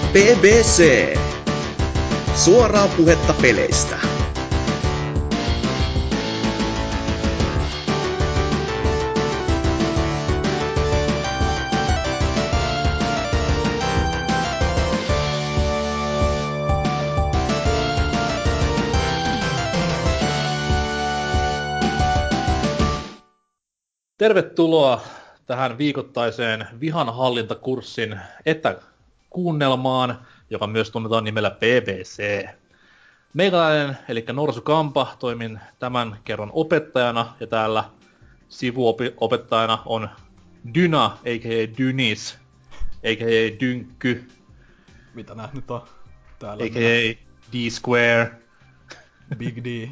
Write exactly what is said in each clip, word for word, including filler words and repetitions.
P B C. Suoraa puhetta peleistä. Tervetuloa tähän viikoittaiseen vihanhallintakurssin etäkuunnelmaan, joka myös tunnetaan nimellä P B C. Meikäläinen, eli Norsu Kampa, toimin tämän kerran opettajana, ja täällä sivuopettajana on Dyna, a k a. Dynis, a k a. Dynkky. Mitä nää nyt on? Täällä a k a. D-Square. Big D.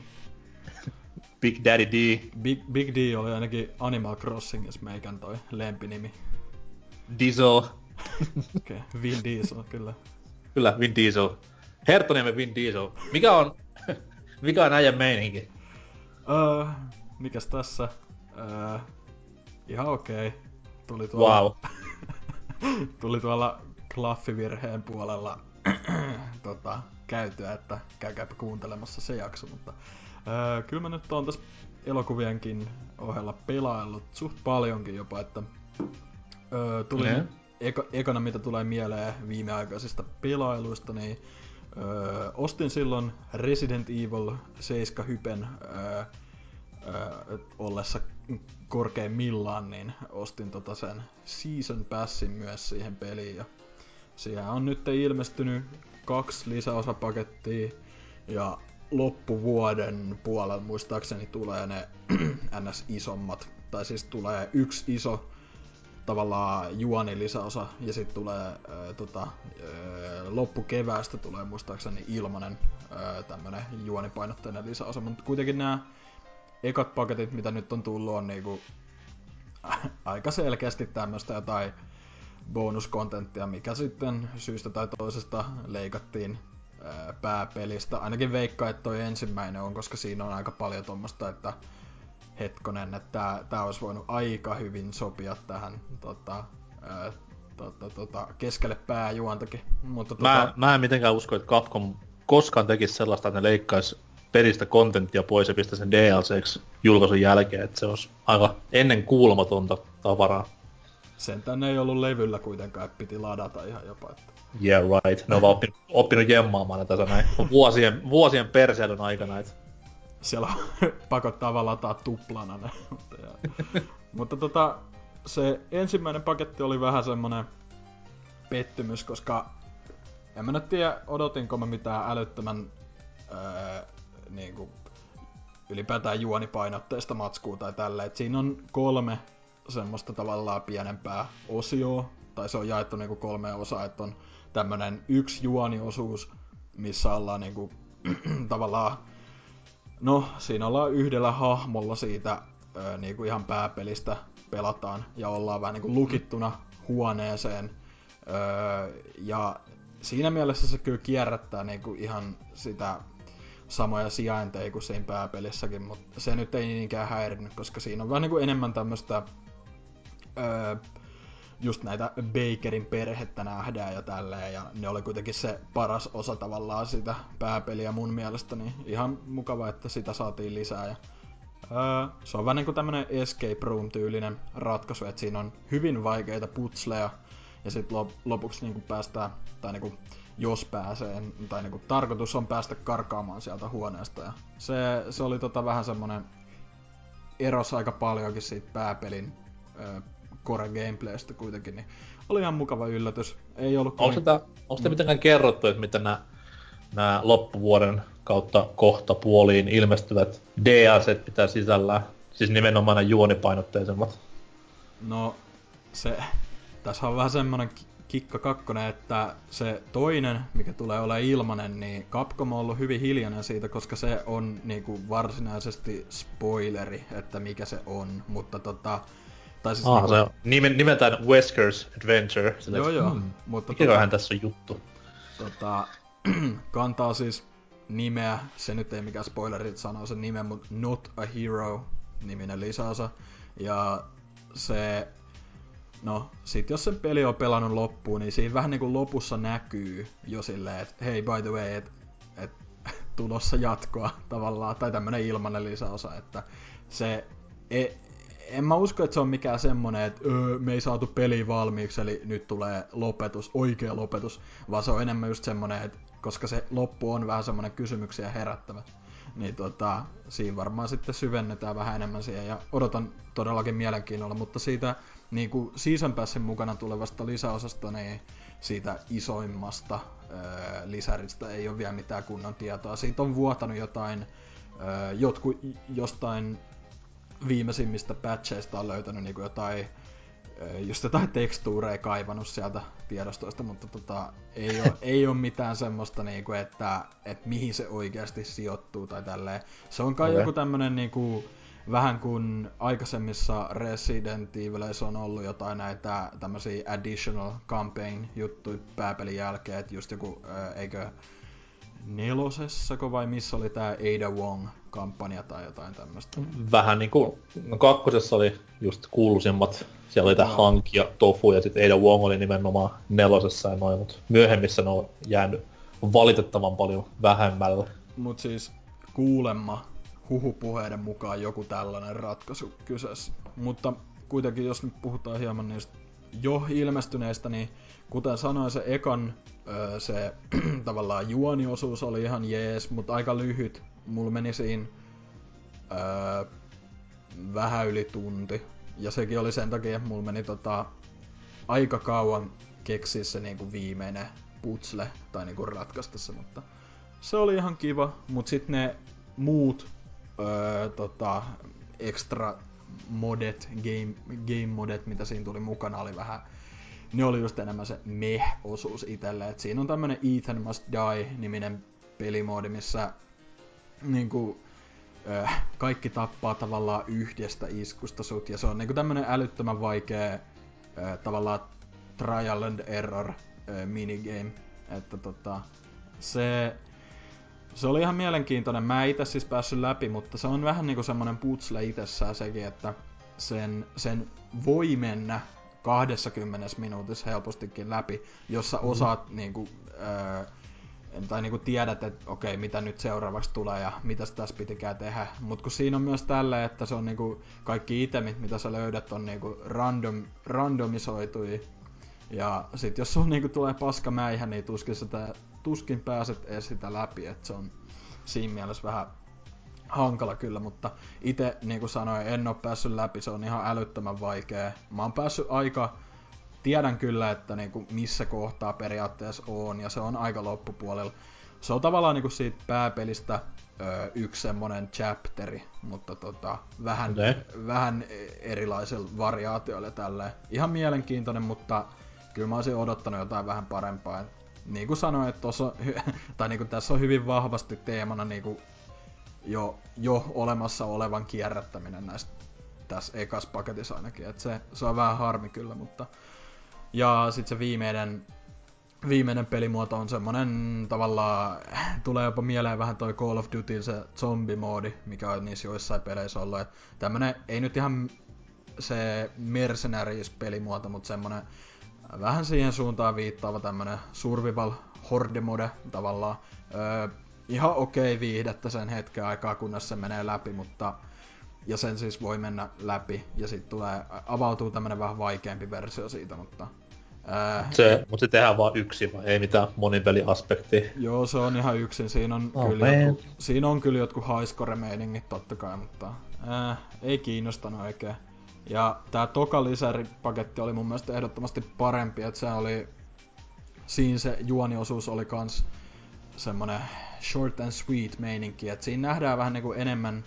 Big Daddy D. Big, Big D oli ainakin Animal Crossingissa meikän toi lempinimi. Diesel. Okei, okay. Vin Diesel, kyllä. Kyllä, Vin Diesel. Herttoniemen Vin Diesel. Mikä on, mikä on äijän meininki? Uh, mikäs tässä? Uh, ihan okei. Okay. Tuli tuolla... Wow. Tuli tuolla klaffivirheen puolella tota, käytyä, että käykääpä kuuntelemassa se jakso, mutta... Öö, kyllä mä nyt oon tässä elokuvienkin ohella pelaillut suht paljonkin jopa, että öö, tuli mm. eka, ekana mitä tulee mieleen viimeaikaisista pelailuista, niin öö, ostin silloin Resident Evil seitsemän hypen öö, öö, ollessa korkeimmillaan, niin ostin tota sen Season Passin myös siihen peliin, ja siihen on nyt ilmestynyt kaksi lisäosapakettia, ja loppuvuoden puolella muistaakseni tulee ne ns. Isommat. Tai siis tulee yksi iso tavallaan juoni lisäosa ja sitten tulee ää, tota, ää, loppukeväästä tulee muistaakseni ilmanen ää, tämmönen juonipainotteinen lisäosa. Mutta kuitenkin nämä ekat paketit mitä nyt on tullut on niinku aika selkeästi tämmöstä jotain bonuskontenttia, mikä sitten syystä tai toisesta leikattiin pääpelistä. Ainakin veikkaa, että toi ensimmäinen on, koska siinä on aika paljon tommosta, että hetkonen, että tää, tää olisi voinut aika hyvin sopia tähän tota, ää, tota, tota, keskelle pääjuontakin. Mutta, tota... mä, mä en mitenkään usko, että Capcom koskaan tekisi sellaista, että ne leikkaisi pelistä kontenttia pois ja pistä sen D L C:ksi julkaisun jälkeen, että se olisi aika ennen kuulumatonta tavaraa. Sentään ei ollut levyllä kuitenkaan, että piti ladata ihan jopa. Että... Yeah right, ne on vaan oppinut, oppinut jemmaamaan tässä näin vuosien, vuosien perseilyn aikana. Et. Siellä pakottaa vaan lataa tuplana ne. Mutta tota, se ensimmäinen paketti oli vähän semmonen pettymys, koska en mä nyt tiedä, odotinko mä mitään älyttömän öö, niinku, ylipäätään juonipainotteista matskua tai tälleen. Et siinä on kolme semmoista tavallaan pienempää osioa, tai se on jaettu niinku kolmeen osaan, että on tämmönen yksi juoniosuus, missä ollaan niinku tavallaan, no siinä ollaan yhdellä hahmolla siitä ö, niinku ihan pääpelistä pelataan ja ollaan vähän niinku lukittuna huoneeseen öö, ja siinä mielessä se kyllä kierrättää niinku ihan sitä samoja sijainteja kuin siinä pääpelissäkin, mutta se nyt ei niinkään häirinyt, koska siinä on vähän niinku enemmän tämmöstä öö, just näitä Bakerin perhettä nähdään ja tälleen, ja ne oli kuitenkin se paras osa tavallaan sitä pääpeliä mun mielestä, niin ihan mukava, että sitä saatiin lisää. Ja, öö, se on vähän niinku tämmönen escape room tyylinen ratkaisu, että siinä on hyvin vaikeita putsleja, ja sit lop- lopuksi niinku päästään, tai niinku jos pääsee, tai niinku tarkoitus on päästä karkaamaan sieltä huoneesta, ja se, se oli tota vähän semmonen eros aika paljonkin siitä pääpelin öö, core gameplaystä kuitenkin, niin oli ihan mukava yllätys. Ei ollut Onko sitä, onko sitä mitenkään kerrottu, että mitä nämä, nämä loppuvuoden kautta kohta puoliin ilmestyvät D L C:t pitää sisällään? Siis nimenomaan nämä juonipainotteisemmat. No, se... Tässä on vähän semmonen kikka kakkonen, että se toinen, mikä tulee olemaan ilmanen, niin Capcom on ollut hyvin hiljainen siitä, koska se on niinku varsinaisesti spoileri, että mikä se on, mutta tota... Tai siis ah, niinku... se on nimen, nimeltään Wesker's Adventure. Sille, joo joo, hmm, mutta... Mikäköhän tota, tässä on juttu? Tota, kantaa siis nimeä, se nyt ei mikään spoileri sanoo sen nimen, mutta Not a Hero niminen lisäosa. Ja se no, sit jos sen peli on pelannut loppuun, niin siinä vähän niinku lopussa näkyy jo silleen, että hei, by the way, että et, tulossa jatkoa tavallaan, tai tämmönen ilmanen lisäosa, että se, e, en mä usko, että se on mikään semmonen, että öö, me ei saatu peli valmiiksi, eli nyt tulee lopetus, oikea lopetus, vaan se on enemmän just semmonen, että koska se loppu on vähän semmonen kysymyksiä herättävä, niin tota, siinä varmaan sitten syvennetään vähän enemmän siihen, ja odotan todellakin mielenkiinnolla, mutta siitä niin kuin Season Passin mukana tulevasta lisäosasta, niin siitä isoimmasta öö, lisäristä ei ole vielä mitään kunnon tietoa. Siitä on vuotanut jotain, öö, jotkut jostain viimeisimmistä patcheista on löytänyt niin kuin jotain, öö, just jotain tekstuureja kaivannut sieltä tiedostoista, mutta tota, ei, ole, ei ole mitään semmoista, niin kuin, että, että mihin se oikeasti sijoittuu tai tälleen. Se on kai okay. Joku tämmönen niin kuin, vähän kuin aikaisemmissa Resident Evileissä on ollut jotain näitä tämmösiä additional campaign juttuja pääpelin jälkeen, että just joku, ää, eikö nelosessako vai missä oli tää Ada Wong-kampanja tai jotain tämmöstä? Vähän niinku, no kakkosessa oli just kuuluisimmat, siellä oli tää no. Hank ja Tofu ja sit Ada Wong oli nimenomaan nelosessa ja noin, mut myöhemmissä ne on jäänyt valitettavan paljon vähemmälle. Mut siis kuulemma huhupuheiden mukaan joku tällainen ratkaisu kyseessä. Mutta kuitenkin, jos nyt puhutaan hieman niistä jo ilmestyneistä, niin kuten sanoin, se ekan öö, se tavallaan juoniosuus oli ihan jees, mutta aika lyhyt. Mulla meni siinä öö, vähän yli tunti. Ja sekin oli sen takia, että mulla meni tota, aika kauan keksiä se niinku viimeinen putsle tai niinku ratkaista se, mutta se oli ihan kiva. Mut sit ne muut Öö, tota, extra modet, game, game modet, mitä siinä tuli mukana, oli vähän, ne oli just enemmän se meh-osuus itselle. Et siinä on tämmönen Ethan Must Die-niminen pelimoodi, missä niinku, öö, kaikki tappaa tavallaan yhdestä iskusta sut, ja se on niinku tämmönen älyttömän vaikea öö, tavallaan trial and error öö, minigame. Että tota, se Se oli ihan mielenkiintoinen. Mä en itse siis päässyt läpi, mutta se on vähän niinku semmonen putsle itsessään sekin, että sen, sen voi mennä kaksikymmentä minuutissa helpostikin läpi, jos sä osaat mm. niinku, öö, tai niinku tiedät, että okei, mitä nyt seuraavaksi tulee ja mitä tässä pitikään tehdä. Mut kun siinä on myös tälleen, että se on niinku, kaikki itemit, mitä sä löydät, on niinku random, randomisoitui. Ja sit jos sun niinku tulee paska mäihä, niin tuskin, sitä, tuskin pääset edes sitä läpi, et se on siinä mielessä vähän hankala kyllä, mutta ite niinku sanoin, en oo päässyt läpi, se on ihan älyttömän vaikea. Mä oon päässyt aika, tiedän kyllä, että niinku missä kohtaa periaatteessa on, ja se on aika loppupuolella. Se on tavallaan niinku siitä pääpelistä öö, yksi semmonen chapteri, mutta tota, vähän, okay. vähän erilaisilla variaatioilla tälleen. Ihan mielenkiintoinen, mutta kyllä mä olisin odottanut jotain vähän parempaa. Niin kuin sanoin, että tossa on, tai niin kuin tässä on hyvin vahvasti teemana niin kuin jo, jo olemassa olevan kierrättäminen näistä tässä ekas paketissa ainakin. Et se, se on vähän harmi kyllä, mutta ja sit se viimeinen, viimeinen pelimuoto on semmonen tavallaan, tulee jopa mieleen vähän toi Call of Duty se zombie-moodi, mikä on niissä joissain peleissä ollut. Et tämmönen, ei nyt ihan se Mercenaries-pelimuoto, mutta semmonen vähän siihen suuntaan viittaava tämmönen survival horde mode tavallaan. Öö, ihan okei okay viihdettä sen hetken aikaa, kunnes se menee läpi, mutta ja sen siis voi mennä läpi ja sit tulee, avautuu tämmönen vähän vaikeampi versio siitä, mutta öö, se, mut se tehdään vaan yksin, vai ei mitään monipeliaspektia? Joo, se on ihan yksin, siinä on, oh, kyllä, jotkut, siinä on kyllä jotkut highscore-meiningit totta kai, mutta öö, ei kiinnostanut oikein. Ja tää toka lisäripaketti oli mun mielestä ehdottomasti parempi, että se oli, siinä se juoniosuus oli kans semmonen short and sweet meininki, että siinä nähdään vähän niinku enemmän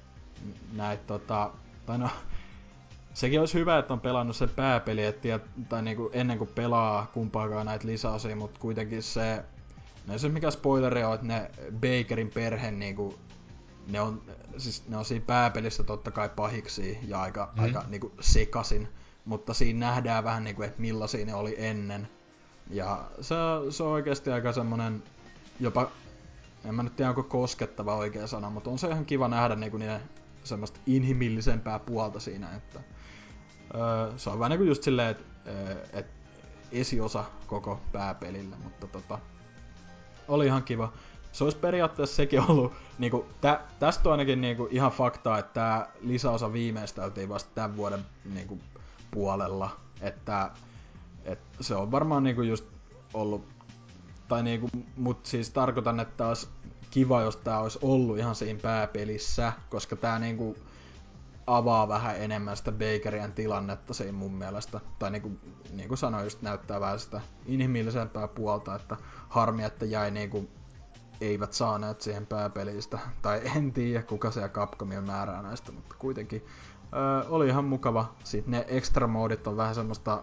näitä tota, tai no, sekin olisi hyvä, että on pelannut sen pääpeli, et tiedät, tai niinku ennen kuin pelaa kumpaakaan näitä lisäosia, mutta kuitenkin se, no ei se mikä spoileri on, että ne Bakerin perhe niinku, ne on, siis ne on siinä pääpelissä totta kai pahiksi ja aika, mm. aika niinku sekasin, mutta siinä nähdään vähän niinku, että millaisia ne oli ennen. Ja se, se on oikeesti aika semmonen, jopa, en mä nyt tiedä onko koskettava oikea sana, mutta on se ihan kiva nähdä niinku niiden semmoista inhimillisempää puolta siinä, että Öö, se on vähän niinku just silleen, että et esiosa koko pääpelillä, mutta tota, oli ihan kiva. Se olisi periaatteessa sekin ollut, niinku, tä, tästä on ainakin niinku ihan faktaa, että tää lisäosa viimeisteltiin vasta tämän vuoden niinku, puolella, että et se on varmaan niinku just ollut, tai niinku, mut siis tarkoitan, että olisi kiva, jos tää olisi ollut ihan siinä pääpelissä, koska tää niinku avaa vähän enemmän sitä Bakerien tilannetta siinä mun mielestä. Tai niinku, niinku sanoin, just näyttää vähän sitä inhimillisempää puolta, että harmi, että jäi niinku eivät saaneet siihen pääpelistä. Tai en tiedä, kuka siellä Capcomin määrää näistä, mutta kuitenkin öö, oli ihan mukava. Sitten ne extra moodit on vähän semmoista,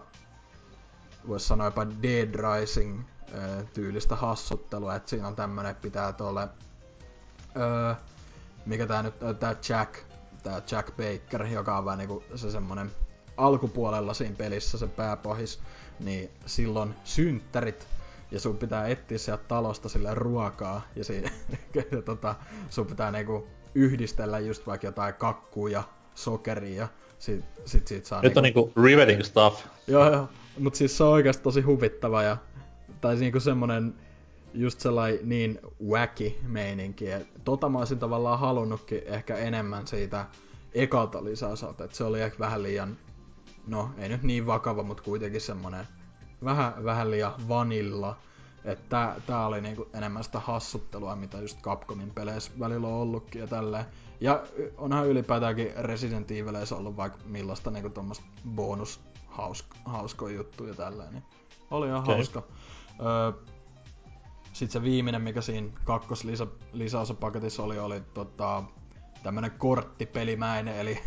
vois sanoa jopa Dead Rising öö, tyylistä hassuttelua, että siinä on tämmönen, että pitää tuolle öö, mikä tää nyt, tää Jack, tää Jack Baker, joka on vähän niinku se semmonen alkupuolella siinä pelissä, se pääpahis, niin silloin synttärit, ja sun pitää etsiä sieltä talosta sille ruokaa, ja, siinä, ja tota, sun pitää niinku yhdistellä just vaikka jotain kakkua ja sokeria, ja sit, sit siitä saa nyt niinku... on niinku riveting stuff. Joo, joo, mut siis se on oikeesti tosi huvittava, ja tai niinku semmonen just sellainen niin wacky meininki, että tota mä olisin tavallaan halunnutkin ehkä enemmän siitä ekalta lisäosalta, että se oli ehkä vähän liian, no ei nyt niin vakava, mutta kuitenkin semmonen vähän, vähän liian vanilla, että tää, tää oli niinku enemmän sitä hassuttelua, mitä just Capcomin peleissä välillä on ollutkin ja tälleen. Ja onhan ylipäätäänkin Resident Evileissä ollut vaikka millaista niinku tommoista bonus hauskoja juttuja ja tälleen, niin oli ihan okay. hauska. Öö, Sitten se viimeinen, mikä siinä kakkoslisäosapaketissa oli, oli tota, tämmönen korttipelimäinen, eli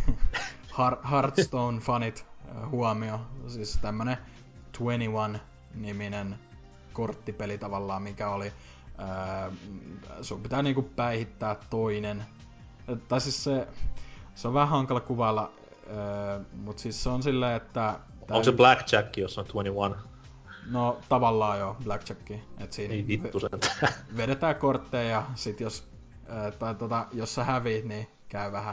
Hearthstone-fanit huomio. Siis tämmönen kaksikymmentäyksi-niminen korttipeli tavallaan, mikä oli... Ää, sun pitää niinku päihittää toinen. Tai siis se, se on vähän hankala kuvailla, ää, mut siis se on silleen, että... Onko se Blackjack, jos on kaksikymmentäyksi? No tavallaan joo, Blackjacki. Et siinä ei vittu sentään. Vedetään kortteja ja sit jos, ää, tai tota, jos sä häviit, niin käy vähän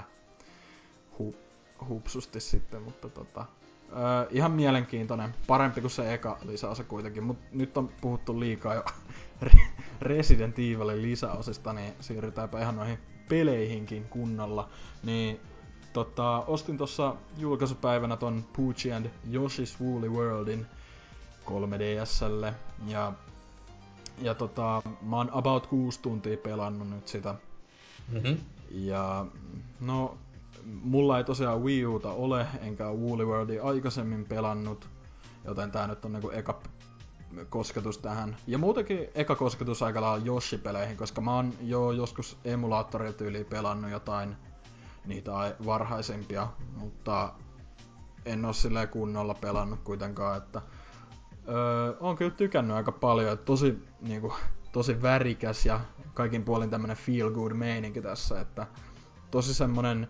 hu, hupsusti sitten, mutta tota, ää, ihan mielenkiintoinen. Parempi kuin se eka lisäosa kuitenkin, mut nyt on puhuttu liikaa jo Resident Evilin lisäosista, niin siirrytäänpä ihan noihin peleihinkin kunnolla. Niin tota, ostin tossa julkaisupäivänä ton Poochie and Yoshi's Woolly Worldin kolme D S:lle ja ja tota mä oon about kuusi tuntia pelannut nyt sitä. Mm-hmm. Ja no mulla ei tosiaan Wii Uta ole enkä Woolly Worldia aikaisemmin pelannut, joten tää nyt on niinku eka kosketus tähän. Ja muutenkin eka kosketus aika lailla Yoshi-peleihin, koska mä oon jo joskus emulaattorilta yli pelannut jotain niitä varhaisempia, mutta en oo silleen kunnolla pelannut kuitenkaan, että Öö, oon kyllä tykännyt aika paljon, että tosi, niinku, tosi värikäs ja kaikin puolin tämmönen feel good meininki tässä, että tosi semmonen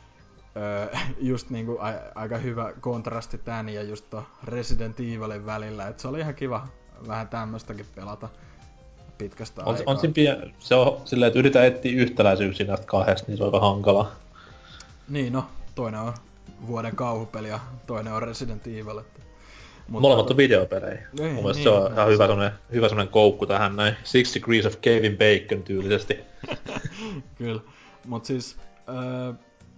öö, just niinku a, aika hyvä kontrasti tän ja just to Resident Evilin välillä, että se oli ihan kiva vähän tämmöstäkin pelata pitkästä on, aikaa. On simpiä, se on silleen, että yritän etsiä yhtäläisyyksiä näistä kahdesta, niin se on aika hankalaa. Niin no, toinen on vuoden kauhupeli ja toinen on Resident Evil, että mutta molemmat on videopelejä. Mun mielestä niin, se on ihan hyvä semmonen, hyvä semmonen koukku tähän näin. Six Degrees of Kevin Bacon tyylisesti. Kyllä. Mut siis... Öö,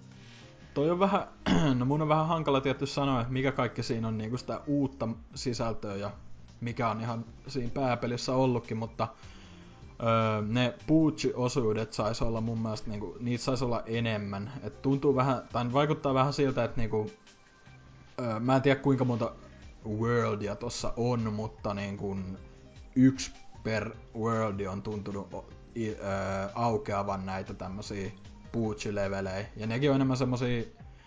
toi on vähän... no mun on vähän hankala tietty sanoa, että mikä kaikki siinä on niinku sitä uutta sisältöä ja mikä on ihan siinä pääpelissä ollutkin, mutta... Öö, ne Poochie-osuudet sais olla mun mielestä niinku... Niitä sais olla enemmän. Et tuntuu vähän... Tai vaikuttaa vähän siltä, että niinku... Öö, mä en tiedä kuinka monta worldia tossa on, mutta niin kun yksi per worldi on tuntunut ö, aukeavan näitä tämmösiä Poochie-levelejä. Ja nekin on enemmän semmosia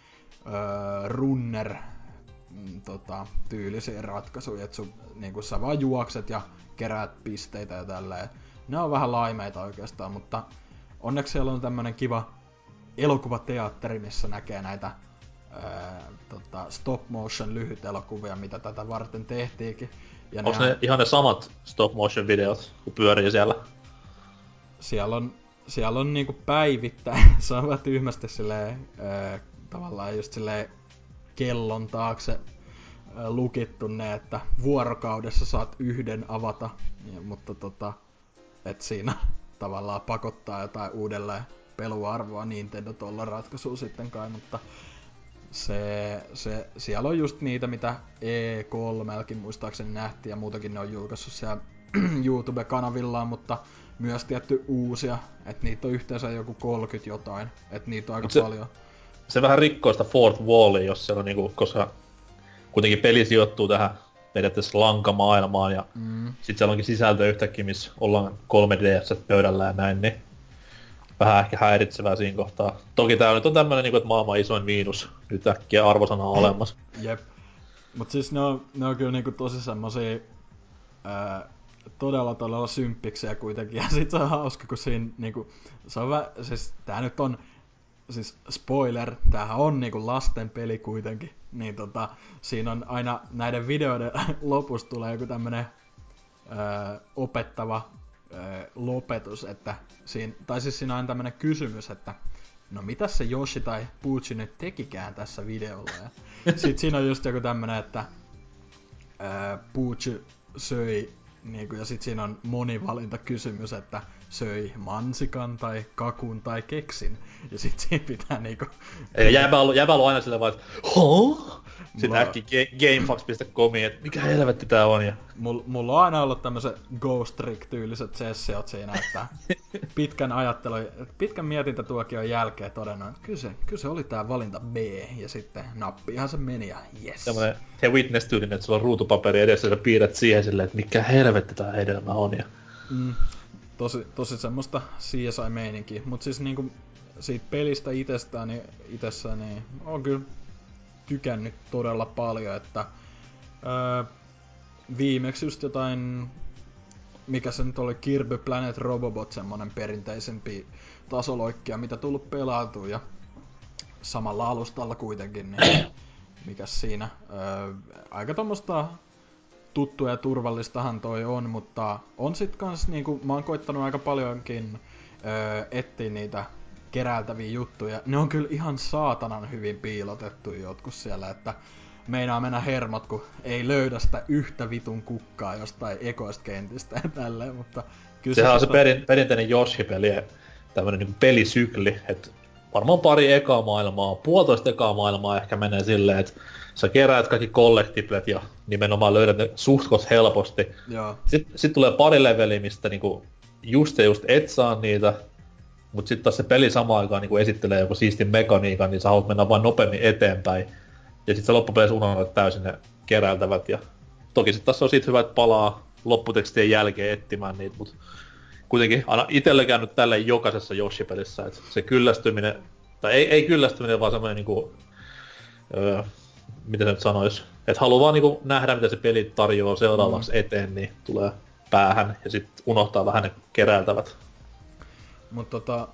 ö, runner mm, tota, tyylisiä ratkaisuja, että sun, niin kun sä vaan juokset ja keräät pisteitä ja tälleen. Ne on vähän laimeita oikeastaan, mutta onneksi siellä on tämmönen kiva elokuvateatteri, missä näkee näitä Öö, tota, stop motion lyhyt elokuvia, mitä tätä varten tehtiinkin. Ja onks ne ihan ne samat stop motion videot, kun pyörii siellä? Siellä on, siellä on niinku päivittäin, se on vähän tyhmästi silleen, öö, tavallaan just silleen kellon taakse lukittu ne, että vuorokaudessa saat yhden avata, ja, mutta tota, et siinä tavallaan pakottaa jotain uudelleen peluarvoa Nintendo tolla ratkaisua sitten kai, mutta se, se, siellä on just niitä, mitä E kolmellakin muistaakseni nähtiin, ja muutakin ne on julkaissut siellä YouTube-kanavillaan, mutta myös tietty uusia, että niitä on yhteensä joku kolmekymmentä jotain, että niitä on aika se, paljon. Se vähän rikkoo sitä fourth wallia, jos siellä on niinku, koska kuitenkin peli sijoittuu tähän periaatteessa lankamaailmaan, ja mm. sit siellä onkin sisältö yhtäkkiä, missä ollaan kolme D S pöydällä ja näin, niin vähän ehkä häiritsevää siinä kohtaa. Toki tää nyt on tämmönen, niinku, että maailman isoin miinus nyt äkkiä arvosana on olemassa. Jep. Mut siis ne on, ne on kyllä niinku tosi semmosia ää, todella todella symppiksiä kuitenkin. Ja sit se on hauska, kun siinä niinku, se on vä, siis tää nyt on, siis spoiler, tämähän on niinku lasten peli kuitenkin. Niin tota, siinä on aina näiden videoiden lopussa tulee joku tämmönen ää, opettava ää, lopetus, että siinä, tai siis siinä on tämmönen kysymys, että no mitäs se Yoshi tai Pucci nyt tekikään tässä videolla. Ja sit siinä on just joku tämmönen, että ää, Pucci söi, niinku, ja sit siinä on monivalintakysymys, että söi mansikan tai kakun tai keksin. Ja sit siinä pitää niinku... Eli jäbä on, jäbä on aina silleen vaan, että huh? Sitten mulla... äkki gamefax piste comiin, että mikä helvetti tää on. Ja... Mulla, mulla on aina ollut tämmöset Ghost Trick-tyyliset sessiot siinä, että pitkän ajattelu, pitkän mietintätuokion jälkeen todennut, että kyllä se, kyllä se oli tää valinta B, ja sitten nappiinhan se meni, ja jes. Tämmönen The Witness-tyylinen, että sulla on ruutupaperi edessä ja piirrät siihen silleen, että mikä helvetti tää hedelmä on. Ja... Mm, tosi, tosi semmoista C S I-meininkiä, mut siis niinku siitä pelistä itsestään, niin itsessään, niin on kyllä tykännyt todella paljon, että öö, viimeksi just jotain, mikä se nyt oli, Kirby Planet Robobot, semmonen perinteisempi tasoloikkia, mitä tullut pelautua, ja samalla alustalla kuitenkin, niin mikäs siinä, öö, aika tommoista tuttua ja turvallistahan toi on, mutta on sit kans niinku, mä oon koittanut aika paljonkin öö, etsiä niitä keräiltäviä juttuja. Ne on kyllä ihan saatanan hyvin piilotettu jotkut siellä, että meinaa mennä hermot, kun ei löydä sitä yhtä vitun kukkaa jostain ekoista kentistä ja tälleen, mutta kyllä sehän se on se tota... perin, perinteinen Yoshi-peli, tämmönen niinku pelisykli, että varmaan pari ekaa maailmaa, puolitoista ekaa maailmaa ehkä menee silleen, että sä keräät kaikki collectiblet ja nimenomaan löydät ne suhtkot helposti. Joo. Sitten sit tulee pari leveliä, mistä niinku just ja just et saa niitä, mut sit taas se peli samaan aikaan niinku esittelee joku siistin mekaniikan, niin sä haluat mennä vain nopeammin eteenpäin. Ja sit sä loppupeleissä unohdat täysin ne keräiltävät. Ja toki sit taas on siitä hyvä, että palaa lopputekstien jälkeen etsimään niitä, mut kuitenkin aina itelle käynyt tälleen jokaisessa Yoshi-pelissä, että se kyllästyminen, tai ei, ei kyllästyminen, vaan semmoinen niinku, öö, miten se nyt sanois, että haluaa vaan niinku nähdä, mitä se peli tarjoaa seuraavaksi mm. eteen, niin tulee päähän ja sit unohtaa vähän ne keräiltävät. Mut tota,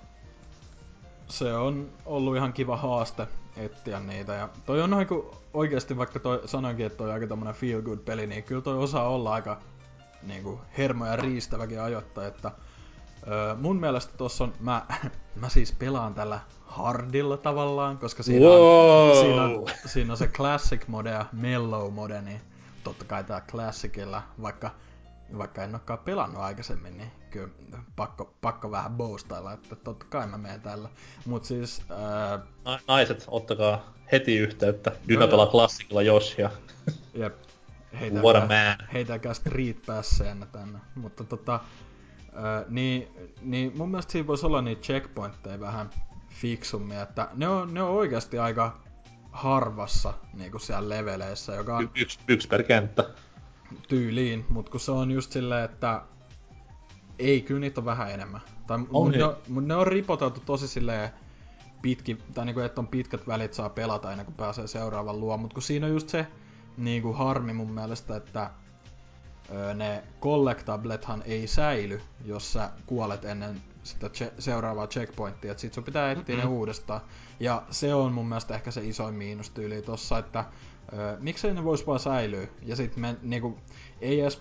se on ollut ihan kiva haaste etsiä niitä, ja toi on niinku oikeesti, vaikka toi sanoinkin, että toi on aika tommonen feel good peli, niin kyllä toi osaa olla aika niinku hermoja riistäväkin ajoittaa, että öö, mun mielestä tossa on, mä, mä siis pelaan tällä hardilla tavallaan, koska siinä on, wow. siinä on, siinä on se classic mode ja mellow mode, niin totta kai tää classicilla, vaikka, vaikka en olekaan pelannut aikaisemmin, niin kyllä pakko, pakko vähän boostailla, että totta kai mä menen tällä. Mut siis... Öö, Na, naiset, ottakaa heti yhteyttä. Dyna pelaa klassikilla Yoshia. Jep. What a man. Heitäkää Street Passeenä tänne. Mutta tota... Öö, niin, niin mun mielestä siinä voisi olla niitä checkpointteja vähän fiksummin, että ne on, ne on oikeasti aika harvassa niinku siellä leveleissä, joka on... Y- yksi, yksi per kenttä. Tyyliin, mut kun se on just silleen, että ei, kyllä niitä on vähän enemmän. Tai, on mut, ne on, mut ne on ripoteltu tosi silleen pitki, tai niinku, että on pitkät välit saa pelata ennen kuin pääsee seuraavan luo, mut kun siinä on just se niinku harmi mun mielestä, että öö, ne collectablethan ei säily, jos sä kuolet ennen sitä che- seuraavaa checkpointtia, et sit sun pitää etsiä ne uudestaan. Ja se on mun mielestä ehkä se isoin miinustyyli tossa, että öö, miksei ne vois vaan säilyä, ja sit me niinku, ei edes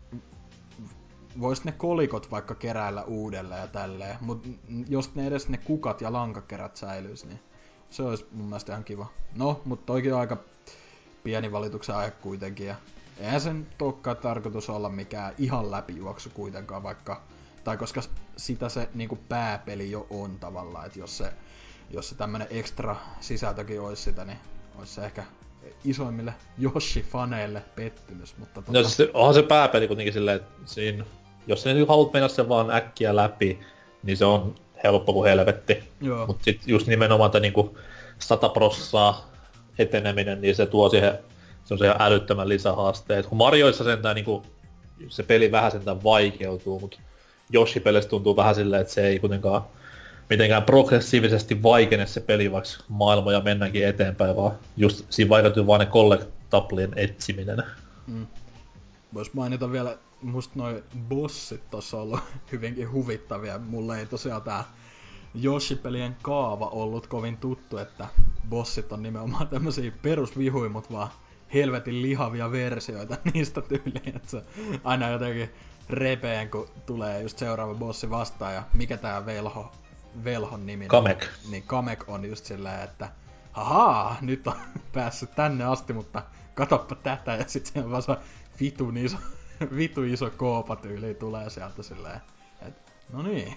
vois ne kolikot vaikka keräillä uudelleen ja tälleen, mut jos ne edes ne kukat ja lankakerät säilyis, niin se olisi mun mielestä ihan kiva. No, mutta toikin on aika pieni valituksen aihe kuitenkin. Ja eihän sen tokkaan tarkoitus olla mikään ihan läpijuoksu kuitenkaan, vaikka... Tai koska sitä se niinku pääpeli jo on tavallaan, että jos se, jos se tämmönen extra sisältökin olisi sitä, niin olisi se ehkä isoimmille Yoshi-faneille pettymys, mutta tota... No siis onhan se pääpeli kuitenkin silleen, että siinä, jos sä nyt haluat mennä sen vaan äkkiä läpi, niin se on helppo kuin helvetti. Joo. Mut sit just nimenomaan tää niinku sata prossaa eteneminen, niin se tuo siihen semmosen ihan älyttömän lisähaasteen. Kun Marioissa sentään niinku se peli vähän sentään vaikeutuu, mut Yoshi-pelissä tuntuu vähän silleen, että se ei kuitenkaan mitenkään progressiivisesti vaikene se peli, vaikka maailmoja mennäänkin eteenpäin, vaan just siinä vaikeutuu vaan ne collectablien etsiminen. Mm. Vois mainita vielä, musta noi bossit tossa on ollut hyvinkin huvittavia. Mulle ei tosiaan tää Yoshi-pelien kaava ollut kovin tuttu, että bossit on nimenomaan tämmösiä perusvihuja, mut vaan helvetin lihavia versioita niistä tyyliin, että se aina jotenkin repeen, kun tulee just seuraava bossi vastaan, ja mikä tää velho, velhon nimi? Kamek. Niin Kamek on just silleen, että hahaa, nyt on päässyt tänne asti, mutta katoppa tätä, ja sit siellä vaan se vitun iso, vitu iso koopatyyli tulee sieltä silleen, että no niin.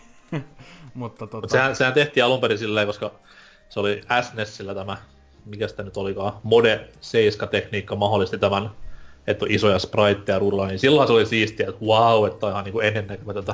Mutta tota... Mut sehän, sehän tehtiin alun perin silleen, koska se oli S N E Sillä tämä, mikä sitä nyt olikaan, Mode seitsemän-tekniikka mahdollisti tämän, että on isoja spriteja ruudulla, niin silloin se oli siistiä, että wow, että on ihan niinku ennennäkemätöntä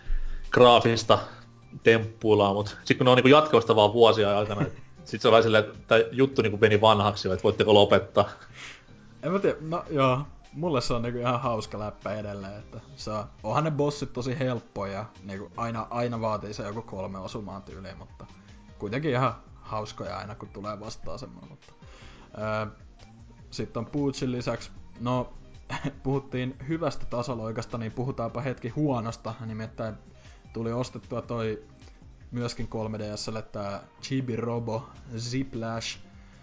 graafista temppuilaa, mut sit kun ne on niinku jatkuvasta vaan vuosia aikana, sit se on vähän silleen, että tää juttu niinku meni vanhaksi, että voitteko lopettaa. En mä tiedä, no joo, mulle se on niinku ihan hauska läppä edelleen, että se on, onhan ne bossit tosi helppoja ja niinku aina, aina vaatii se joku kolme osumaa tyyliin, mutta kuitenkin ihan hauskoja aina kun tulee vastaan semmoinen, mutta öö, sitten on Poochin lisäksi, no puhuttiin hyvästä tasoloikasta, niin puhutaanpa hetki huonosta, nimittäin tuli ostettua toi myöskin kolme D S:lle tää Chibi Robo Ziplash.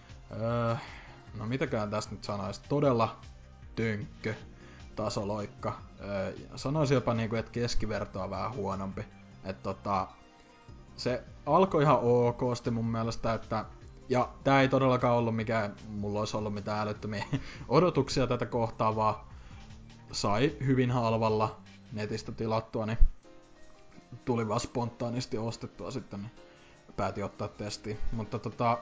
Öö, no mitäkään tästä nyt sanois, todella tönkkö tasoloikka. Öö, sanoisin jopa niinku, että keskivertoa vähän huonompi. Et tota, se alkoi ihan okosti mun mielestä, että ja tää ei todellakaan ollut mikään, mulla olisi ollut mitään älyttömiä odotuksia tätä kohtaa, vaan sai hyvin halvalla netistä tilattua, niin tuli vaan spontaanisti ostettua sitten, niin päätin ottaa testiin. Mutta tota,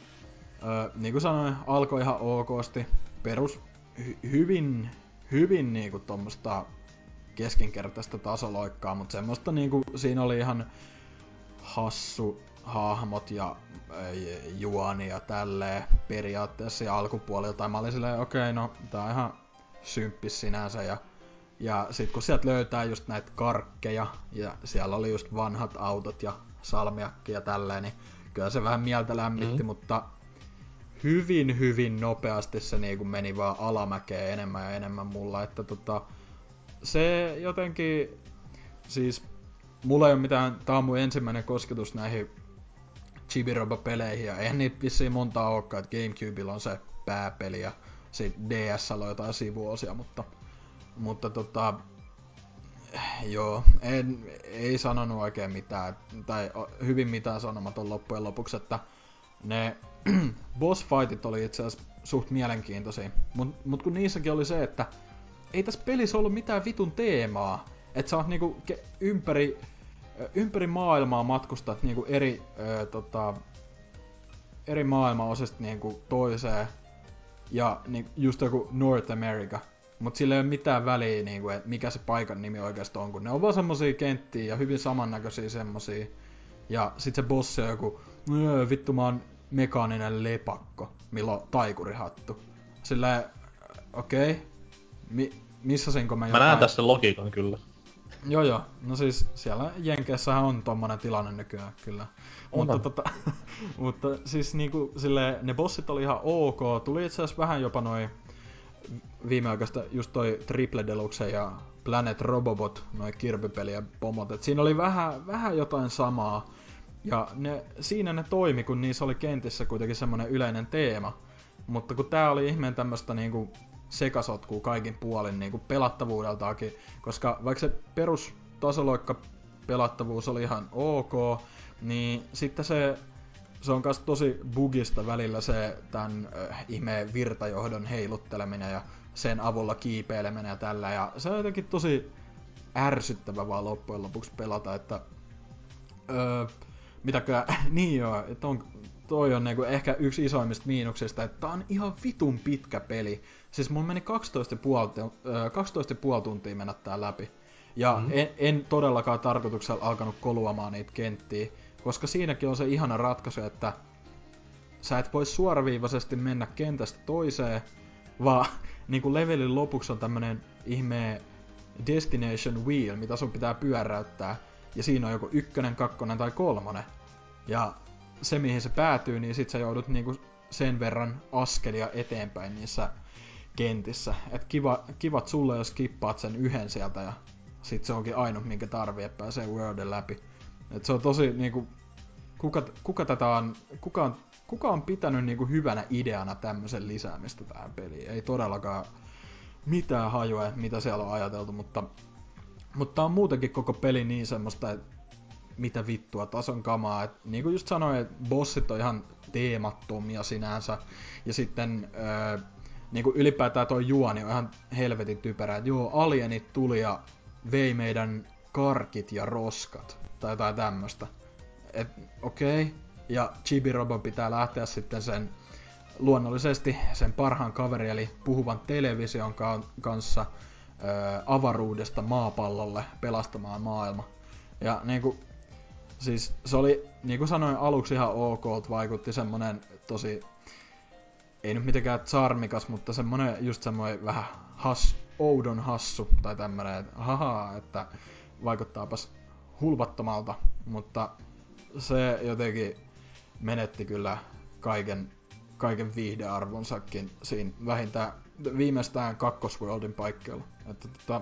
ö, niin kuin sanoin, alkoi ihan okosti. Perus hy- hyvin, hyvin niinku tommoista keskinkertaista tasoloikkaa, mutta semmoista niinku, siinä oli ihan hassu hahmot ja äh, juoni ja tälleen periaatteessa ja alkupuolilta. Ja mä olin silleen, okei, okay, no tää on ihan symppis sinänsä. Ja, ja sit kun sieltä löytää just näitä karkkeja ja siellä oli just vanhat autot ja salmiakki ja tälleen, niin kyllä se vähän mieltä lämmitti, mm. mutta hyvin hyvin nopeasti se niinku meni vaan alamäkeen enemmän ja enemmän mulla. Että tota, se jotenkin, siis mulla ei oo mitään, tää on mun ensimmäinen kosketus näihin Chibi-Robo-peleihin, ja eihän niitä vissiin montaa ookaan, että Gamecubella on se pääpeli, ja sit D S:llä on jotain sivuosia, mutta, mutta tota, joo, en, ei sanonut oikein mitään, tai hyvin mitään sanomaton loppujen lopuksi, että ne boss fightit oli itse asiassa suht mielenkiintoisia, mut, mut kun niissäkin oli se, että ei tässä pelissä ollut mitään vitun teemaa, että sä oot niinku ke- ympäri ympäri maailmaa matkustat niinku eri ö, tota eri maailmanosista niinku toiseen ja niinku just joku North America, mut sillä ei ole mitään väliä niinku, että mikä se paikan nimi oikeesti on, kun ne on vaan semmosia kenttiä ja hyvin samannäköisiä semmosia. Ja sit se bossi on joku, vittu mä oon mekaaninen lepakko, millä on taikurihattu. Silleen, okei, okay, mi- missä senko mä jotain... Mä näen tässä logiikan kyllä. Joo joo, no siis siellä Jenkeissähän on tommonen tilanne nykyään kyllä. Mutta, tota, mutta siis niinku silleen, ne bossit oli ihan ok, tuli itse asiassa vähän jopa noi viimeaikaista just toi Triple Deluxe ja Planet Robobot, noi Kirby-peli ja pomot, et siinä oli vähän, vähän jotain samaa. Ja ne, siinä ne toimi, kun niissä oli kentissä kuitenkin semmonen yleinen teema. Mutta kun tää oli ihmeen tämmöstä niinku sekasotkuu kaikin puolin niinku pelattavuudeltaakin, koska vaikka se perus tasoloikka pelattavuus oli ihan ok, niin sitten se se on kas tosi bugista välillä se tän äh, ihmeen virtajohdon heilutteleminen ja sen avulla kiipeileminen ja tällä. Ja se on jotenkin tosi ärsyttävä vaan loppujen lopuksi pelata, että öö, mitäkö, niin joo, että on, toi on niinku ehkä yksi isoimmista miinuksista, että tää on ihan vitun pitkä peli. Siis mun meni kaksitoista pilkku viisi tuntia mennä tää läpi. Ja mm-hmm. en, en todellakaan tarkoituksella alkanut koluamaan niitä kenttiä, koska siinäkin on se ihana ratkaisu, että sä et voi suoraviivaisesti mennä kentästä toiseen, vaan niinku levelin lopuksi on tämmönen ihmeen destination wheel, mitä sun pitää pyöräyttää. Ja siinä on joko ykkönen, kakkonen tai kolmonen. Ja se mihin se päätyy, niin sit sä joudut niinku sen verran askelia eteenpäin niissä kentissä. Et kiva, kivat sulle, jos skippaat sen yhden sieltä ja sit se onkin ainut, minkä tarvii, että pääsee worldin läpi. Et se on tosi niinku... Kuka, kuka tätä on... Kuka on, kuka on pitänyt niinku hyvänä ideana tämmösen lisäämistä tähän peliin? Ei todellakaan mitään hajua, mitä siellä on ajateltu, mutta... Mutta on muutenkin koko peli niin semmoista, että mitä vittua, tason kamaa. Et niin kuin just sanoin, että bossit on ihan teemattomia sinänsä. Ja sitten öö, niin kuin ylipäätään toi juoni on ihan helvetin typerä. Et joo, alienit tuli ja vei meidän karkit ja roskat. Tai jotain tämmöstä. Et okei. Okay. Ja Chibi-Robon pitää lähteä sitten sen luonnollisesti sen parhaan kaveri, eli puhuvan television kanssa öö, avaruudesta maapallolle pelastamaan maailma. Ja niinku, siis se oli, niinku sanoin aluksi ihan ok, vaikutti semmonen tosi, ei nyt mitenkään charmikas, mutta semmonen just semmoinen vähän has, oudon hassu tai tämmönen, että haha, että vaikuttaapas hulvattomalta, mutta se jotenkin menetti kyllä kaiken, kaiken viihdearvonsakin siinä vähintään viimeistään kakkosworldin paikkeilla. Että tota...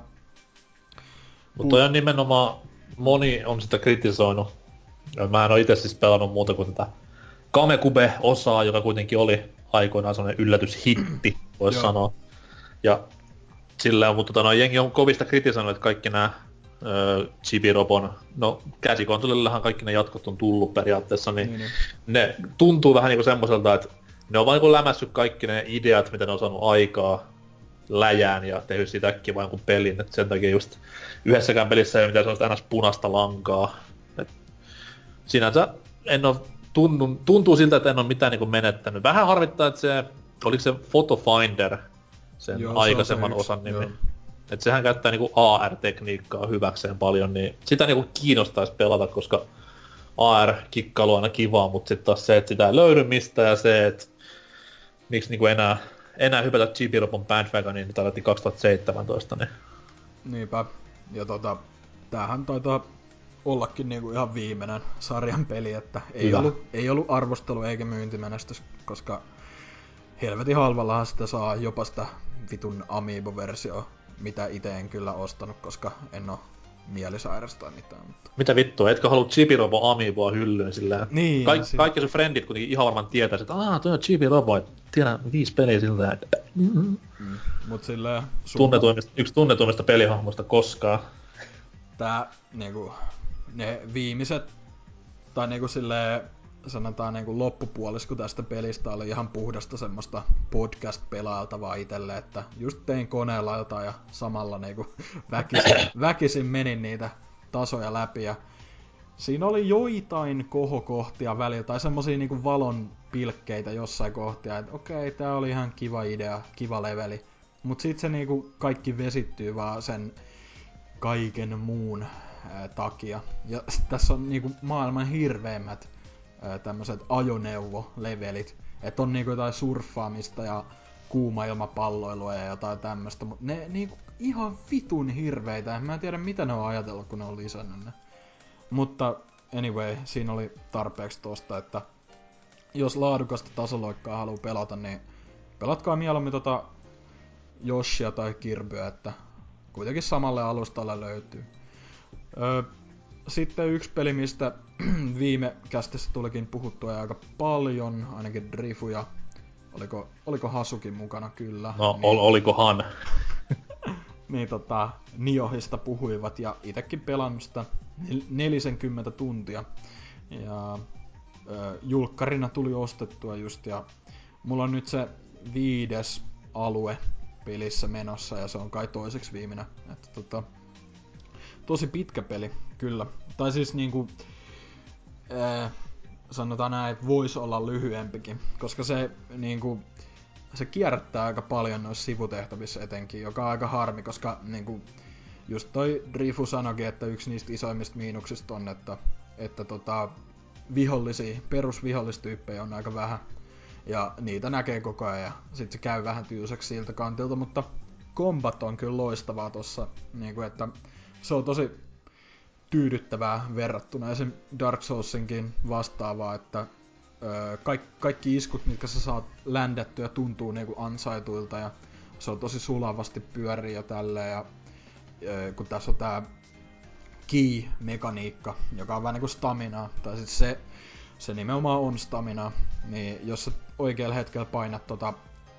Mutta toi on nimenomaan, moni on sitä kritisoinut. Mä en oo itse siis pelannut muuta kuin tätä Kamekube-osaa, joka kuitenkin oli aikoinaan sellainen yllätyshitti, vois sanoa. Ja sillä on, mutta tota, no, jengi on kovista kritisoinut, että kaikki nämä Chibi-Robon, no käsikontrollillahan kaikki ne jatkot on tullut periaatteessa, niin, niin, niin. Ne tuntuu vähän niinku semmoiselta, että ne on vaan niinku lämässyt kaikki ne ideat, mitä ne on saanut aikaa läjään ja tehnyt siitä äkkiä vaan jonkun pelin, et sen takia just yhdessäkään pelissä ei ole mitään sellaista ns. Punaista lankaa. Et sinänsä en oo tunnun, tuntuu siltä, että en oo mitään niinku menettänyt. Vähän harvittaa, että se, oliko se Photo Finder sen joo, aikaisemman se osan nimi. Joo. Et sehän käyttää niinku A R-tekniikkaa hyväkseen paljon, niin sitä niinku kiinnostais pelata, koska A R-kikkailu on aina kivaa, mutta sitten taas se, että sitä ei löydy mistään ja se, että miksi niinku enää, enää hypätä Chibi-Robon bandwagoniin, niin tarvittiin kaksituhattaseitsemäntoista, niin... Niinpä. Ja tota, tämähän taitaa ollakin niinku ihan viimeinen sarjan peli, että ei ollut, ei ollut arvostelu eikä myyntimenestys, koska helvetin halvallahan sitä saa jopa sitä vitun Amiibo-versiota, mitä ite en kyllä ostanut, koska en oo mielisairasta tai mitään. Mutta... Mitä vittua, etkö halua Chibi-Robo Amiiboa hyllyyn sillä? Niin. Kaik- si- kaikki sun friendit kuitenkin ihan varmaan tietäis, että aah, toi on Chibi-Robo, että tiedän viisi peliä siltä, että... Mm-hmm. Mm. Mut silleen... Tunnetuimmista, yksi tunnetuimmista pelihahmoista koskaan. Tää niinku... Ne viimeiset... Tai niinku silleen... Sanotaan niinku loppupuolisku tästä pelistä oli ihan puhdasta semmoista podcast-pelailtavaa itelle, että just tein koneella jotain ja samalla niinku väkisin, väkisin menin niitä tasoja läpi ja siinä oli joitain kohokohtia välillä tai semmosia niinku valon pilkkeitä jossain kohtia, että okei, tää oli ihan kiva idea, kiva leveli, mut sit se niinku kaikki vesittyy vaan sen kaiken muun ää, takia ja tässä on niinku maailman hirveimmät tämmöiset ajoneuvolevelit, että on niinku jotain surffaamista ja kuumailmapalloilua ja jotain tämmöstä, mutta ne niinku ihan vitun hirveitä, mä en tiedä mitä ne on ajatellut, kun ne on lisännyt ne. Mutta anyway, siinä oli tarpeeksi tosta, että jos laadukasta tasoloikkaa haluaa pelata, niin pelatkaa mieluummin tota Yoshia tai Kirbyä, että kuitenkin samalle alustalle löytyy. Öö, Sitten yksi peli, mistä viime kästissä tulikin puhuttua aika paljon, ainakin Drifu ja oliko, oliko Hasukin mukana, kyllä. No, niin, ol, olikohan? niin tota, Niohista puhuivat ja itekin pelannut sitä nelisenkymmentä tuntia. Ja ö, julkkarina tuli ostettua just, ja mulla on nyt se viides alue pelissä menossa, ja se on kai toiseksi viimeinen. Että tota, tosi pitkä peli, kyllä. Tai siis niinku, ää, sanotaan näin, että voisi olla lyhyempikin, koska se niinku, se kierrättää aika paljon noissa sivutehtävissä etenkin, joka on aika harmi, koska niinku, just toi Drifu sanoikin, että yksi niistä isoimmista miinuksista on, että, että tota, vihollisia, perusvihollistyyppejä on aika vähän. Ja niitä näkee koko ajan, ja sit se käy vähän tylsäksi siltä kantilta, mutta kombat on kyllä loistavaa tossa, niinku että se on tosi tyydyttävää verrattuna esim. Dark Soulsinkin vastaavaa, että öö, kaikki, kaikki iskut, mitkä sä saat ländättyä, tuntuu niinku ansaituilta, ja se on tosi sulavasti pyörii ja tälleen, ja öö, kun tässä on tää key-mekaniikka, joka on vähän niinku staminaa, tai siis se, se nimenomaan on staminaa, niin jos sä oikealla hetkellä painat tota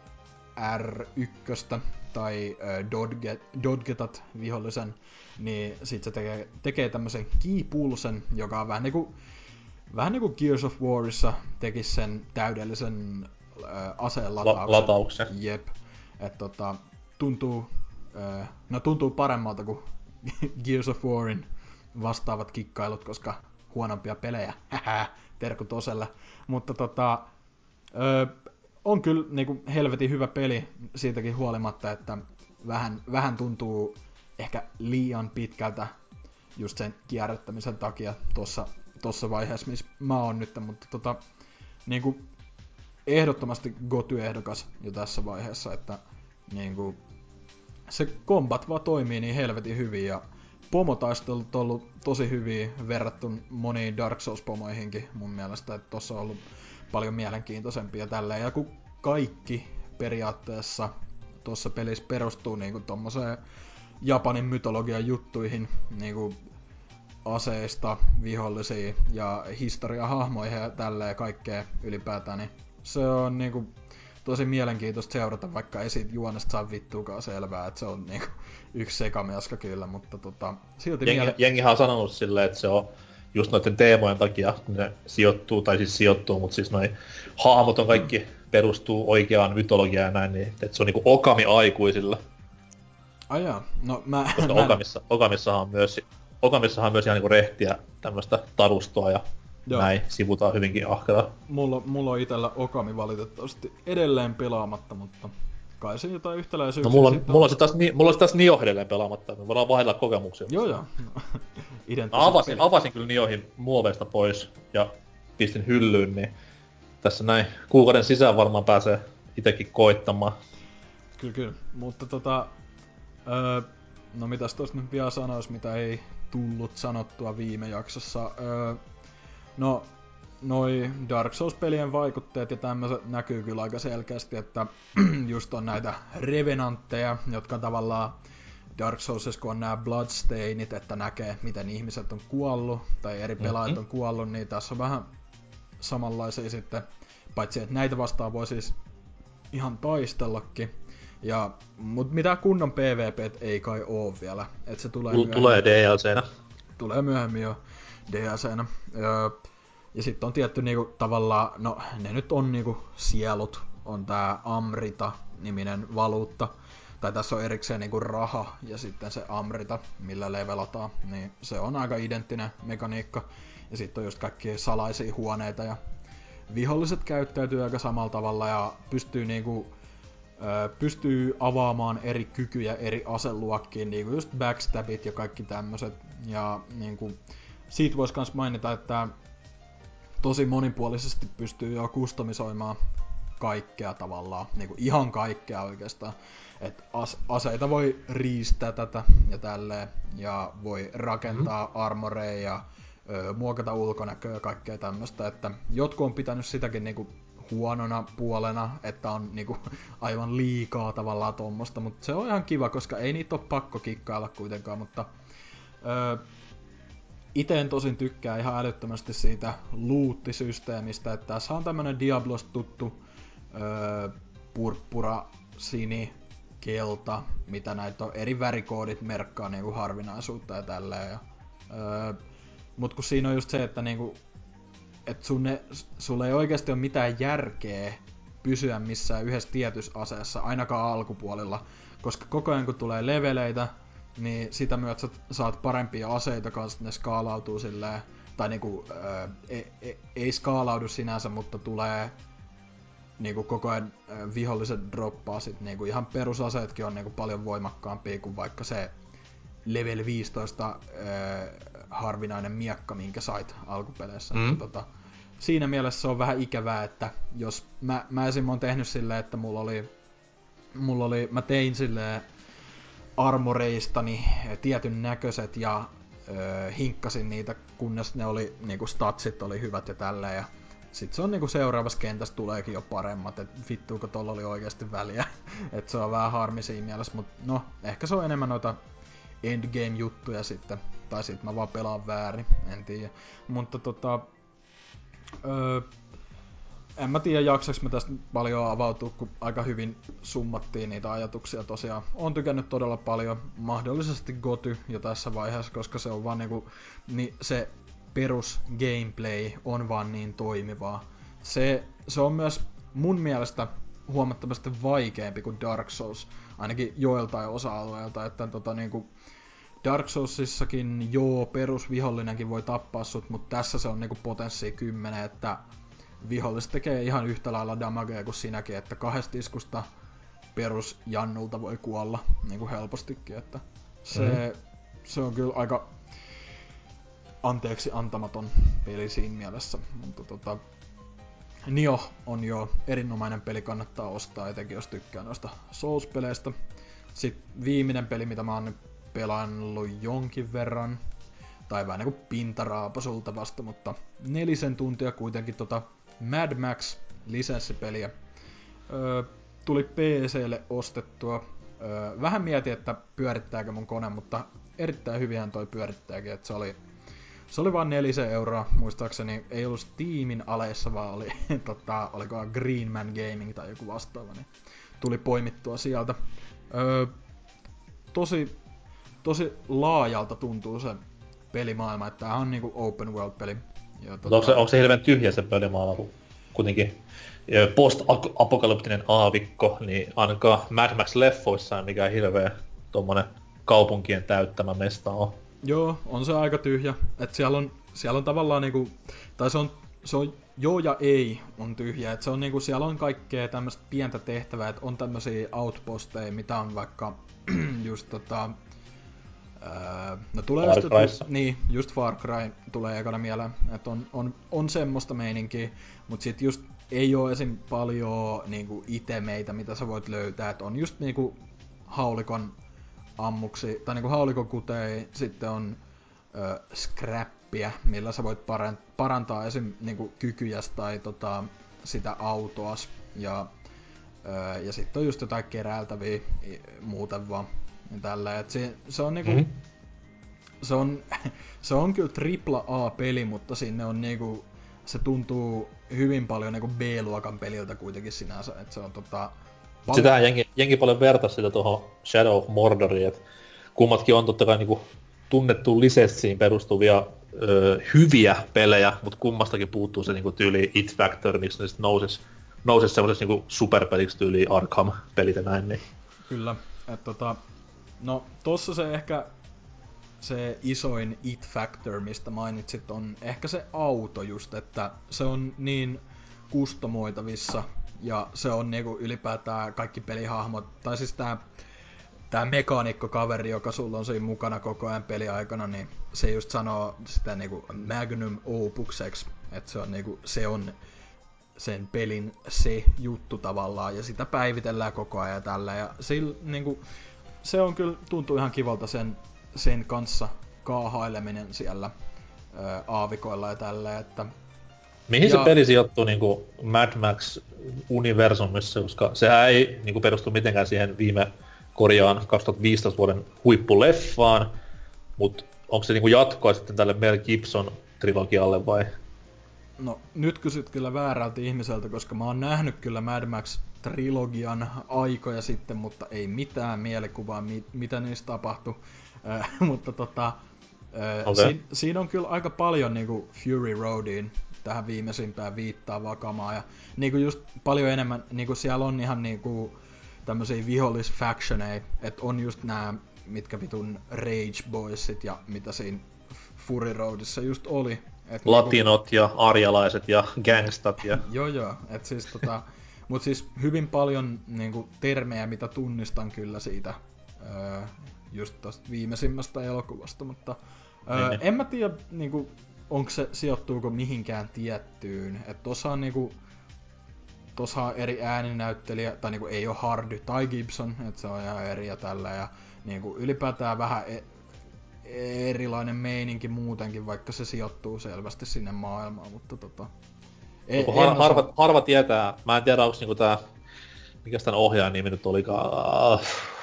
R yksi tai äh, dodge, dodgetat vihollisen, niin sit se tekee, tekee tämmösen key-pulsen, joka on vähän niinku, vähän niinku Gears of Warissa tekis sen täydellisen äh, aseen latauksen. La- latauksen. Jep. Et tota, tuntuu, äh, no tuntuu paremmalta kuin Gears of Warin vastaavat kikkailut, koska huonompia pelejä. Terkku toselle. Mutta tota, öö, on kyllä niinku helvetin hyvä peli siitäkin huolimatta, että vähän, vähän tuntuu ehkä liian pitkältä just sen kierrättämisen takia tossa, tossa vaiheessa, missä mä oon nyt, mutta tota, niinku ehdottomasti Goty-ehdokas jo tässä vaiheessa, että niinku se kombat vaan toimii niin helvetin hyvin, ja pomotaistelut on ollut tosi hyviä verrattuna moniin Dark Souls-pomoihinkin mun mielestä, että tossa on ollut paljon mielenkiintoisempia tälleen, ja kun kaikki periaatteessa tossa pelissä perustuu niinku tommoseen Japanin mytologian juttuihin, niinku aseista, vihollisiin ja historiahahmoihin ja tälleen kaikkea ylipäätään, niin se on niinku tosi mielenkiintoista seurata, vaikka ei siitä juonesta saa vittuukaan selvää, että se on niinku yksi sekamiaska kyllä, mutta tota, silti Jengi, miele... Jengihän on sanonut silleen, että se on just noiden teemojen takia, kun ne sijoittuu, tai siis sijoittuu, mutta siis noi hahmot on kaikki perustuu oikeaan mytologiaan ja näin, niin että se on niinku Okami aikuisilla. Ai jaa, no mä... Koska mä... Okamissa, Okamissahan on myös, Okamissahan on myös ihan niinku rehtiä tämmöstä tarustoa ja joo. Näin sivutaan hyvinkin ahkera. Mulla, mulla on itellä Okami valitettavasti edelleen pelaamatta, mutta kai se jotain yhtäläisyyksiä. No mulla on, mulla on se taas, mulla on se taas Nioh edelleen pelaamatta, me voidaan vaihdella kokemuksia. Joo joo. No, avasin, avasin kyllä Niohin muoveista pois ja pistin hyllyyn, niin tässä näin kuukauden sisään varmaan pääsee itekin koittamaan. Kyllä kyllä, mutta tota... Öö, no mitäs tosta nyt vielä sanois, mitä ei tullut sanottua viime jaksossa. Öö, no, noi Dark Souls-pelien vaikutteet ja tämmöset näkyy kyllä aika selkeästi, että just on näitä revenantteja, jotka tavallaan Dark Soulsissa, kun on nää bloodstainit, että näkee, miten ihmiset on kuollut, tai eri pelaajat mm-hmm. on kuollut, niin tässä on vähän samanlaisia sitten, paitsi että näitä vastaan voi siis ihan taistellakin. Ja, mut mitä kunnon PvPt ei kai oo vielä, et se tulee myöhemmin. Tulee D L C:nä. Tulee myöhemmin jo D L C:nä. Ja, ja sit on tietty niinku tavallaan, no ne nyt on niinku sielut, on tää Amrita-niminen valuutta. Tai tässä on erikseen niinku raha ja sitten se Amrita, millä levelataan, niin se on aika identtinen mekaniikka. Ja sitten on just kaikkia salaisia huoneita ja viholliset käyttäytyy aika samalla tavalla ja pystyy niinku ö, pystyy avaamaan eri kykyjä eri aseluokkiin, niinku just backstabit ja kaikki tämmöset. Ja niinku siitä vois kans mainita, että tosi monipuolisesti pystyy jo kustomisoimaan kaikkea tavallaan, niinku ihan kaikkea oikeastaan. Et as- aseita voi riistää tätä ja tälleen, ja voi rakentaa mm-hmm. armoreja ja ö, muokata ulkonäköä ja kaikkea tämmöstä, että jotkut on pitänyt sitäkin niinku huonona puolena, että on niinku aivan liikaa tavallaan tommosta, mutta se on ihan kiva, koska ei niitä oo pakko kikkailla kuitenkaan, mutta ö, ite en tosin tykkää ihan älyttömästi siitä loot-systeemistä, että tässä on tämmönen Diablosta tuttu ö, purppura, sini, kelta, mitä näitä on, eri värikoodit merkkaa niinku harvinaisuutta ja tälleen. Ja, öö, mut kun siinä on just se, että niinku, et sun ne, sulla ei oikeasti ole mitään järkeä pysyä missään yhdessä tietyssä aseessa, ainakaan alkupuolella, koska koko ajan kun tulee leveleitä, niin sitä myötä sä saat parempia aseita kanssa, ne skaalautuu silleen, tai niinku, ää, ei, ei, ei skaalaudu sinänsä, mutta tulee niinku koko ajan ää, viholliset droppaa sit, niinku ihan perusaseetkin on niinku paljon voimakkaampia kuin vaikka se level viisitoista ää, harvinainen miekka, minkä sait alkupeleissä. Mm. Tota, siinä mielessä se on vähän ikävää, että jos mä, mä esim. Oon tehnyt silleen, että mulla oli, mulla oli mä tein silleen armoreistani tietyn näköiset ja öö, hinkkasin niitä, kunnes ne oli, niinku statsit oli hyvät ja tälleen. Ja sit se on niinku seuraavassa kentässä tuleekin jo paremmat, et vittuuko tolla oli oikeasti väliä. Et se on vähän harmi siinä mielessä, mut no, ehkä se on enemmän noita endgame-juttuja sitten. Tai sit mä vaan pelaan väärin, en tiedä. Mutta tota... Öö, en mä tiedä jaksaks mä tästä paljon avautua, kun aika hyvin summattiin niitä ajatuksia tosiaan. Oon tykännyt todella paljon, mahdollisesti Goty jo tässä vaiheessa, koska se on vaan niinku, niin se perus gameplay on vaan niin toimivaa. Se, se on myös mun mielestä huomattavasti vaikeampi kuin Dark Souls, ainakin joiltain osa-alueilta, että tota niinku Dark Soulsissakin joo, perusvihollinenkin voi tappaa sut, mutta tässä se on niinku potenssi kymmenen, että viholliset tekee ihan yhtä lailla damagea kuin sinäkin, että kahdesta iskusta perusjannulta voi kuolla niinku helpostikin, että se, mm. se on kyllä aika anteeksi antamaton peli siinä mielessä, mutta tota Nioh on jo erinomainen peli, kannattaa ostaa, etenkin jos tykkää noista Souls-peleistä. Sitten viimeinen peli, mitä mä oon nyt pelannut jonkin verran, tai vähän niinku pintaraapasulta vasta, mutta nelisen tuntia kuitenkin tota Mad Max lisenssipeliä. Öö, tuli P C:lle ostettua. Öö, vähän mietin, että pyörittääkö mun kone, mutta erittäin hyvihän toi pyörittääkin, että se oli se oli vaan nelisen euroa, muistaakseni ei ollut Steamin aleissa, vaan oli tota, olikohan Green Man Gaming tai joku vastaava, niin tuli poimittua sieltä. Öö, tosi, tosi laajalta tuntuu se pelimaailma, että tää on niinku open world peli. Ja, tota... onko, se, onko se hirveän tyhjä se pelimaailma, kun kuitenkin post-apokalyptinen aavikko, niin ainakaan Mad Max-leffoissa ei mikään hirveä tommonen kaupunkien täyttämä mesta on. Joo, on se aika tyhjä. Et siellä on, siellä on tavallaan niinku, tai se on, se on joo ja ei on tyhjä. Et se on niinku, siellä on kaikkea tämmöstä pientä tehtävää, että on tämmösiä outposteja, mitä on vaikka just tota... Öö, no tulee Far just, Cryssa. niin, just Far Cry tulee ekana mieleen, että on, on, on semmoista meininkiä, mut sit just ei oo esim. Paljon niinku itemeitä, mitä sä voit löytää, et on just niinku haulikon ammuksi, tai niinku haulikon kutei, sitten on ö, scrappia, millä sä voit parant- parantaa esim. Niinku kykyjäs tai tota, sitä autoas, ja, ö, ja sitten on just jotain keräiltäviä muuten vaan. Ja tällä, et se, se on niinku, mm-hmm. se on, se on kyllä tripla A-peli, mutta sinne on niinku, se tuntuu hyvin paljon niinku B-luokan peliltä kuitenkin sinänsä, että se on tota... Pal- Sitähän jengi, jengi paljon vertaisi sitä tuohon Shadow of Mordoriin, että kummatkin on totta kai niinku tunnettuun lisenssiin perustuvia ö, hyviä pelejä, mutta kummastakin puuttuu se niinku tyyli It Factor, miksi ne sit nousis, nousis semmoisessa niinku superpeliksi tyyli Arkham-pelit ja näin, niin... Kyllä, että tota... No, tossa se ehkä se isoin it factor, mistä mainitsit, on ehkä se auto just, että se on niin kustomoitavissa ja se on niinku ylipäätään kaikki pelihahmot, tai siis tää, tää mekaanikko-kaveri, joka sulla on siinä mukana koko ajan peliaikana, niin se just sanoo sitä niinku magnum opukseksi, että se on niinku, se on sen pelin se juttu tavallaan, ja sitä päivitellään koko ajan tällä, ja sillä niinku se on kyllä, tuntuu ihan kivalta sen, sen kanssa kaahaileminen siellä ää, aavikoilla ja tällä, että... Mihin ja... se peli sijoittuu niinku Mad Max-universumissa, koska sehän ei niinku perustu mitenkään siihen viime korjaan kaksituhattaviisitoista vuoden huippuleffaan, mut onko se niinku jatkoa sitten tälle Mel Gibson-trilogialle vai? No, nyt kysyt kyllä väärältä ihmiseltä, koska mä oon nähnyt kyllä Mad Max-trilogian aikoja sitten, mutta ei mitään mielikuvaa, mi- mitä niistä tapahtui. Äh, mutta tota, äh, okay. si- siinä on kyllä aika paljon niinku Fury Roadiin tähän viimeisimpään viittaavaa kamaa. Ja niinku just paljon enemmän, niinku siellä on ihan niinku tämmösiä vihollisfactioneja, että on just nää, mitkä vitun Rage Boysit ja mitä siinä Fury Roadissa just oli. Et Latinot niinku... ja arjalaiset ja gangstat ja... joo joo, et siis tota... Mut siis hyvin paljon niinku termejä, mitä tunnistan kyllä siitä öö, just tosta viimeisimmästä elokuvasta, mutta öö, en mä tiedä niinku, onko se, sijoittuuko mihinkään tiettyyn. Et tossa on niinku, tossa on eri ääninäyttelijä, tai niinku ei oo Hardy tai Gibson, et se on ihan eri ja tällä, ja niinku ylipäätään vähän e- erilainen meininki muutenkin, vaikka se sijoittuu selvästi sinne maailmaan, mutta tota... Ei, har, harva, osaa... harva tietää, mä en tiedä onks niinku tää, mikäs tän ohjaajan nimi nyt olikaan,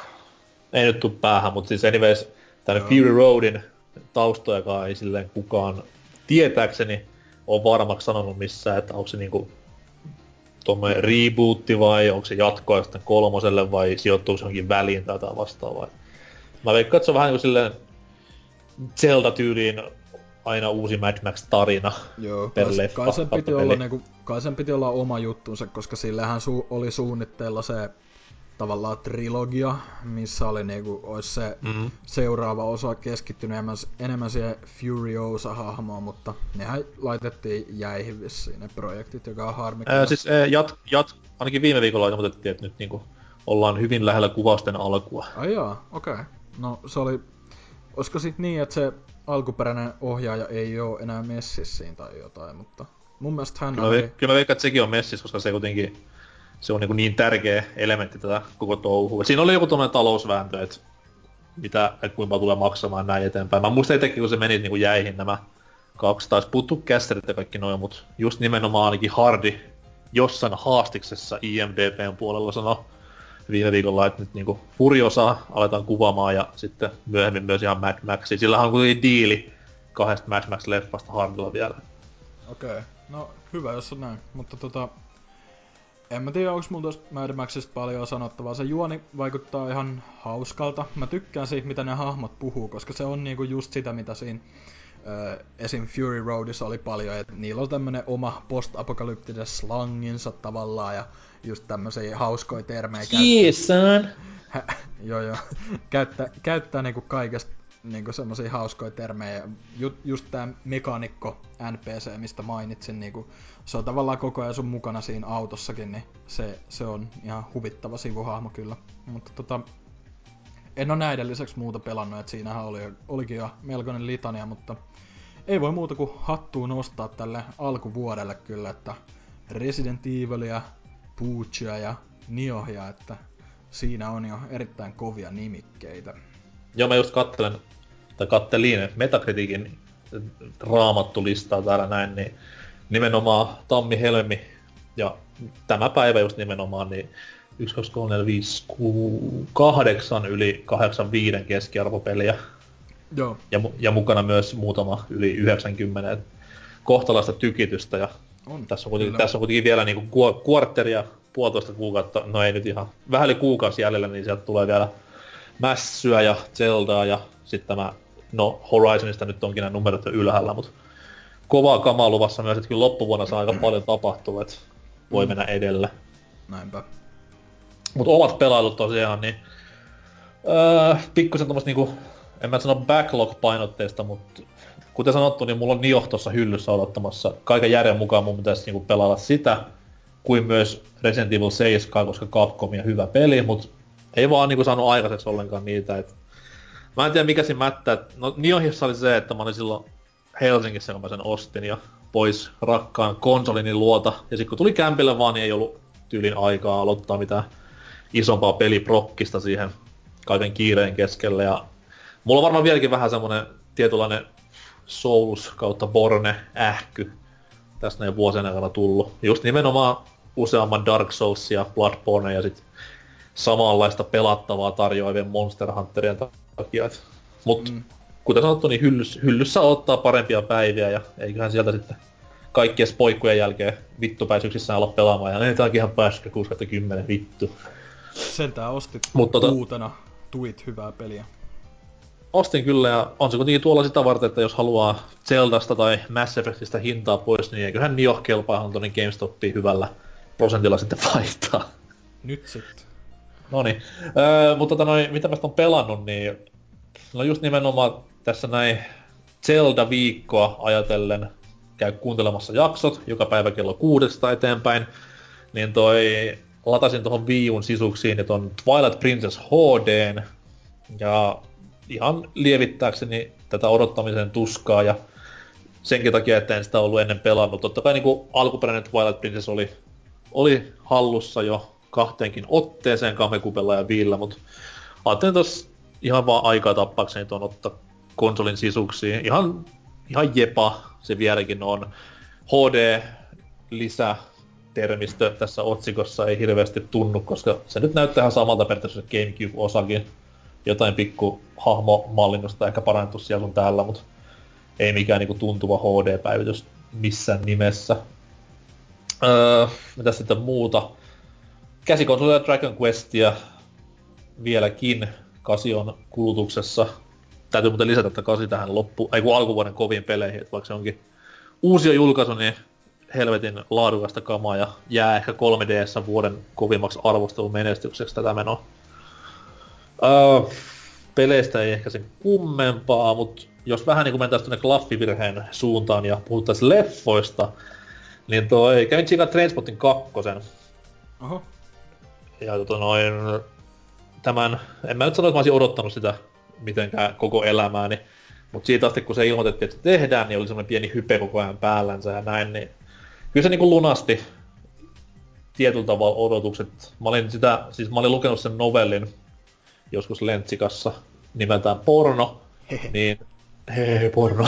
ei nyt tuu päähän, mut siis anyways, tän no. Fury Roadin taustojakaan ei silleen kukaan tietääkseni on varmaksi sanonut missään, että onko se niinku tommoinen rebootti vai onko se jatkoa sitten kolmoselle vai sijoittuuko se johonkin väliin tai jotain vastaavaa. Mä veikkaan, että se on vähän niinku silleen Zelda-tyyliin aina uusi Mad Max-tarina joo, per kai, leffa. Kai sen, piti olla, niinku, kai sen piti olla oma juttunsa, koska sillähän su- oli suunnitteilla se tavallaan trilogia, missä oli niinku, olisi se mm-hmm. seuraava osa keskittynyt enemmän, enemmän siihen Furiosa-hahmoon, mutta nehän laitettiin jäihin vissiin ne projektit, joka on harmi. Ää, siis ää, jat, jat, ainakin viime viikolla ilmoitettiin, että nyt niinku ollaan hyvin lähellä kuvausten alkua. Ai jaa, okei. Okay. No se oli, olisiko sit niin, että se alkuperäinen ohjaaja ei oo enää messissä siinä tai jotain, mutta mun mielestä hän kyllä, oli... Mä, kyllä mä veikkaan, että sekin on messissä, koska se kuitenkin se on niin, niin tärkeä elementti tätä koko touhua. Siinä oli joku tommonen talousvääntö, että mitä, et kuinka tulee maksamaan näin eteenpäin. Mä muistan etenkin, kun se meni niin kuin jäihin nämä kaksi, taisi puuttuu kästerit ja kaikki noin, mut just nimenomaan ainakin Hardy jossain haastiksessa I M D B:n puolella sanoi viime viikolla, että nyt niinku Furiosaa aletaan kuvaamaan ja sitten myöhemmin myös ihan Mad Maxia. Sillähän on kuitenkin diili kahdesta Mad Max-leffasta Hardylla vielä. Okei, okay. No hyvä jos on näin, mutta tota... En mä tiedä, onks mulla tosta Mad Maxista paljon sanottavaa. Se juoni vaikuttaa ihan hauskalta. Mä tykkään siitä, mitä ne hahmot puhuu, koska se on niinku just sitä, mitä siinä ö, esim. Fury Roadissa oli paljon, että niillä on tämmönen oma post-apokalyptinen slanginsa tavallaan ja just tämmösiä hauskoja termejä. Yes, son! joo joo. Käyttää, käyttää niinku kaikesta niinku semmosia hauskoja termejä. Ju, just tää mekaanikko N P C, mistä mainitsin, niinku, se on tavallaan koko ajan sun mukana siinä autossakin, niin se, se on ihan huvittava sivuhahmo kyllä. Mutta tota, en oo näiden lisäksi muuta pelannut, että siinähän oli, olikin jo melkoinen litania, mutta ei voi muuta kuin hattua nostaa tälle alkuvuodelle kyllä, että Resident Evilia, Puuchia ja Niohia, että siinä on jo erittäin kovia nimikkeitä. Joo, mä just kattelen, tai kattelin Metacriticin raamattulistaa täällä näin, niin nimenomaan tammi, helmi ja tämä päivä just nimenomaan, niin yksi, kaksi, kolme, neljä, viisi, kahdeksan yli kahdeksankymmentäviisi keskiarvopeliä. Joo. Ja, ja mukana myös muutama yli yhdeksänkymmentä kohtalaista tykitystä. Ja on, tässä, on kuitenkin, tässä on kuitenkin vielä niinku kuartteria, puolitoista kuukautta, no ei nyt ihan, vähän yli kuukausi jäljellä, niin sieltä tulee vielä Mässyä ja Zeldaa ja sitten tämä, no Horizonista nyt onkin nämä numerot jo ylhäällä, mutta kovaa kamaa luvassa myös, että kyllä loppuvuonna saa aika paljon tapahtua, että voi mm. mennä edelle. Näinpä. Mut omat pelailut tosiaan, niin öö, pikkusen tommoista niinku, en mä sano backlog-painotteista, mutta kuten sanottu, niin mulla on Nioh tossa hyllyssä odottamassa. Kaiken järjen mukaan mun pitäisi niinku pelailla sitä, kuin myös Resident Evil seitsemän, koska Capcom on hyvä peli, mut ei vaan niinku saanut aikaiseksi ollenkaan niitä, et mä en tiedä mikä siinä mättää. No Niohissa oli se, että mä olin silloin Helsingissä, kun mä sen ostin ja pois rakkaan konsolini luota. Ja sit kun tuli kämpille vaan, niin ei ollut tyylin aikaa aloittaa mitään isompaa peliprokkista siihen kaiken kiireen keskelle. Ja mulla on varmaan vieläkin vähän semmonen tietynlainen Souls kautta Borne ähky tässä näin vuosien aikana tullut. Just nimenomaan useamman Dark Souls ja Bloodborne ja sit samanlaista pelattavaa tarjoavien Monster Hunterien takia. Mut mm. kuten sanottu, niin hyllys, hyllyssä ottaa parempia päiviä ja eiköhän sieltä sitten kaikkien spoikkujen jälkeen vittupäisyksissään olla pelaamaan. Ja ei, tää onkin ihan päässyt kuusi kymmenen vittu. Sentään ostit Mut, tota, uutena, tuit hyvää peliä. ostin kyllä, ja on se kuitenkin tuolla sitä varten, että jos haluaa Zeldasta tai Mass Effectistä hintaa pois, niin eiköhän Nioh kelpaa tuonne GameStopiin hyvällä prosentilla sitten vaihtaa. Nyt sitten. Noniin, öö, mutta tota noin, mitä mä on pelannut, niin no just nimenomaan tässä näin Zelda-viikkoa ajatellen käy kuuntelemassa jaksot, joka päivä kello kuudesta eteenpäin, niin toi latasin tuohon Wii U:n sisuksiin ja ton Twilight Princess H D:n, ja ihan lievittääkseni tätä odottamisen tuskaa, ja senkin takia, että en sitä ollut ennen pelannut. Totta kai niinku alkuperäinen Twilight Princess oli, oli hallussa jo kahteenkin otteeseen Kamekupella ja Viillä, mut ajattelin tos ihan vaan aikaa tappaakseni tuon ottaa konsolin sisuksiin. Ihan, ihan jepa se vieläkin on. H D-lisätermistö tässä otsikossa ei hirveästi tunnu, koska se nyt näyttää ihan samalta periaatteessa GameCube-osakin. Jotain pikku hahmomallinnosta ehkä parannettu siellä sun täällä, mutta ei mikään niinku tuntuva H D-päivitys missään nimessä. Öö, mitä sitten muuta? Käsikonsolia Dragon Questia vieläkin kasi on kulutuksessa. Täytyy muuten lisätä, että kasi tähän loppu, ei kun alkuvuoden koviin peleihin, että vaikka se onkin uusi julkaisu, niin helvetin laadukasta kamaa ja jää ehkä kolme D S vuoden kovimmaksi arvostelumenestykseksi tätä menoa. Uh, peleistä ei ehkä sen kummempaa, mutta jos vähän niinku mentäis tuonne klaffivirheen suuntaan ja puhuttais leffoista, niin toi kävin tsiikaan Trainspotting kakkosen. Oho. Ja tota noin, tämän, en mä nyt sano, että mä olisin odottanut sitä mitenkään koko elämääni, mutta siitä asti kun se ilmoitettiin, että se tehdään, niin oli semmoinen pieni hype koko ajan päällänsä ja näin, niin kyllä se niinku lunasti tietyllä tavalla odotukset. Mä olin sitä, siis mä olin lukenut sen novellin joskus Lentsikassa nimeltään Porno, Hehe. niin hehe, porno.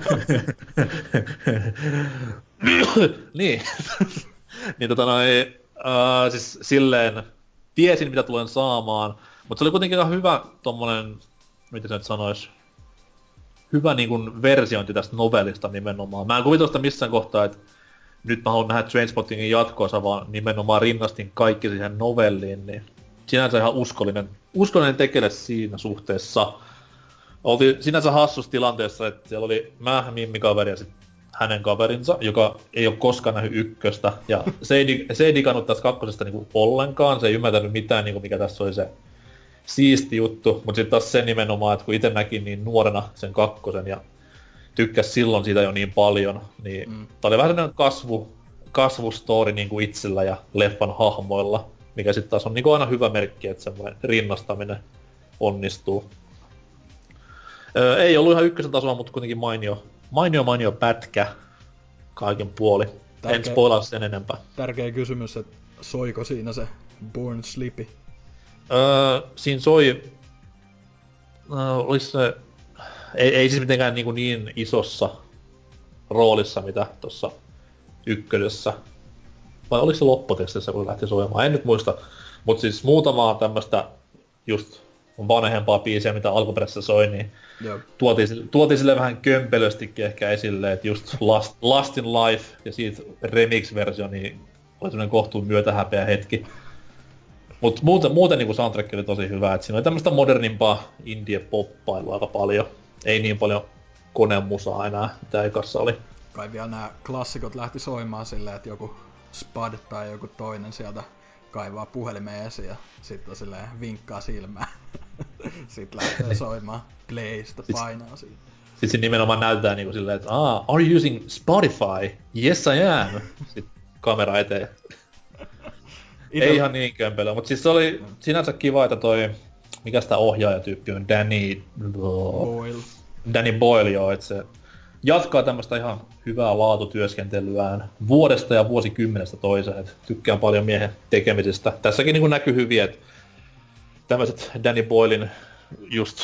niin. niin tota noin, uh, siis silleen tiesin mitä tulen saamaan, mutta se oli kuitenkin ihan hyvä tommonen, miten se nyt sanois, hyvä niinkun versiointi tästä novellista nimenomaan. Mä en kuvitellut sitä missään kohtaa, että nyt mä haluan nähdä Trainspottingin jatkoosa, vaan nimenomaan rinnastin kaikki siihen novelliin, niin sinänsä ihan uskollinen, uskollinen tekele siinä suhteessa. Oltiin sinänsä hassussa tilanteessa, että siellä oli mä, Mimmi kaveri ja sit hänen kaverinsa, joka ei ole koskaan nähnyt ykköstä. Ja se ei, se ei digannut tästä kakkosesta niinku ollenkaan, se ei ymmärtänyt mitään, niinku mikä tässä oli se siisti juttu. Mut sit taas se nimenomaan, että kun ite näki niin nuorena sen kakkosen ja tykkäs silloin siitä jo niin paljon, niin mm. tää oli vähän sellainen kasvu, kasvustory niinku itsellä ja leffan hahmoilla. Mikä sitten taas on niinku aina hyvä merkki, että semmoinen rinnastaminen onnistuu. Öö, ei ollut ihan ykkösen tasoa, mutta kuitenkin mainio, mainio, mainio pätkä kaiken puoli. Tärkeä, en spoilaa sen enempää. Tärkeä kysymys, että soiko siinä se Born Slippy? Öö, siinä soi... Öö, olis se... Ei, ei siis mitenkään niin, niin isossa roolissa, mitä tuossa ykkösessä. Vai oliko se lopputekstissä, kun lähti soimaan? En nyt muista. Mut siis muutamaa tämmöstä just vanhempaa biisiä, mitä alkuperäisessä soi, niin tuotiin, tuotiin sille vähän kömpelöstikin ehkä esille, että just Last, Last in Life ja siitä remix-versio, niin oli semmonen kohtuun myötähäpeä hetki. Mut muuten, muuten niinku soundtrack oli tosi hyvä, että siinä oli tämmöstä modernimpaa indie-poppailua aika paljon. Ei niin paljon konemusaa enää, mitä ekassa oli. Kai vielä nää klassikot lähti soimaan silleen, että joku Spud tai joku toinen sieltä kaivaa puhelimeen esiin ja sitten silleen vinkkaa silmään. Sitten lähtee soimaan playsta, painaa siitä. Sitten siinä nimenomaan näytetään niinku silleen, että ah, are you using Spotify? Yes I am. Sitten kamera eteen. Ite... Ei ihan niin kömpelö, mutta siis se oli sinänsä kiva, että toi, mikä sitä ohjaajatyyppi on, Danny Boyle. Danny Boyle, joo, että se jatkaa tämmöstä ihan hyvää laatutyöskentelyään vuodesta ja vuosikymmenestä toiseen, että tykkään paljon miehen tekemisestä. Tässäkin niin näkyy hyvin, että tämmöiset Danny Boylen just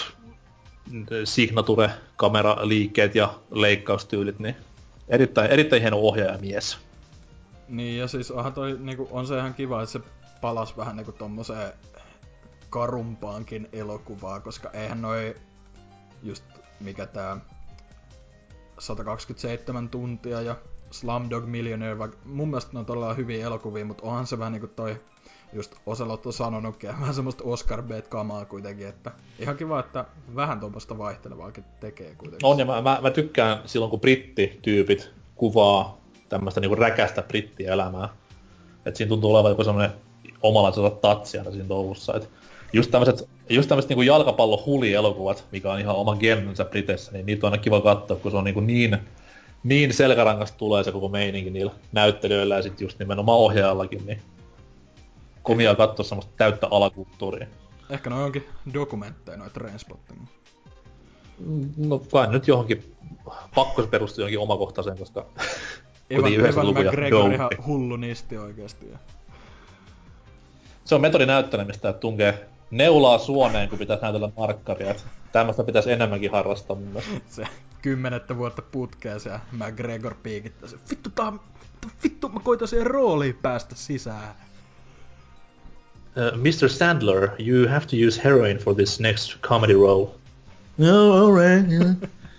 signature-kameraliikkeet ja leikkaustyylit, niin erittäin, erittäin hieno ohjaajamies. Niin, ja siis onhan toi, niinku, on se ihan kiva, että se palasi vähän niinku tommoseen karumpaankin elokuvaa, koska eihän noi just mikä tää sata kaksikymmentäseitsemän tuntia ja Slumdog Millionaire, vaikka mun mielestä ne on todella hyviä elokuvia, mutta onhan se vähän niinku toi, just Oselot on sanonutkin, vähän semmoista Oscar bait-kamaa kuitenkin, että ihan kiva, että vähän tuommoista vaihtelevaakin tekee kuitenkin. On, ja mä, mä, mä tykkään silloin, kun brittityypit kuvaa tämmöistä niinku räkästä brittielämää. Et siinä tuntuu olevan joku semmonen omanlaisella tatsi aina siinä touhussa. Et just tämmöset, just tämmöset niinku jalkapallo-huli-elokuvat, mikä on ihan oma genrensä Briteissä, niin niitä on aina kiva katsoa, kun se on niinku niin, niin selkärangasta tulee se koko meininki niillä näyttelijöillä ja sit just nimenomaan ohjaajallakin, niin komia katsoa semmoista täyttä alakulttuuria. Ehkä ne onkin dokumentteja noita Trainspotting. No kai nyt johonkin, pakko se perustuu johonkin omakohtaiseen, koska Evan, Evan McGregor ihan dope. hullu nisti oikeesti. Se on metodi näyttelemistä, että tunkee neulaa suoneen, kun pitäisi näytellä markkaria. Tämmöistä pitäisi enemmänkin harrastaa mun mielestä. Se kymmenettä vuotta putkeen se McGregor piikittää se. Vittu, tää, vittu mä koitan siihen rooliin päästä sisään. Uh, mister Sandler, you have to use heroin for this next comedy role. No, alright, yeah.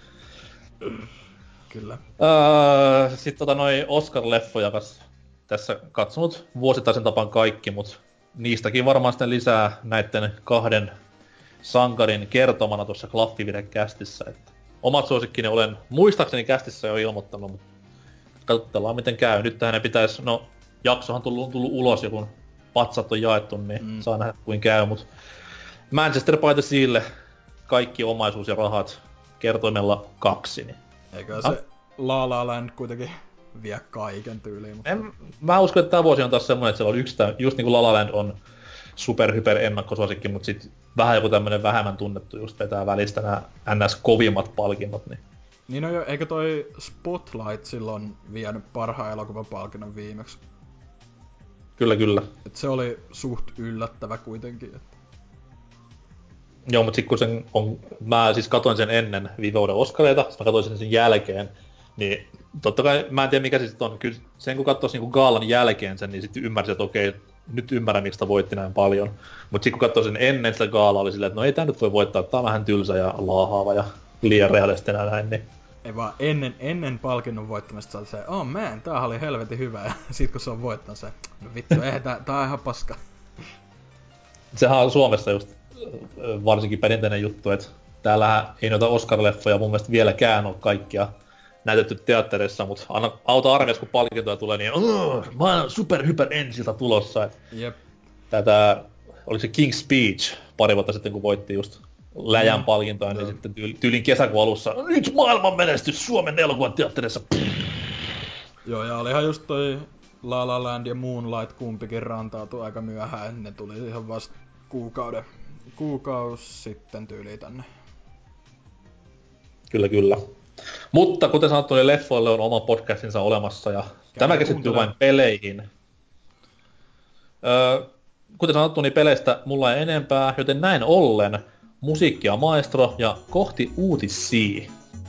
Kyllä. Uh, Sitten tota noi Oscar-leffoja kas tässä katsonut vuosittaisen tapaan kaikki, mut niistäkin varmaan sitten lisää näitten kahden sankarin kertomana tuossa Klaffivide-kästissä. Että omat suosikkini olen muistaakseni kästissä jo ilmoittanut, mutta katsotaan miten käy. Nyt tähän pitäisi, no jaksohan tullut, tullut ulos ja kun patsat on jaettu, niin mm. saa nähdä kuin käy, mut Manchester by the Sealle kaikki omaisuus ja rahat kertoimella kaksi. Niin. Eikö ah. se La La Land kuitenkin vie kaiken tyyliin? Mutta... En, mä uskon, että tää vuosi on taas semmonen, että siellä on yksi, tää, just niinku La La Land on super hyper ennakkosuosikki, mut sit vähän joku tämmönen vähemmän tunnettu just vetää välistä nää N S kovimmat palkinnot. Niin, niin no jo, eikö toi Spotlight silloin vienyt parhaan elokuvan palkinnon viimeksi? Kyllä, kyllä. Et se oli suht yllättävä kuitenkin. Että... Joo, mut sit kun sen on, mä siis katoin sen ennen viime vuoden Oscareita, sit mä katoin sen sen jälkeen, niin totta kai mä en tiedä mikä se sit on. Kyllä sen kun katsois niinku gaalan jälkeen sen, niin sit ymmärsi, että okei, nyt ymmärrän miksi sitä voitti näin paljon. Mut sit kun katsoi sen ennen sitä gaalaa, oli silleen, että no ei tää nyt voi voittaa, tää on vähän tylsä ja laahaava ja liian realistinen ja näin, niin... Ei vaan ennen, ennen palkinnon voittamista saa se, oh man, tää oli helvetin hyvä, ja sit kun se on voittanut se, no vittu, ei, tää, tää on ihan paska. Sehän on Suomessa just varsinkin perinteinen juttu, että täällähän ei noita Oscar-leffoja mun mielestä vieläkään ole kaikkia näytetty teatterissa, mutta auta armias kun palkintoja tulee, niin mä oon super hyper ensiltä tulossa. Jep. Tätä, oliko se King's Speech pari vuotta sitten, kun voitti just läjän mm. palkintoja, niin no. sitten tyyl, tyylin kesäkuun alussa, nyt maailman menestys Suomen elokuvan teatterissa. Joo, ja olihan just toi La La Land ja Moonlight kumpikin rantautui aika myöhään, ne tuli ihan vasta kuukauden, kuukaus sitten tyyliin tänne. Kyllä, kyllä. Mutta kuten sanottu, niin leffoille on oma podcastinsa olemassa ja Käy tämä keskittyy vain peleihin. Öö, kuten sanottu, niin peleistä mulla ei enempää, joten näin ollen musiikkia maestro ja kohti uutisia.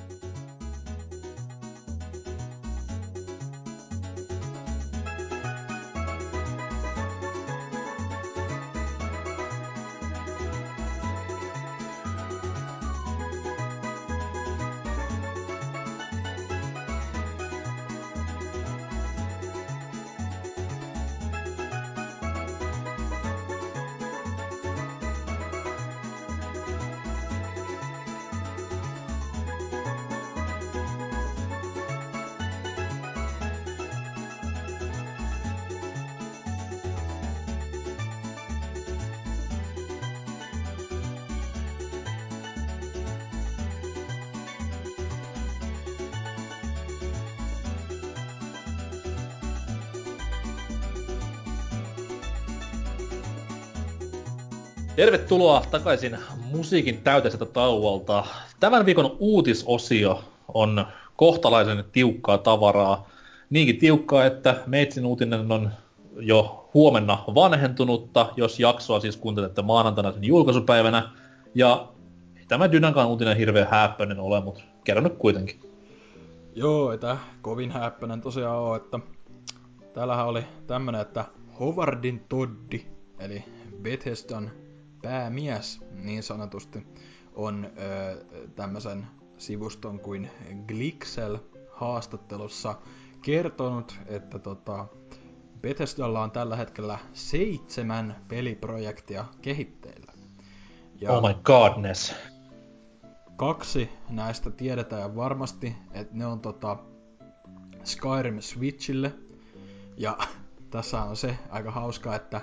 Tervetuloa takaisin musiikin täyteiseltä tauolta. Tämän viikon uutisosio on kohtalaisen tiukkaa tavaraa. Niinkin tiukkaa, että meitsin uutinen on jo huomenna vanhentunutta, jos jaksoa siis kuuntelette maanantaina sen julkaisupäivänä. Ja ei tämä Dynankaan uutinen hirveän häppöinen ole, mutta kerron nyt kuitenkin. Joo, ei tää kovin häppöinen tosiaan oo, että täällähän oli tämmönen, että Howardin Toddi, eli Bethesdan päämies niin sanotusti, on öö, tämmösen sivuston kuin Glixel haastattelussa kertonut, että tota, Bethesdalla on tällä hetkellä seitsemän peliprojektia kehitteillä. Ja oh my godness. Kaksi näistä tiedetään varmasti, että ne on tota Skyrim Switchille. Ja tässä on se aika hauska, että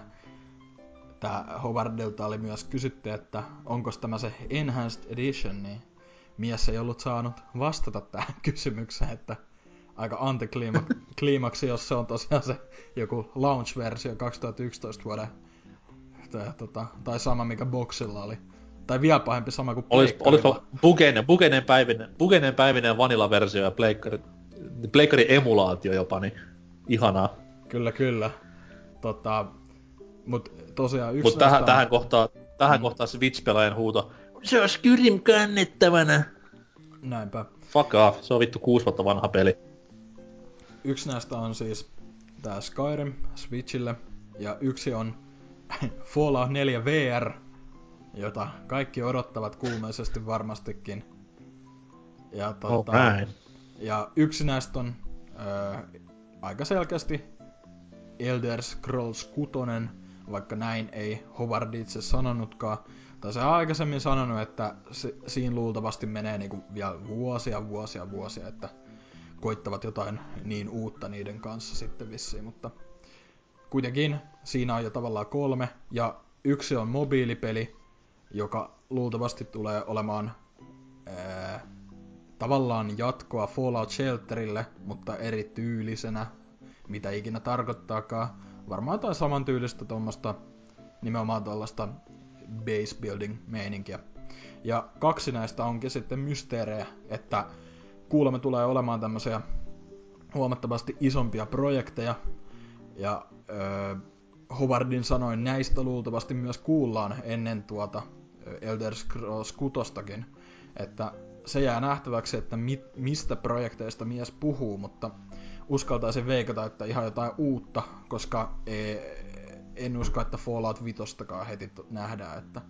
tää Howardilta oli myös kysytty, että onko tämä se Enhanced Edition, niin mies ei ollut saanut vastata tähän kysymykseen, että aika antikliimaksi, jos se on tosiaan se joku launch-versio kaksituhattayksitoista vuoden, tai, tota, tai sama mikä boxilla oli. Tai vielä pahempi sama kuin pleikkarilla. Olisiko Bugenen, Bugenen päivinen, Bugenen päivinen vanilla-versio ja pleikkari, pleikkari emulaatio jopa, niin ihanaa. Kyllä, kyllä. Tota, mut tosiaan yksi Mut tähän, on... tähän kohtaan, tähän mm. kohtaan Switch-pelaajan huuto. Se on Skyrim kannettavana. Näinpä. Fuck off, se on vittu kuusi vuotta vanha peli. Yksi näistä on siis tää Skyrim Switchille, ja yksi on Fallout neljä V R, jota kaikki odottavat kuumeisesti varmastikin. Ja, tota, okay. ja yksi näistä on öö, aika selkeästi Elder Scrolls kuusi, vaikka näin ei Howard itse sanonutkaan. Tai se on aikaisemmin sanonut, että se, siinä luultavasti menee niinku vielä vuosia, vuosia, vuosia, että koittavat jotain niin uutta niiden kanssa sitten vissiin, mutta kuitenkin siinä on jo tavallaan kolme, ja yksi on mobiilipeli, joka luultavasti tulee olemaan ää, tavallaan jatkoa Fallout Shelterille, mutta eri tyylisenä, mitä ikinä tarkoittaakaan. Varmaan jotain samantyylistä tuommoista, nimenomaan tuollaista base building meininkiä. Ja kaksi näistä onkin sitten mysteerejä, että kuulemma tulee olemaan tämmöisiä huomattavasti isompia projekteja, ja öö, Howardin sanoin näistä luultavasti myös kuullaan ennen tuota Elder Scrolls kuusi, että se jää nähtäväksi, että mit, mistä projekteista mies puhuu, mutta uskaltaisin veikata, että ihan jotain uutta, koska ei, en usko, että Fallout viitostakaan heti nähdään, että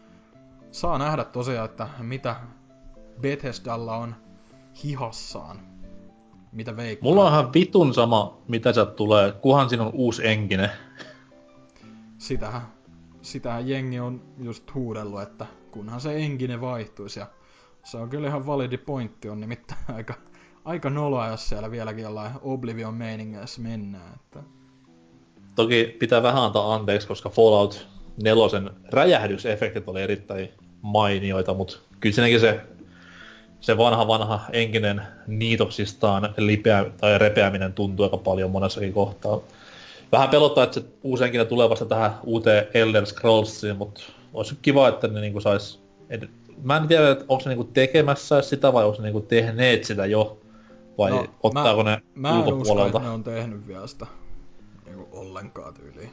saa nähdä tosiaan, että mitä Bethesdalla on hihassaan. Mitä veikkaa? Mulla on ihan vitun sama, mitä sieltä tulee, kuhan siinä on uusi enkinen. Sitähän, sitähän jengi on just huudellut, että kunhan se enkinen vaihtuisi, ja se on kyllä ihan validi pointti, on nimittäin aika, aika noloa, jos siellä vieläkin jollain Oblivion meiningeissä mennään. Että... Toki pitää vähän antaa anteeksi, koska Fallout nelosen räjähdysefektit oli erittäin mainioita, mutta kyllä siinäkin se, se vanha vanha enkinen niitoksistaan lipeä, tai repeäminen tuntuu aika paljon monessakin kohtaa. Vähän pelottaa, että se uusi enkinen tulee vasta tähän uuteen Elder Scrollsiin, mutta olisi kiva, että ne niinku sais... Ed- Mä en tiedä, että onko se niinku tekemässä sitä vai onko se niinku tehneet sitä jo, vai no, ottaako mä, ne mä ulkopuolelta. Mä en usko, että ne on tehnyt vielä sitä niinku ollenkaan tyyliin.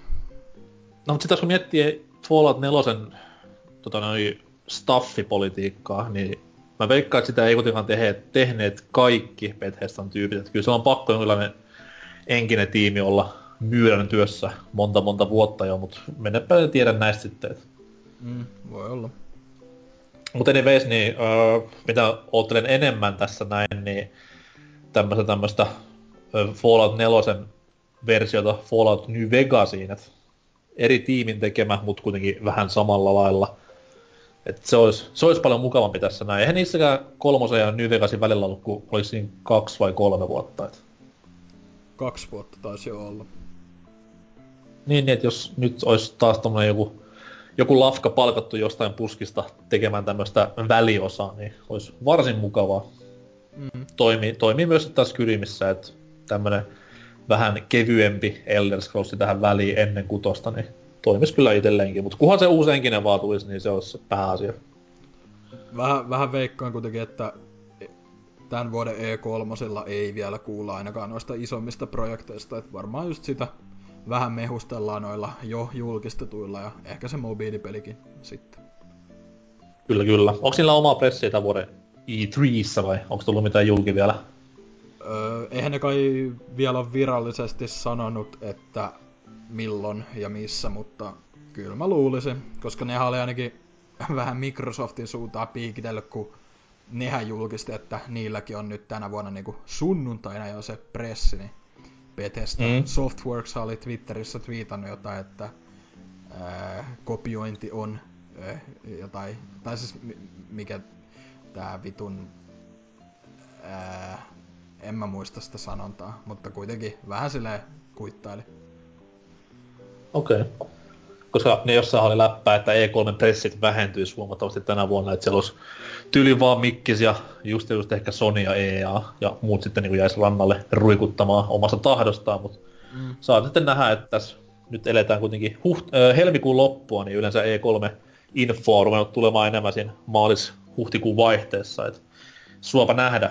No mutta sit kun miettii Fallout nelosen tota noin staffipolitiikkaa, niin mä veikkaan, että sitä ei kuitenkaan tehe, tehneet kaikki Bethesdan tyypit. Että kyllä se on pakko jonkinlainen enkinen tiimi olla myyrän työssä monta monta vuotta jo, mutta mennäpä ja tiedä näistä sitten. Et. Mm, voi olla. Mutta anyways, niin uh, mitä oottelen enemmän tässä näin, niin tämmöstä tämmöstä uh, Fallout nelosen versiota Fallout New Vegasiin, että eri tiimin tekemä, mutta kuitenkin vähän samalla lailla. Et se olisi se olis paljon mukavampi tässä näin. Eihän niissäkään kolmosen ja New Vegasin välillä ollut, kun olisi siinä kaksi vai kolme vuotta. Et. Kaksi vuotta taisi jo olla. Niin, niin, että jos nyt olisi taas tommonen joku, joku lafka palkattu jostain puskista tekemään tämmöistä väliosaa, niin olisi varsin mukavaa. Mm-hmm. Toimii, toimii myös tässä Skyrimissä, että tämmönen vähän kevyempi Elder Scrolls tähän väliin ennen kutosta, niin toimisi kyllä itselleenkin. Mutta kunhan se uusi enkinen vaan tulisi, niin se olisi se pääasia. Vähän, vähän veikkaan kuitenkin, että tämän vuoden E kolme ei vielä kuulla ainakaan noista isommista projekteista, että varmaan just sitä vähän mehustellaan noilla jo julkistetuilla ja ehkä se mobiilipelikin sitten. Kyllä, kyllä. Onko niillä omaa pressiä tämän vuoden E kolme vai onko tullut mitään julki vielä? Öö, eihän ne kai vielä ole virallisesti sanonut, että milloin ja missä, mutta kyllä mä luulisin, koska nehän oli ainakin vähän Microsoftin suuntaan piikitellyt, kun nehän julkisti, että niilläkin on nyt tänä vuonna niinku sunnuntaina jo se pressi, niin Bethesda mm. Softworks oli Twitterissä twiitannut jotain, että ää, kopiointi on ää, jotain, tai siis mikä tää vitun, ää, en mä muista sitä sanontaa, mutta kuitenkin vähän silleen kuittaili. Okei. Okay. Koska ne jossain oli läppää, että E kolme pressit vähentyisi huomattavasti tänä vuonna, että siellä olisi tyli vaan Mikkis ja just, just ehkä Sony ja E A ja muut sitten niin jäisi rannalle ruikuttamaan omasta tahdostaan, mutta mm. saa sitten nähdä, että tässä nyt eletään kuitenkin huht- äh, helmikuun loppua, niin yleensä E kolme info on ruvennut tulemaan enemmän siinä maalis-huhtikuun vaihteessa, että suopa nähdä.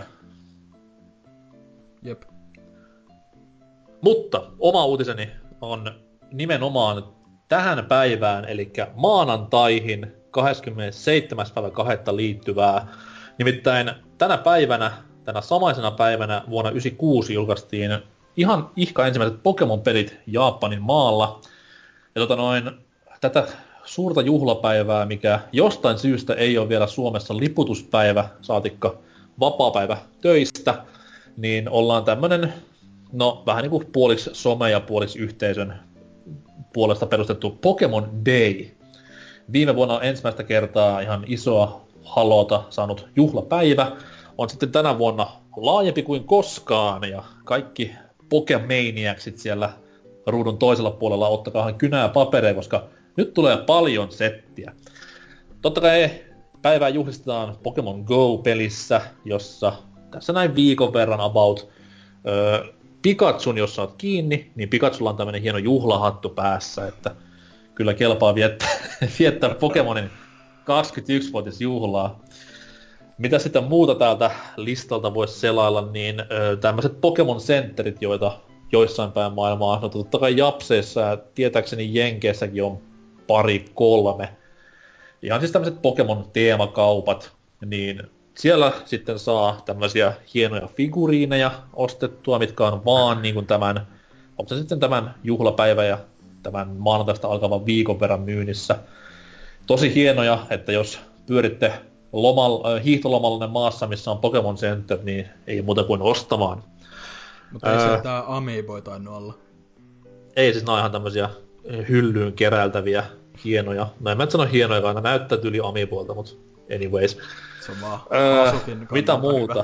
Jep. Mutta oma uutiseni on nimenomaan tähän päivään, eli maanantaihin kahdeskymmenesseitsemäs päivä kahdetta liittyvää. Nimittäin tänä päivänä, tänä samaisena päivänä vuonna yhdeksänkymmentäkuusi julkaistiin ihan ihka ensimmäiset Pokemon-pelit Japanin maalla. Ja tota noin, tätä suurta juhlapäivää, mikä jostain syystä ei ole vielä Suomessa liputuspäivä, saatikka vapaapäivä töistä, niin ollaan tämmönen, no vähän niinku puoliksi some ja puoliksi yhteisön puolesta perustettu Pokemon Day. Viime vuonna on ensimmäistä kertaa ihan isoa halota saanut juhlapäivä. On sitten tänä vuonna laajempi kuin koskaan ja kaikki Pokemaniacsit siellä ruudun toisella puolella ottakaa kynää papereja, koska nyt tulee paljon settiä. Totta kai päivää juhlistetaan Pokemon Go-pelissä, jossa tässä näin viikon verran about öö, Pikachun, jos sä oot kiinni, niin Pikachulla on tämmönen hieno juhlahattu päässä, että kyllä kelpaa viettää, viettää Pokemonin kaksikymmentäyksivuotisjuhlaa. Mitä sitten muuta täältä listalta voisi selailla, niin ö, tämmöiset Pokemon Centerit, joita joissain päin maailmaa, no totta kai Japseissa ja tietääkseni Jenkeissäkin on pari kolme. Ihan siis tämmöiset Pokemon teemakaupat, niin siellä sitten saa tämmöisiä hienoja figuriineja ostettua, mitkä on vaan niin kuin tämän, onko se sitten tämän juhlapäivän ja tämän maanantaista alkavan viikon verran myynnissä. Tosi hienoja, että jos pyöritte lomal, hiihtolomallinen maassa, missä on Pokemon Center, niin ei muuta kuin ostamaan. Mutta ei Ää... se tää Amiiboi tainnut olla. Ei, siis nää on ihan tämmösiä hyllyyn keräiltäviä hienoja. No en mä et sano hienoja, vaan näyttää yli Amiiboilta, mutta anyways. Se on vaan öö, mitä muuta?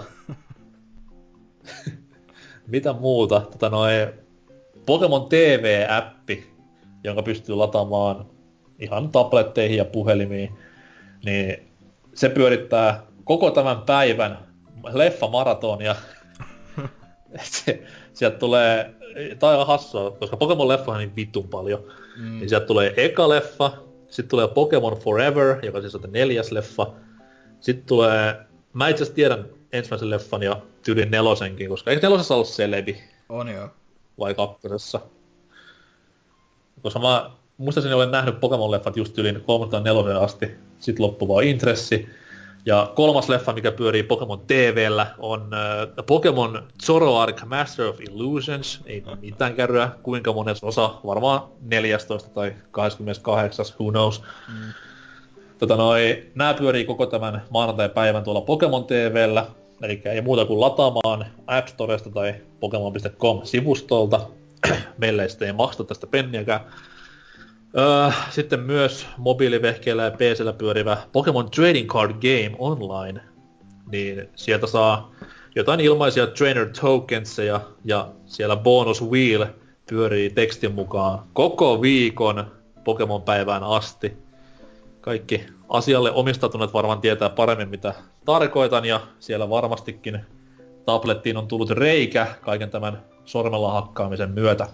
mitä muuta? Tota noin Pokemon T V-appi, jonka pystyy lataamaan ihan tabletteihin ja puhelimiin, niin se pyörittää koko tämän päivän leffamaratonia. se, sieltä tulee, tää on aivan hassua, koska Pokemon-leffa on niin vitun paljon, mm. niin sieltä tulee eka leffa, sitten tulee Pokemon Forever, joka siis on neljäs leffa, sitten tulee, mä itse asiassa tiedän ensimmäisen leffan ja tyylin nelosenkin, koska eikö nelosessa ollut Celebi? On joo. Vai kakkosessa? Koska mä muistaakseni olen nähnyt Pokemon-leffat just tyylin kolmesta nelosen asti, sit loppu vaan intressi. Ja kolmas leffa, mikä pyörii Pokemon T V:llä, on uh, Pokemon Zoroark Master of Illusions. Ei mitään kärryä, kuinka mones osa, varmaan neljästoista tai kaksikymmentäkahdeksan, who knows. Mm. Tota noi, nää pyörii koko tämän maanantai-päivän tuolla Pokemon T V:llä, eli ei muuta kuin lataamaan App Storesta tai Pokemon piste com-sivustolta. Meillä ei sitten ei makseta tästä penniäkään. Öö, sitten myös mobiilivehkeillä ja P C:llä pyörivä Pokemon Trading Card Game Online, niin sieltä saa jotain ilmaisia trainer tokenseja ja siellä bonus wheel pyörii tekstin mukaan koko viikon Pokemon-päivään asti. Kaikki asialle omistautuneet varmaan tietää paremmin mitä tarkoitan ja siellä varmastikin tablettiin on tullut reikä kaiken tämän sormella hakkaamisen myötä.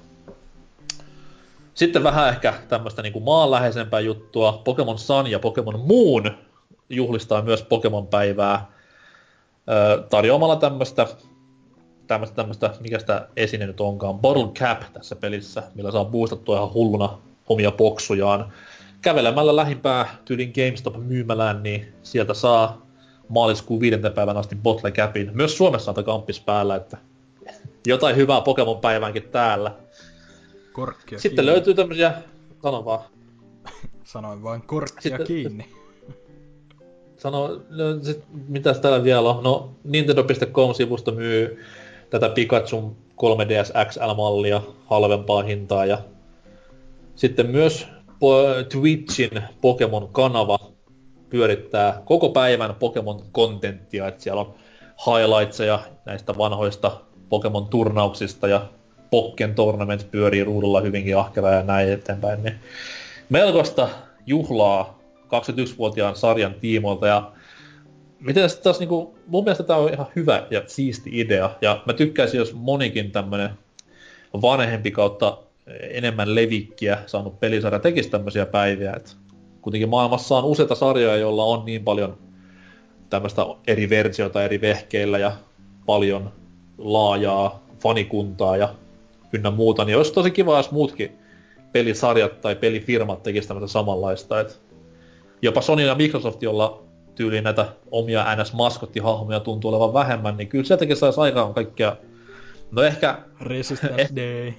Sitten vähän ehkä tämmöistä niinku maanläheisempää juttua. Pokemon Sun ja Pokemon Moon juhlistaa myös Pokemon-päivää öö, tarjoamalla tämmöistä, tämmöistä, tämmöistä, mikä sitä esine nyt onkaan, Bottle Cap tässä pelissä, millä saa boostattua ihan hulluna omia boksujaan. Kävelemällä lähimpää tyylin GameStop-myymälään, niin sieltä saa maaliskuun viidenten päivän asti Bottle Capin. Myös Suomessa on kampis päällä, että jotain hyvää Pokemon-päiväänkin täällä. Korkkia Sitten kiinni. löytyy tämmösiä, sano vaan. Sanoin vain korkkia Sitten, kiinni. sano, no, sit, mitäs täällä vielä on? No, Nintendo piste com-sivusto myy tätä Pikachun kolme D S X L-mallia halvempaa hintaa ja sitten myös po- Twitchin Pokemon-kanava pyörittää koko päivän Pokemon-kontenttia, että siellä on highlightseja näistä vanhoista Pokemon-turnauksista ja Pokken Tournament pyörii ruudulla hyvinkin ahkera ja näin eteenpäin. Niin melkoista juhlaa kaksikymmentäyksivuotiaan sarjan tiimoilta ja miten sitten taas niinku, mun mielestä tää on ihan hyvä ja siisti idea ja mä tykkäisin, jos monikin tämmönen vanhempi kautta enemmän levikkiä saanut pelisarja tekisi tämmösiä päiviä, et kuitenkin maailmassa on useita sarjoja, joilla on niin paljon tämmöistä eri versioita eri vehkeillä ja paljon laajaa fanikuntaa ja ynnä muuta, niin olisi tosi kiva, jos muutkin pelisarjat tai pelifirmat tekis tämmöistä samanlaista, et jopa Sony ja Microsoft, jolla tyyliin näitä omia N S-maskottihahmoja tuntuu olevan vähemmän, niin kyllä sieltäkin saisi aikaan kaikkea. No ehkä... Resistance eh... Day.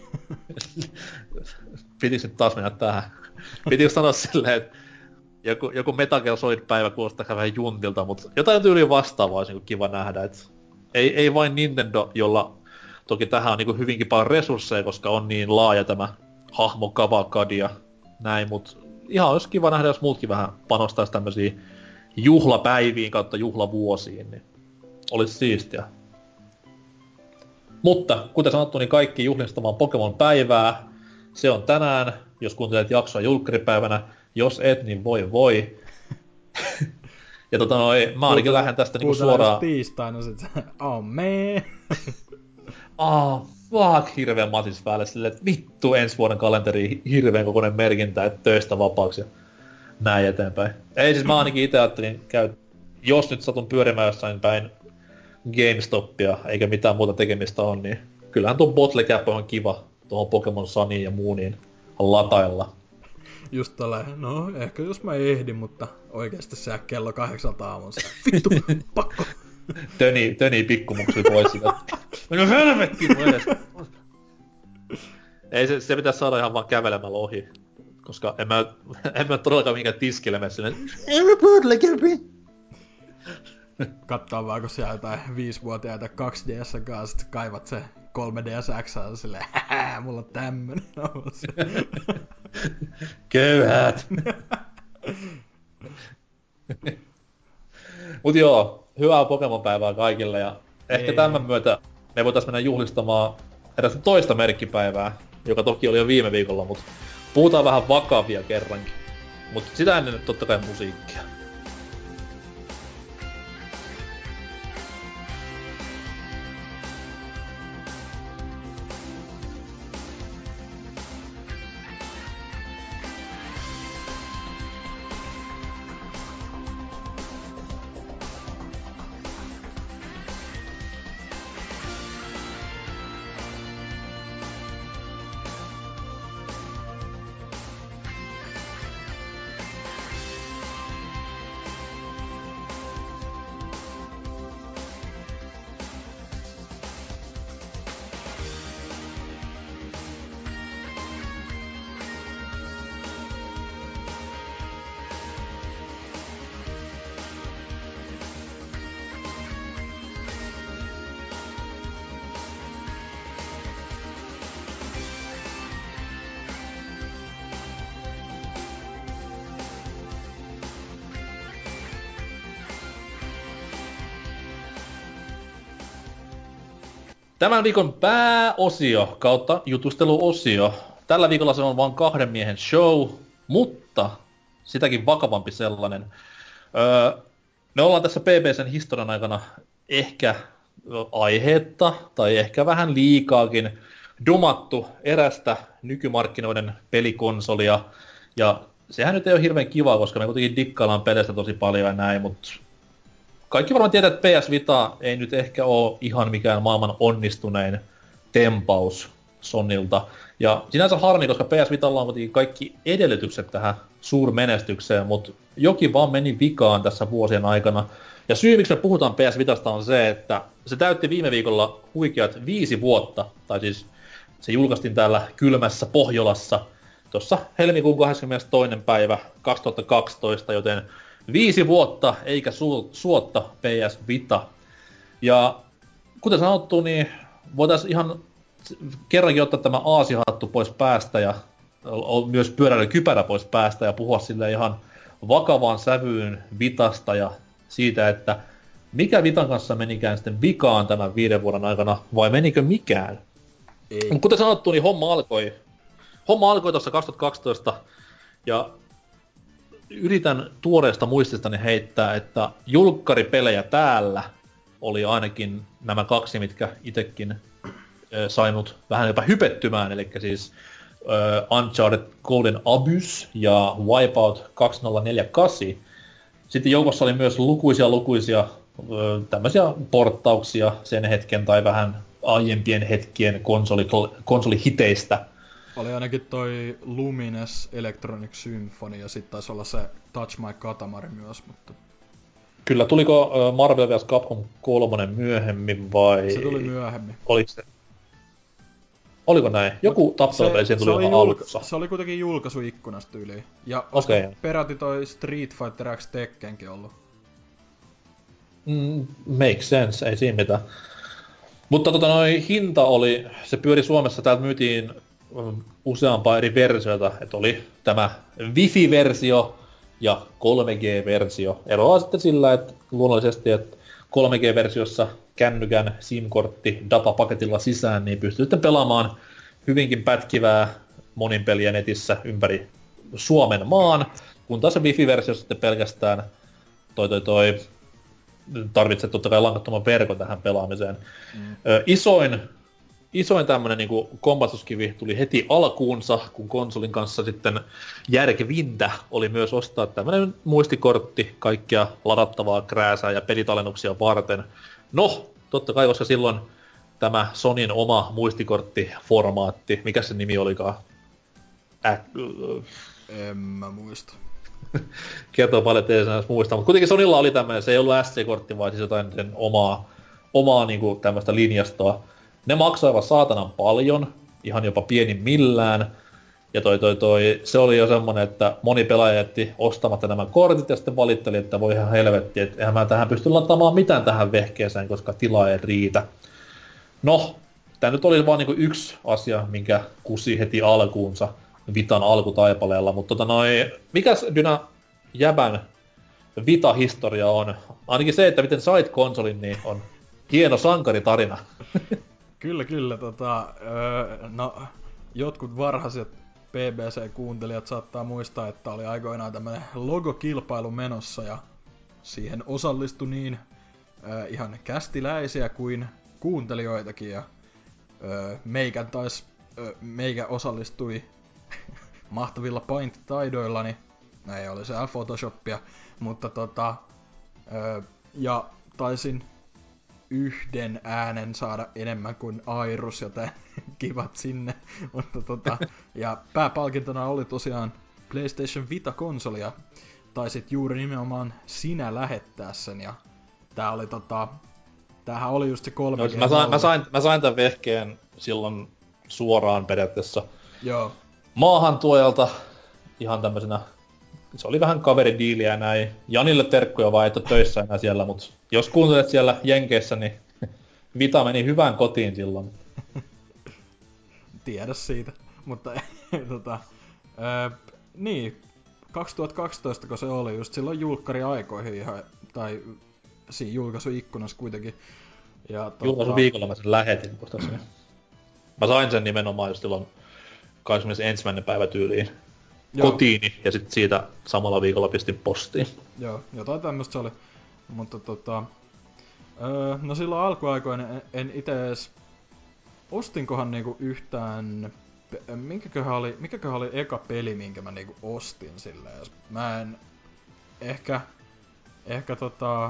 Pitikö nyt taas mennä tähän? Pitikö sanoa silleen, että joku, joku Metal Gear Solid-päivä kuulostaa vähän juntilta, mutta jotain tyyliin vastaavaa olisi niin kiva nähdä. Et ei, ei vain Nintendo, jolla toki tähän on niin hyvinkin paljon resursseja, koska on niin laaja tämä hahmo kavalkadi ja näin, mutta ihan olisi kiva nähdä, jos muutkin vähän panostaisi tämmöisiin juhlapäiviin kautta juhlavuosiin, niin olisi siistiä. Mutta, kuten sanottu, niin kaikki juhlistamaan Pokemon-päivää. Se on tänään, jos kuuntelet jaksoa julkkaripäivänä. Jos et, niin voi voi. Ja tota noin, mä ainakin lähden tästä niinku suoraan... tiistaina sit, oh man. Ah, fuck, hirveen masis päälle silleen, että vittu ensi vuoden kalenteri hirveen kokoinen merkintä, että töistä vapaaksi ja näin eteenpäin. Ei siis mä ainakin ite ajattelin käy, jos nyt satun pyörimään jossain päin GameStopia, eikä mitään muuta tekemistä on, niin kyllähän tuon Bottle Cap on kiva tuohon Pokemon Suniin ja muuniin latailla. Just tälleen, no ehkä jos mä ehdin, mutta oikeesti sää kello kahdeksalta aamussa. Vittu, pakko! Töni, töni pikkumuksui pois sitä. No helvettiin mun edes. Ei se, se pitäis saada ihan vaan kävelemällä ohi. Koska en mä, en mä todellakaan minkään tiskille mene silleen, en mä Bottle Capin! Kattoo vaan, kun siellä jotain viisivuotiaita kaksi D S:n kanssa, sit kaivat se kolme D S X ja silleen, hähä, mulla on tämmönen. Köyhät! Mut joo, hyvää Pokemon-päivää kaikille ja ehkä Ei. tämän myötä me voitais mennä juhlistamaan erästä toista merkkipäivää, joka toki oli jo viime viikolla, mut puhutaan vähän vakavia kerrankin. Mut sitä ennen totta kai musiikkia. Tämän viikon pääosio kautta jutusteluosio. Tällä viikolla se on vain kahden miehen show, mutta sitäkin vakavampi sellainen. Öö, me ollaan tässä P B C:n historian aikana ehkä aiheetta tai ehkä vähän liikaakin domattu erästä nykymarkkinoiden pelikonsolia. Ja sehän nyt ei ole hirveän kiva, koska me kuitenkin dikkaillaan peleistä tosi paljon ja näin, mutta kaikki varmaan tietää, että P S Vita ei nyt ehkä ole ihan mikään maailman onnistunein tempaus Sonylta. Ja sinänsä harmi, koska P S Vitalla on kuitenkin kaikki edellytykset tähän suurmenestykseen, mutta jokin vaan meni vikaan tässä vuosien aikana. Ja syy, miksi me puhutaan P S Vitasta on se, että se täytti viime viikolla huikeat viisi vuotta, tai siis se julkaistiin täällä kylmässä Pohjolassa tuossa helmikuun kahdeskymmenestoinen päivä kaksituhattakaksitoista, joten Viisi vuotta eikä su- suotta P S Vita. Ja kuten sanottu, niin voitaisiin ihan kerrankin ottaa tämä aasihattu pois päästä ja myös pyöräilykypärä pois päästä ja puhua sille ihan vakavaan sävyyn Vitasta ja siitä, että mikä Vitan kanssa menikään sitten vikaan tämän viiden vuoden aikana, vai menikö mikään? Ei. Kuten sanottu, niin homma alkoi, homma alkoi tuossa kaksituhattakaksitoista, ja yritän tuoreesta muististani heittää, että julkkaripelejä täällä oli ainakin nämä kaksi, mitkä itekin sainut vähän jopa hypettymään, eli siis uh, Uncharted Golden Abyss ja Wipeout kaksituhattaneljäkymmentäkahdeksan. Sitten joukossa oli myös lukuisia lukuisia uh, tämmöisiä porttauksia sen hetken tai vähän aiempien hetkien konsoli, konsolihiteistä. Oli ainakin toi Lumines Electronic Symphony ja sitten taisi olla se Touch My Katamari myös, mutta... Kyllä, tuliko uh, Marvel versus. Capcom kolme myöhemmin vai... Se tuli myöhemmin. Oliko se? Oliko näin? Joku tappelupeli siihen tuli ihan julka- alussa. Se oli kuitenkin julkaisuikkunasta yli. Ja okay. Peräti toi Street Fighter X Tekkenkin ollut. Mm, make sense, ei siinä mitään. Mutta tota noi hinta oli, se pyöri Suomessa, täältä myytiin useampaa eri versiota, että oli tämä Wi-Fi-versio ja kolme G-versio. Eroaa sitten sillä, että luonnollisesti, että kolme G-versiossa kännykän SIM-kortti datapaketilla sisään, niin pystyy sitten pelaamaan hyvinkin pätkivää monin peliä netissä ympäri Suomen maan, kun taas se Wi-Fi-versio sitten pelkästään toi toi toi tarvitset totta kai langattoman verkon tähän pelaamiseen. Mm. Ö, isoin, isoin tämmönen niinku kompastuskivi tuli heti alkuunsa, kun konsolin kanssa sitten järkevintä oli myös ostaa tämmönen muistikortti, kaikkea ladattavaa krääsää ja pelitallennuksia varten. No, totta kai, koska silloin tämä Sonyn oma muistikorttiformaatti, mikä se nimi olikaan? Äh, en mä muista. Kertoo paljon, ettei edes muista, mutta kuitenkin Sonylla oli tämmöinen, se ei ollut S C-kortti, vaan siis jotain sen omaa, omaa niinku tämmöistä linjastoa. Ne maksoivat saatanan paljon, ihan jopa pienimmillään, ja toi toi toi, se oli jo semmonen, että moni pelaaja jätti ostamatta nämä kortit ja sitten valitteli, että voi ihan helvetti, että eihän mä tähän pysty lataamaan mitään tähän vehkeeseen, koska tila ei riitä. No, tää nyt oli vaan niinku yksi asia, minkä kusi heti alkuunsa Vitan alkutaipaleella, mutta tota noi, mikäs Dyna jäbän Vita-historia on? Ainakin se, että miten sait konsolin, niin on hieno sankaritarina. Kyllä, kyllä. Tota, öö, no, jotkut varhaiset B B C-kuuntelijat saattaa muistaa, että oli aikoinaan tämmönen logokilpailu menossa ja siihen osallistui niin öö, ihan kästiläisiä kuin kuuntelijoitakin ja öö, meikän tais, öö, meikä osallistui mahtavilla paint-taidoillani. No ei oli se Photoshopia, mutta tota... Öö, ja taisin yhden äänen saada enemmän kuin Airus, joten kivat sinne. mutta tota... Ja pääpalkintona oli tosiaan PlayStation Vita-konsoli, ja taisit juuri nimenomaan sinä lähettää sen, ja tää oli tota... Tämähän oli just se kolme G. No, mä, sain, mä, sain, mä sain tän vehkeen silloin suoraan periaatteessa. Joo. Maahantuojalta ihan tämmösenä, se oli vähän kaveridiiliä ja näin. Janille terkkuja vaan, et oo töissä enää siellä, mut jos kuuntelet siellä Jenkeissä, niin Vita meni hyvään kotiin silloin. Tiedä siitä, mutta tota, ää, niin, kaksituhattakaksitoista kun se oli just silloin julkkariaikoihin ihan, tai siinä julkaisuikkunassa kuitenkin. Ja, tota... Julkaisuviikolla mä sen lähetin, koska se... Mä sain sen nimenomaan just silloin kahdeskymmenesensimmäinen päivä tyyliin Joo. kotiini, ja sitten siitä samalla viikolla pistin postiin. Joo, jotain tämmöstä se oli. Mutta tota... Öö, no silloin alkuaikoina en, en ite edes... Ostinkohan niinku yhtään... Minkäköhän oli, mikäköhän oli eka peli, minkä mä niinku ostin silleen? Mä en... Ehkä... Ehkä tota...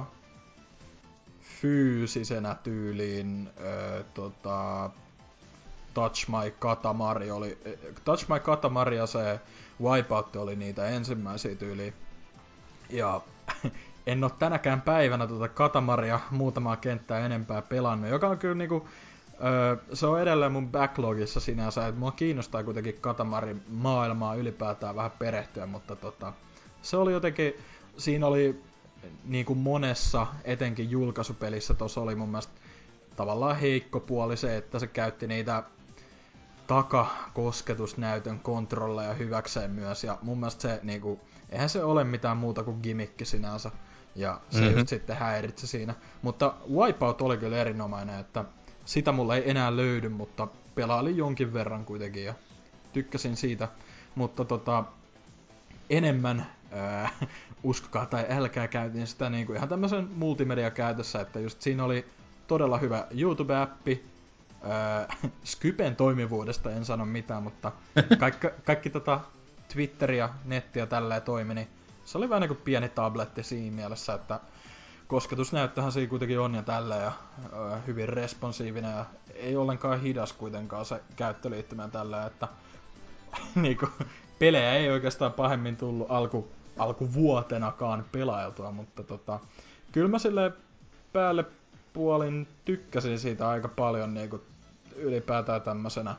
Fyysisenä tyyliin... Öö, tota... Touch My Katamari oli... Touch My Katamari ja se Wipeout oli niitä ensimmäisiä tyyliin. Ja en oo tänäkään päivänä tuota Katamaria muutamaa kenttää enempää pelannut, joka on kyllä niinku... Öö, se on edelleen mun backlogissa sinänsä, että mua kiinnostaa kuitenkin Katamarin maailmaa ylipäätään vähän perehtyä, mutta tota... Se oli jotenkin... siinä oli niin kuin monessa, etenkin julkaisupelissä, tuossa oli mun mielestä tavallaan heikko puoli se, että se käytti niitä takakosketusnäytön kontrolleja hyväkseen myös, ja mun mielestä se niinku, eihän se ole mitään muuta kuin gimmikki sinänsä, ja se mm-hmm. just sitten häiritsi siinä. Mutta Wipeout oli kyllä erinomainen, että sitä mulla ei enää löydy, mutta pelailin jonkin verran kuitenkin, ja tykkäsin siitä, mutta tota, enemmän, ää, uskokaa tai älkää, käytin sitä niinku ihan tämmöisen multimedia-käytössä, että just siinä oli todella hyvä YouTube-appi, Öö, Skypen toimivuudesta en sano mitään, mutta kaikki, kaikki tota Twitter ja netti ja tälleen toimi, niin se oli vähän niin kuin pieni tabletti siinä mielessä, että kosketusnäyttöhän siinä kuitenkin on ja tälleen ja öö, hyvin responsiivinen ja ei ollenkaan hidas kuitenkaan se käyttöliittymä tälleen, että niinku, pelejä ei oikeastaan pahemmin tullut alku, alkuvuotenakaan pelailtua, mutta tota, kyllä mä silleen päälle puolin tykkäsin siitä aika paljon niinku ylipäätään tämmösenä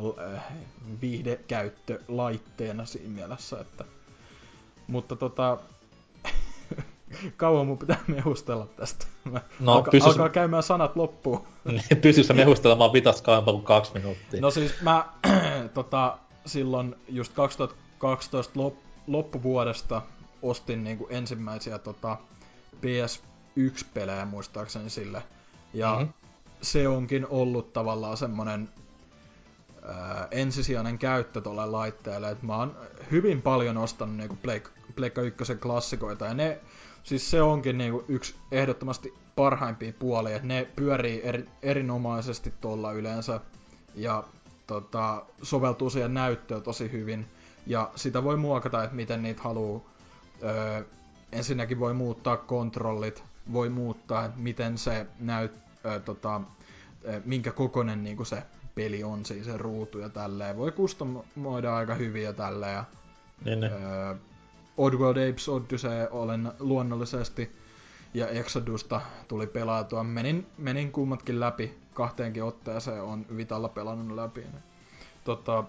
viihdekäyttölaitteena siinä mielessä, että mutta tota kauan mun pitää mehustella tästä. No, Alka, pystys... alkaa käymään sanat loppuun. Pystytkö sä mehustelemaan vitas kauempaa kuin kaksi minuuttia? No siis mä tota, silloin just kaksituhattakaksitoista lop, loppuvuodesta ostin niinku ensimmäisiä tota, P S yksi-pelejä muistaakseni sille. Ja mm-hmm. se onkin ollut tavallaan semmonen ää, ensisijainen käyttö tolle laitteelle. Et mä oon hyvin paljon ostanut niinku Pleikka ykkösen klassikoita. Ja ne, siis se onkin niinku yksi ehdottomasti parhaimpia puolia. Et ne pyörii eri, erinomaisesti tuolla yleensä. Ja tota, soveltuu siihen näyttöön tosi hyvin. Ja sitä voi muokata, että miten niitä haluu. Öö, ensinnäkin voi muuttaa kontrollit. Voi muuttaa, että miten se näyt, ö, tota, minkä kokoinen niinku se peli on, siis se ruutu ja tälleen. Voi kustomoida aika hyvin ja tälleen. Ja, niin, niin. Ö, Oddworld Apes Odyssey olen luonnollisesti ja Exodusta tuli pelaatua. Menin, menin kummatkin läpi, kahteenkin otteeseen on Vitalla pelannut läpi. Niin. Tota,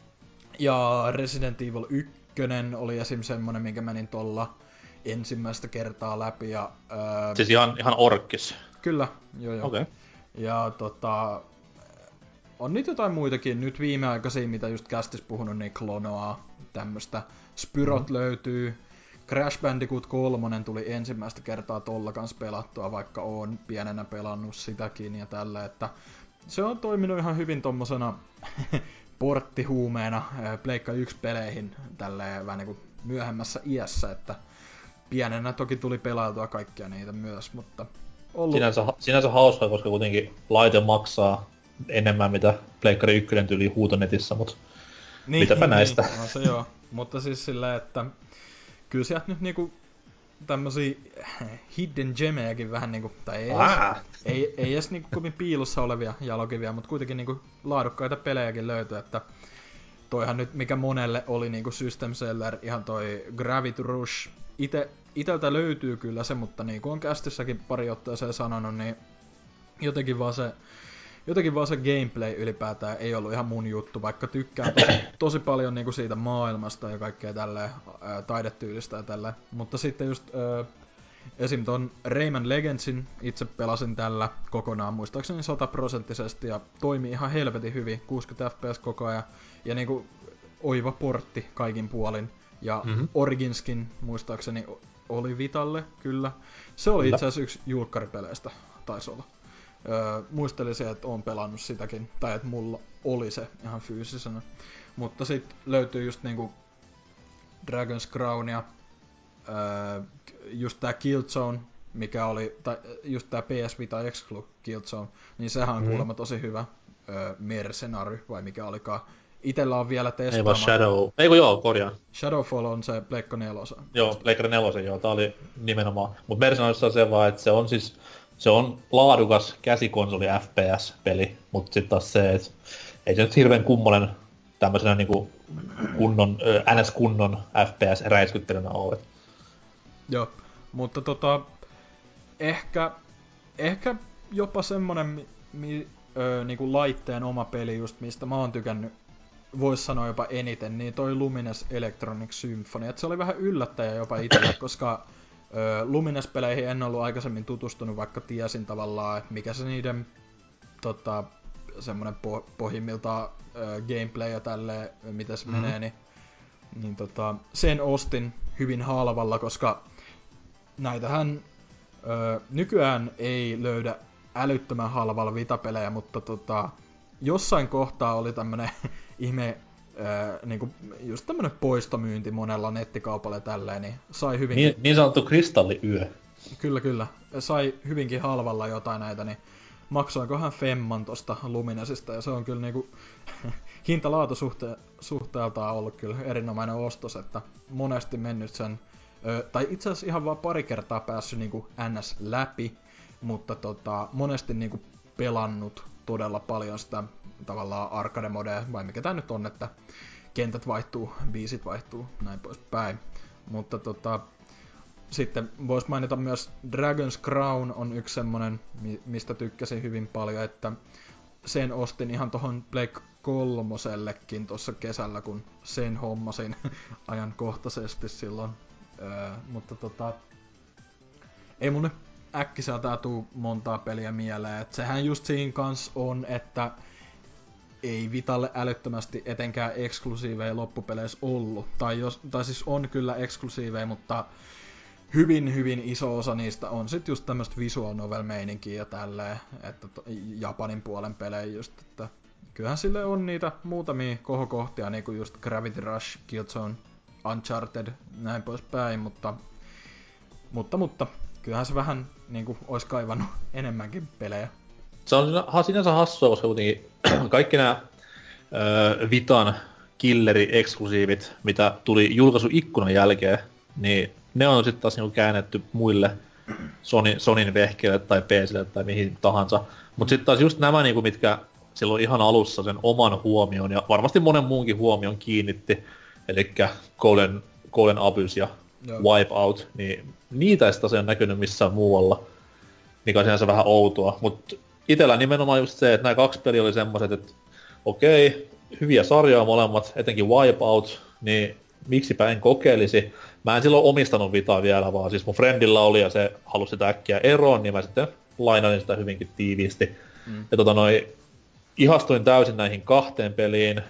ja Resident Evil yksi oli esim. Semmonen, minkä menin tolla ensimmäistä kertaa läpi ja... Öö, siis ihan, ihan orkkis? Kyllä, joo joo. Okei. Okay. Ja tota... On niitä jotain muitakin, nyt viimeaikaisia, mitä just kästis puhunut, niin Klonoa, tämmöstä. Spyrot mm-hmm. löytyy. Crash Bandicoot kolme tuli ensimmäistä kertaa tolla kans pelattua, vaikka oon pienenä pelannut sitäkin ja tällä, että... Se on toiminut ihan hyvin tommosena porttihuumeena Pleikka yksi-peleihin tälleen vähän niinku myöhemmässä iässä, että... Pienenä toki tuli pelailtua kaikkia niitä myös, mutta... Ollut... Sinänsä, sinänsä hauskaa, koska kuitenkin laite maksaa enemmän mitä Pleikkari yksi tyyli huutonetissä, mutta niin, mitäpä niin, näistä. No se joo, mutta siis silleen, että... Kyllä sieltä nyt niinku tämmösiä hidden gemejäkin vähän niinku... Tai ei edes, ei, ei edes niinku kovin piilossa olevia jalokiviä, mutta kuitenkin niinku laadukkaita pelejäkin löytyy, että... Toihan nyt, mikä monelle oli niinku System Seller, ihan toi Gravity Rush. Ite, iteltä löytyy kyllä se, mutta niin kuin on kästissäkin pari otteeseen sanonut, niin jotenkin vaan se, jotenkin vaan se gameplay ylipäätään ei ollut ihan mun juttu, vaikka tykkään tosi, tosi paljon niin kuin siitä maailmasta ja kaikkea tälleen, ää, taidetyylistä ja tälleen. Mutta sitten just ää, esim. Ton Rayman Legendsin itse pelasin tällä kokonaan, muistaakseni sataprosenttisesti ja toimii ihan helvetin hyvin, kuusikymmentä F P S koko ajan ja niinku oiva portti kaikin puolin. Ja mm-hmm. Originskin muistaakseni oli Vitalle, kyllä. Se oli itse asiassa yksi julkkaripeleistä, taisi olla. Öö, muistelisin, että oon pelannut sitäkin, tai että mulla oli se ihan fyysisenä. Mutta sit löytyy just niinku Dragon's Crown ja öö, just tää Killzone, mikä oli, tai just tää P S Vita Exclu Killzone, niin sehän on mm. kuulemma tosi hyvä öö, Mercenary, vai mikä olikaan. Itellä on vielä testaama. Ei vaan Shadow. Ei kun joo, korjaan. Shadowfall on se Pleikka nelosen. Joo, Pleikka nelosen joo, tää oli nimenomaan. Mut Mercenaryssa on se vaan, että se on siis, se on laadukas käsikonsoli F P S-peli, mut sit taas se, et ei se nyt hirveen kummonen tämmösenä niinku kunnon, äh, N S-kunnon F P S-räiskyttelynä oo. Joo, mutta tota, ehkä, ehkä jopa semmonen mi, mi, ö, niinku laitteen oma peli just, mistä mä oon tykännyt voisi sanoa jopa eniten, niin toi Lumines Electronic Symphony. Et se oli vähän yllättäjä jopa itselle, koska ö, Lumines-peleihin en ollut aikaisemmin tutustunut, vaikka tiesin tavallaan, että mikä se niiden tota, semmonen po- pohjimmiltaan ö, gameplay ja tälleen, miten se mm-hmm. menee, niin, niin tota, sen ostin hyvin halvalla, koska näitähän ö, nykyään ei löydä älyttömän halvalla Vita-pelejä, mutta tota, jossain kohtaa oli tämmönen ihme, ää, niinku, just tämmönen poistomyynti monella nettikaupalla ja tälleen, niin sai hyvinkin... Niin, niin sanottu kristalliyö. Kyllä, kyllä. Sai hyvinkin halvalla jotain näitä, niin maksoinkohan femman tosta Luminesista, ja se on kyllä niinku hinta-laatu suhte- suhteeltaan ollut kyllä erinomainen ostos, että monesti mennyt sen, ö, tai itse asiassa ihan vaan pari kertaa päässyt niinku ns läpi, mutta tota, monesti niinku pelannut todella paljon sitä tavallaan arcade-modea, vai mikä tää nyt on, että kentät vaihtuu, biisit vaihtuu, näin poispäin. Mutta tota, sitten vois mainita myös Dragon's Crown on yksi semmonen, mistä tykkäsin hyvin paljon, että sen ostin ihan tohon Blake kolmosellekin tuossa kesällä, kun sen hommasin ajankohtaisesti silloin. Öö, mutta tota, ei mun nyt äkkiseltään tuu montaa peliä mieleen. Et sehän just siinä kans on, että ei Vitalle älyttömästi etenkään eksklusiiveja loppupeleissä ollut. Tai, jos, tai siis on kyllä eksklusiiveja, mutta hyvin hyvin iso osa niistä on sit just tämmöstä visual novel meininkiä ja tälleen, että to, Japanin puolen pelejä just, että kyllähän sille on niitä muutamia kohokohtia, niinku just Gravity Rush, Killzone, Uncharted, näin poispäin, mutta mutta, mutta kyllähän se vähän niinku ois kaivannut enemmänkin pelejä. Se on sinänsä hassua, koska kuitenkin kaikki nämä öö, Vitan killeri-eksklusiivit, mitä tuli julkaisuikkunan jälkeen, niin ne on sitten taas niinku käännetty muille Sony, Sonyn vehkeille tai P C:lle tai mihin tahansa. Mut sitten taas just nämä, niinku, mitkä silloin ihan alussa sen oman huomion ja varmasti monen muunkin huomion kiinnitti, elikkä Golden, Golden Abyss ja Joo. Wipeout, niin niitä ei sitä näkynyt missään muualla, mikä on sinänsä vähän outoa. Mut itellä nimenomaan just se, että nämä kaksi peliä oli semmoset, että okei, hyviä sarjoja molemmat, etenkin Wipeout, niin miksipä en kokeilisi. Mä en silloin omistanut Vitaa vielä, vaan siis mun friendillä oli ja se halusi sitä äkkiä eroon, niin mä sitten lainasin sitä hyvinkin tiiviisti. Mm. Ja tota noi, ihastuin täysin näihin kahteen peliin.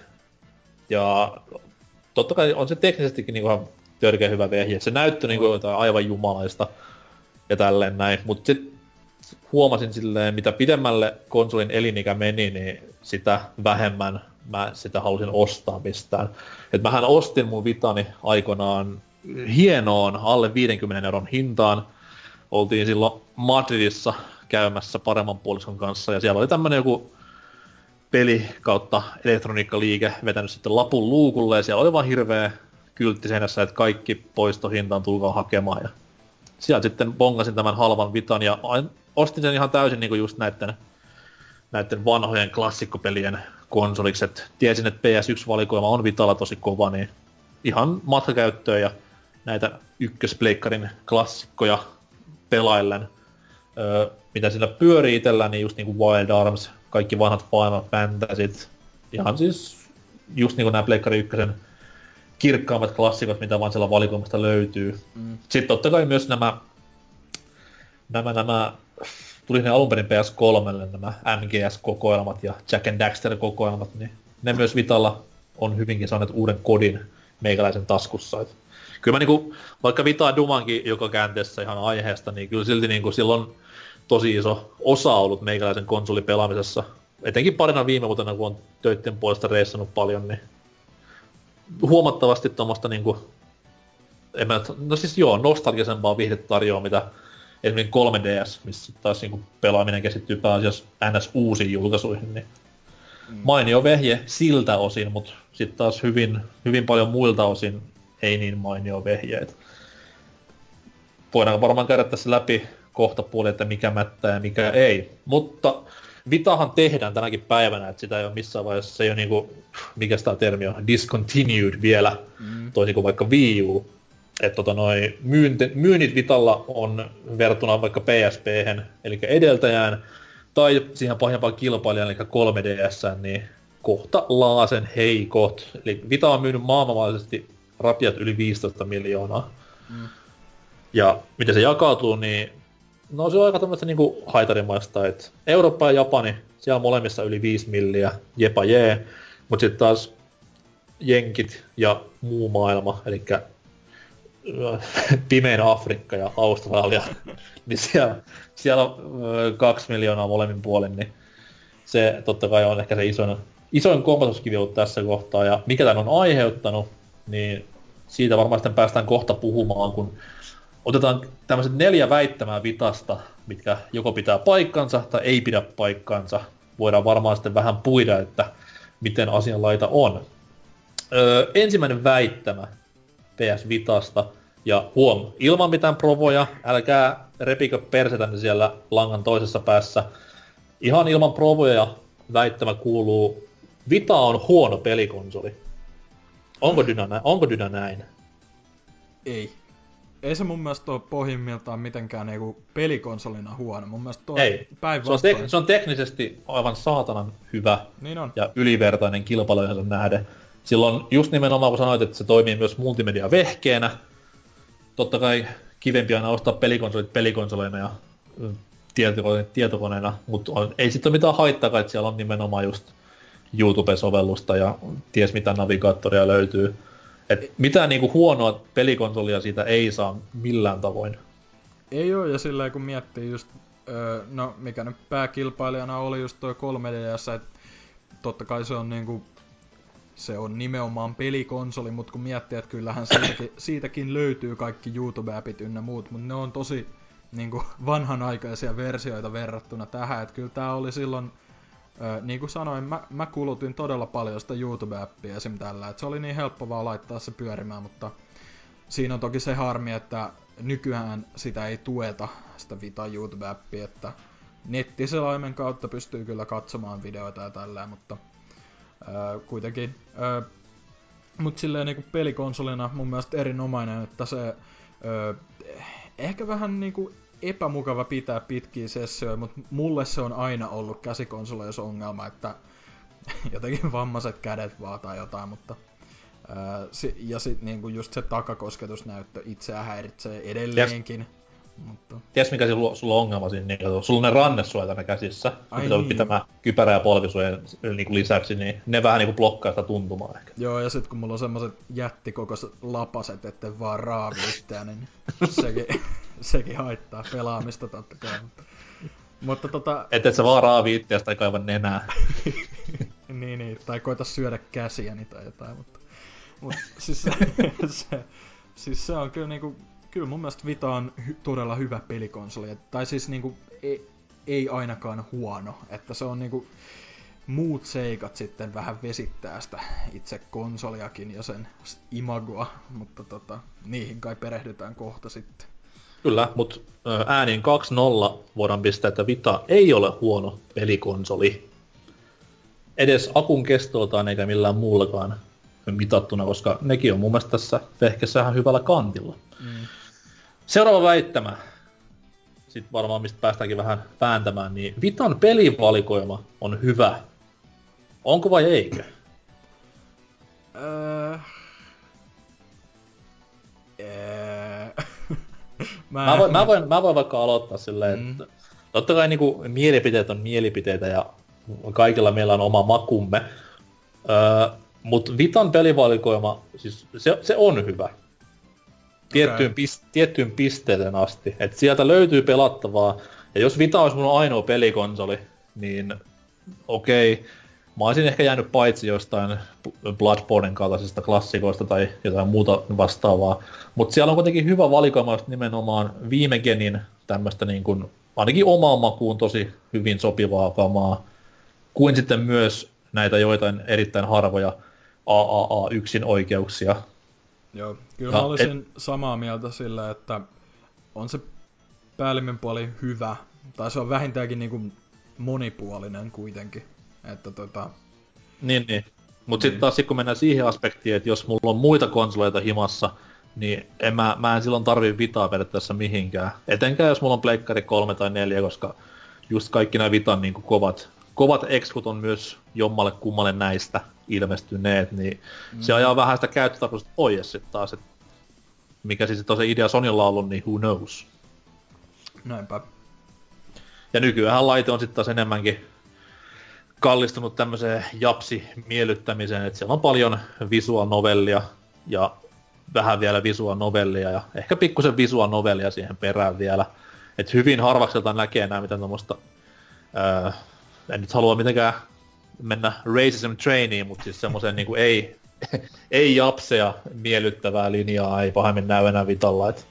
Ja totta kai on se teknisestikin niinku ihan törkeä hyvä vehje. Se näyttö niinku jotain aivan jumalaista ja tälleen näin. Mut sit huomasin silleen, mitä pidemmälle konsolin elinikä meni, niin sitä vähemmän mä sitä halusin ostaa mistään. Et mähän ostin mun Vitani aikoinaan hienoon alle viidenkymmenen euron hintaan. Oltiin silloin Madridissa käymässä paremman puoliskon kanssa ja siellä oli tämmönen joku peli kautta elektroniikkaliike vetänyt sitten lapun luukulle ja siellä oli vaan hirveä kyltti seinässä, että kaikki poistohintaan tulkaa hakemaan ja sieltä sitten bongasin tämän halvan Vitan ja ostin sen ihan täysin niinku just näitten, näitten vanhojen klassikkopelien konsoliksi, et tiesin, että P S yksi-valikoima on Vitalla tosi kova, niin ihan matkakäyttöön ja näitä ykköspleikkarin klassikkoja pelaillen. Öö, mitä siinä pyörii itellä, niin just niinku Wild Arms, kaikki vanhat Final Fantasyt, ihan siis just niinku nää Pleikkari ykkösen kirkkaammat klassikot, mitä vaan siellä valikoimasta löytyy. Mm. Sitten totta kai myös nämä, nämä, nämä tuli ne alunperin P S kolmelle nämä M G S-kokoelmat ja Jack and Daxter-kokoelmat, niin ne myös Vitalla on hyvinkin saaneet uuden kodin meikäläisen taskussa. Et kyllä mä niinku, vaikka Vitaa dumankin joka käänteessä ihan aiheesta, niin kyllä silti niinku silloin tosi iso osa ollut meikäläisen konsolipelaamisessa. Etenkin parina viime vuotena, kun on töitten puolesta reissannut paljon, niin huomattavasti tommoista niinku, en mä, no siis joo, nostalgisempaa viihdettä tarjoaa, mitä esimerkiksi kolme D S, missä taas niinku pelaaminen keskittyy pääasiassa N S uusiin julkaisuihin, niin mm. mainio vehje siltä osin, mut sit taas hyvin, hyvin paljon muilta osin ei niin mainio vehjeet. Voidaan varmaan käydä tässä läpi kohta puoli, että mikä mättää ja mikä ei, mutta Vitahan tehdään tänäkin päivänä, että sitä ei ole missään vaiheessa, se ei ole niinku, mikä sitä termi on, discontinued vielä, mm. toisin kuin vaikka Wii U. Että tota noi myynti, myynnit Vitalla on verrattuna vaikka P S P:hen, eli edeltäjään, tai siihen pahimpaan kilpailijan, eli kolme D S:ään, niin kohta laasen heikot. Eli Vita on myynyt maailmanlaajuisesti rapiat yli viisitoista miljoonaa. Mm. Ja miten se jakautuu, niin no se on aika tämmöistä niinku haitarimaista, että Eurooppa ja Japani, siellä on molemmissa yli viisi milliä, jepa jee, mut sit taas Jenkit ja muu maailma, elikkä pimein Afrikka ja Australia, niin siellä, siellä on kaksi miljoonaa molemmin puolin, niin se totta kai on ehkä se isoin, isoin kompasuskivi ollut tässä kohtaa, ja mikä tämän on aiheuttanut, niin siitä varmaan sitten päästään kohta puhumaan, kun otetaan tämmöiset neljä väittämää Vitasta, mitkä joko pitää paikkansa tai ei pidä paikkansa. Voidaan varmaan sitten vähän puida, että miten asianlaita on. Öö, ensimmäinen väittämä P S Vitasta, ja huom, ilman mitään provoja, älkää repikö persetänne siellä langan toisessa päässä. Ihan ilman provoja väittämä kuuluu, Vita on huono pelikonsoli. Onko Dyna, nä- onko Dyna näin? Ei. Ei se mun mielestä ole pohjimmiltaan mitenkään niinku pelikonsolina huono. Mun mielestä tuo päinvastoin. Se, tek- se on teknisesti aivan saatanan hyvä niin on. Ja ylivertainen kilpailuihinsa nähden. Silloin just nimenomaan kun sanoit, että se toimii myös multimedia-vehkeenä. Totta kai kivempi aina ostaa pelikonsolit pelikonsoleina ja tietokoneina, tietokoneina, mutta ei sitten ole mitään haittaa, että siellä on nimenomaan just YouTube-sovellusta ja ties mitä navigaattoria löytyy. Et mitään niinku huonoa pelikonsolia siitä ei saa millään tavoin. Ei oo, ja sillä kun miettii just, öö, no mikä nyt pääkilpailijana oli just toi kolme D S, että totta kai se on niinku, se on nimenomaan pelikonsoli, mutta kun miettii, että kyllähän siitäkin, siitäkin löytyy kaikki YouTube-appit ynnä muut, mutta ne on tosi niinku vanhanaikaisia versioita verrattuna tähän, että kyllä tää oli silloin, Öö, niin kuin sanoin, mä, mä kulutin todella paljon sitä YouTube-appia esim. Tällä, että se oli niin helppo vaan laittaa se pyörimään, mutta siinä on toki se harmi, että nykyään sitä ei tueta, sitä Vita YouTube-appia, että nettiselaimen kautta pystyy kyllä katsomaan videoita ja tällä, mutta öö, kuitenkin, öö, mut silleen niinku pelikonsolina mun mielestä erinomainen, että se öö, ehkä vähän niinku epämukava pitää pitkiä sessioita, mutta mulle se on aina ollut käsikonsoleissa ongelma, että jotenkin vammaiset kädet vaan tai jotain, mutta ää, si- ja sit niinku just se takakosketusnäyttö itseään häiritsee edelleenkin. Mutta ties mikä sulla, sulla on ongelma siinä, niin sulla on ne rannesuojat aina käsissä, kun pitää niin. pitämään kypärä ja polvisuojan niin lisäksi, niin ne vähän niinku blokkaa sitä tuntumaa ehkä. Joo, ja sit kun mulla on semmoset jättikokoiset lapaset, etten vaan raavi itseäni, niin sekin, sekin haittaa pelaamista totta kai. Mutta tota... Et et sä vaan raavi itseäsi tai kaiva nenää. niin, niin, tai koita syödä käsiäni tai jotain, mutta... Mut siis se, se, siis se on kyllä niinku... Kyllä mun mielestä Vita on hy- todella hyvä pelikonsoli, tai siis niinku ei, ei ainakaan huono, että se on niinku muut seikat sitten vähän vesittää sitä itse konsoliakin ja sen imagoa, mutta tota, niihin kai perehdytään kohta sitten. Kyllä, mutta äänin kaksi nolla voidaan pistää, että Vita ei ole huono pelikonsoli. Edes akun kestoltaan eikä millään muullakaan mitattuna, koska nekin on mun mielestä tässä vehkessä ihan hyvällä kantilla. Mm. Seuraava väittämä. Sitten varmaan mistä päästäänkin vähän vääntämään, niin Vitan pelivalikoima on hyvä. Onko vai eikö? Öö... Öö... mä, mä, voin, mä, voin, mä voin vaikka aloittaa silleen, mm. että totta kai niinku mielipiteet on mielipiteitä ja kaikilla meillä on oma makumme. Öö, Mut Vitan pelivalikoima, siis se, se on hyvä. Tiettyyn, okay. pist, tiettyyn pisteeseen asti. Et sieltä löytyy pelattavaa. Ja jos Vita olisi mun ainoa pelikonsoli, niin okei. Okay, mä olisin ehkä jäänyt paitsi jostain Bloodbornen kaltaisista klassikoista tai jotain muuta vastaavaa. Mutta siellä on kuitenkin hyvä valikoima just nimenomaan viime genin tämmöstä niin kuin ainakin omaan makuun tosi hyvin sopivaa kamaa. Kuin sitten myös näitä joitain erittäin harvoja A A A yksin oikeuksia. Joo, kyllä mä olisin et... samaa mieltä sillä, että on se päällimmäinen puoli hyvä, tai se on vähintäänkin niinku monipuolinen kuitenkin. Että tota... Niin, niin. Mut niin. Sit taas sit kun mennään siihen aspektiin, että jos mulla on muita konsoleita himassa, niin en mä, mä en silloin tarvii Vitaa periaatteessa mihinkään. Etenkään jos mulla on Pleikkari kolme tai neljä, koska just kaikki nämä Vitan niinku kovat, kovat exclut on myös jommalle kummalle näistä ilmestyneet, niin mm. se Mm. ajaa vähän sitä käyttötarkoitusta pois sitten taas, että mikä siis on se idea Sonylla ollut, niin who knows. Näinpä. Ja nykyään laite on sitten taas enemmänkin kallistunut tämmöiseen japsi-miellyttämiseen, että siellä on paljon visual novellia ja vähän vielä visual novellia ja ehkä pikkusen visual novellia siihen perään vielä. Et hyvin harvakselta näkee enää mitään tommoista, öö, en nyt halua mitenkään mennä racism trainiin, mutta siis semmoisen niinku ei, ei japseja miellyttävää linjaa ei pahemmin näy enää Vitalla. Et.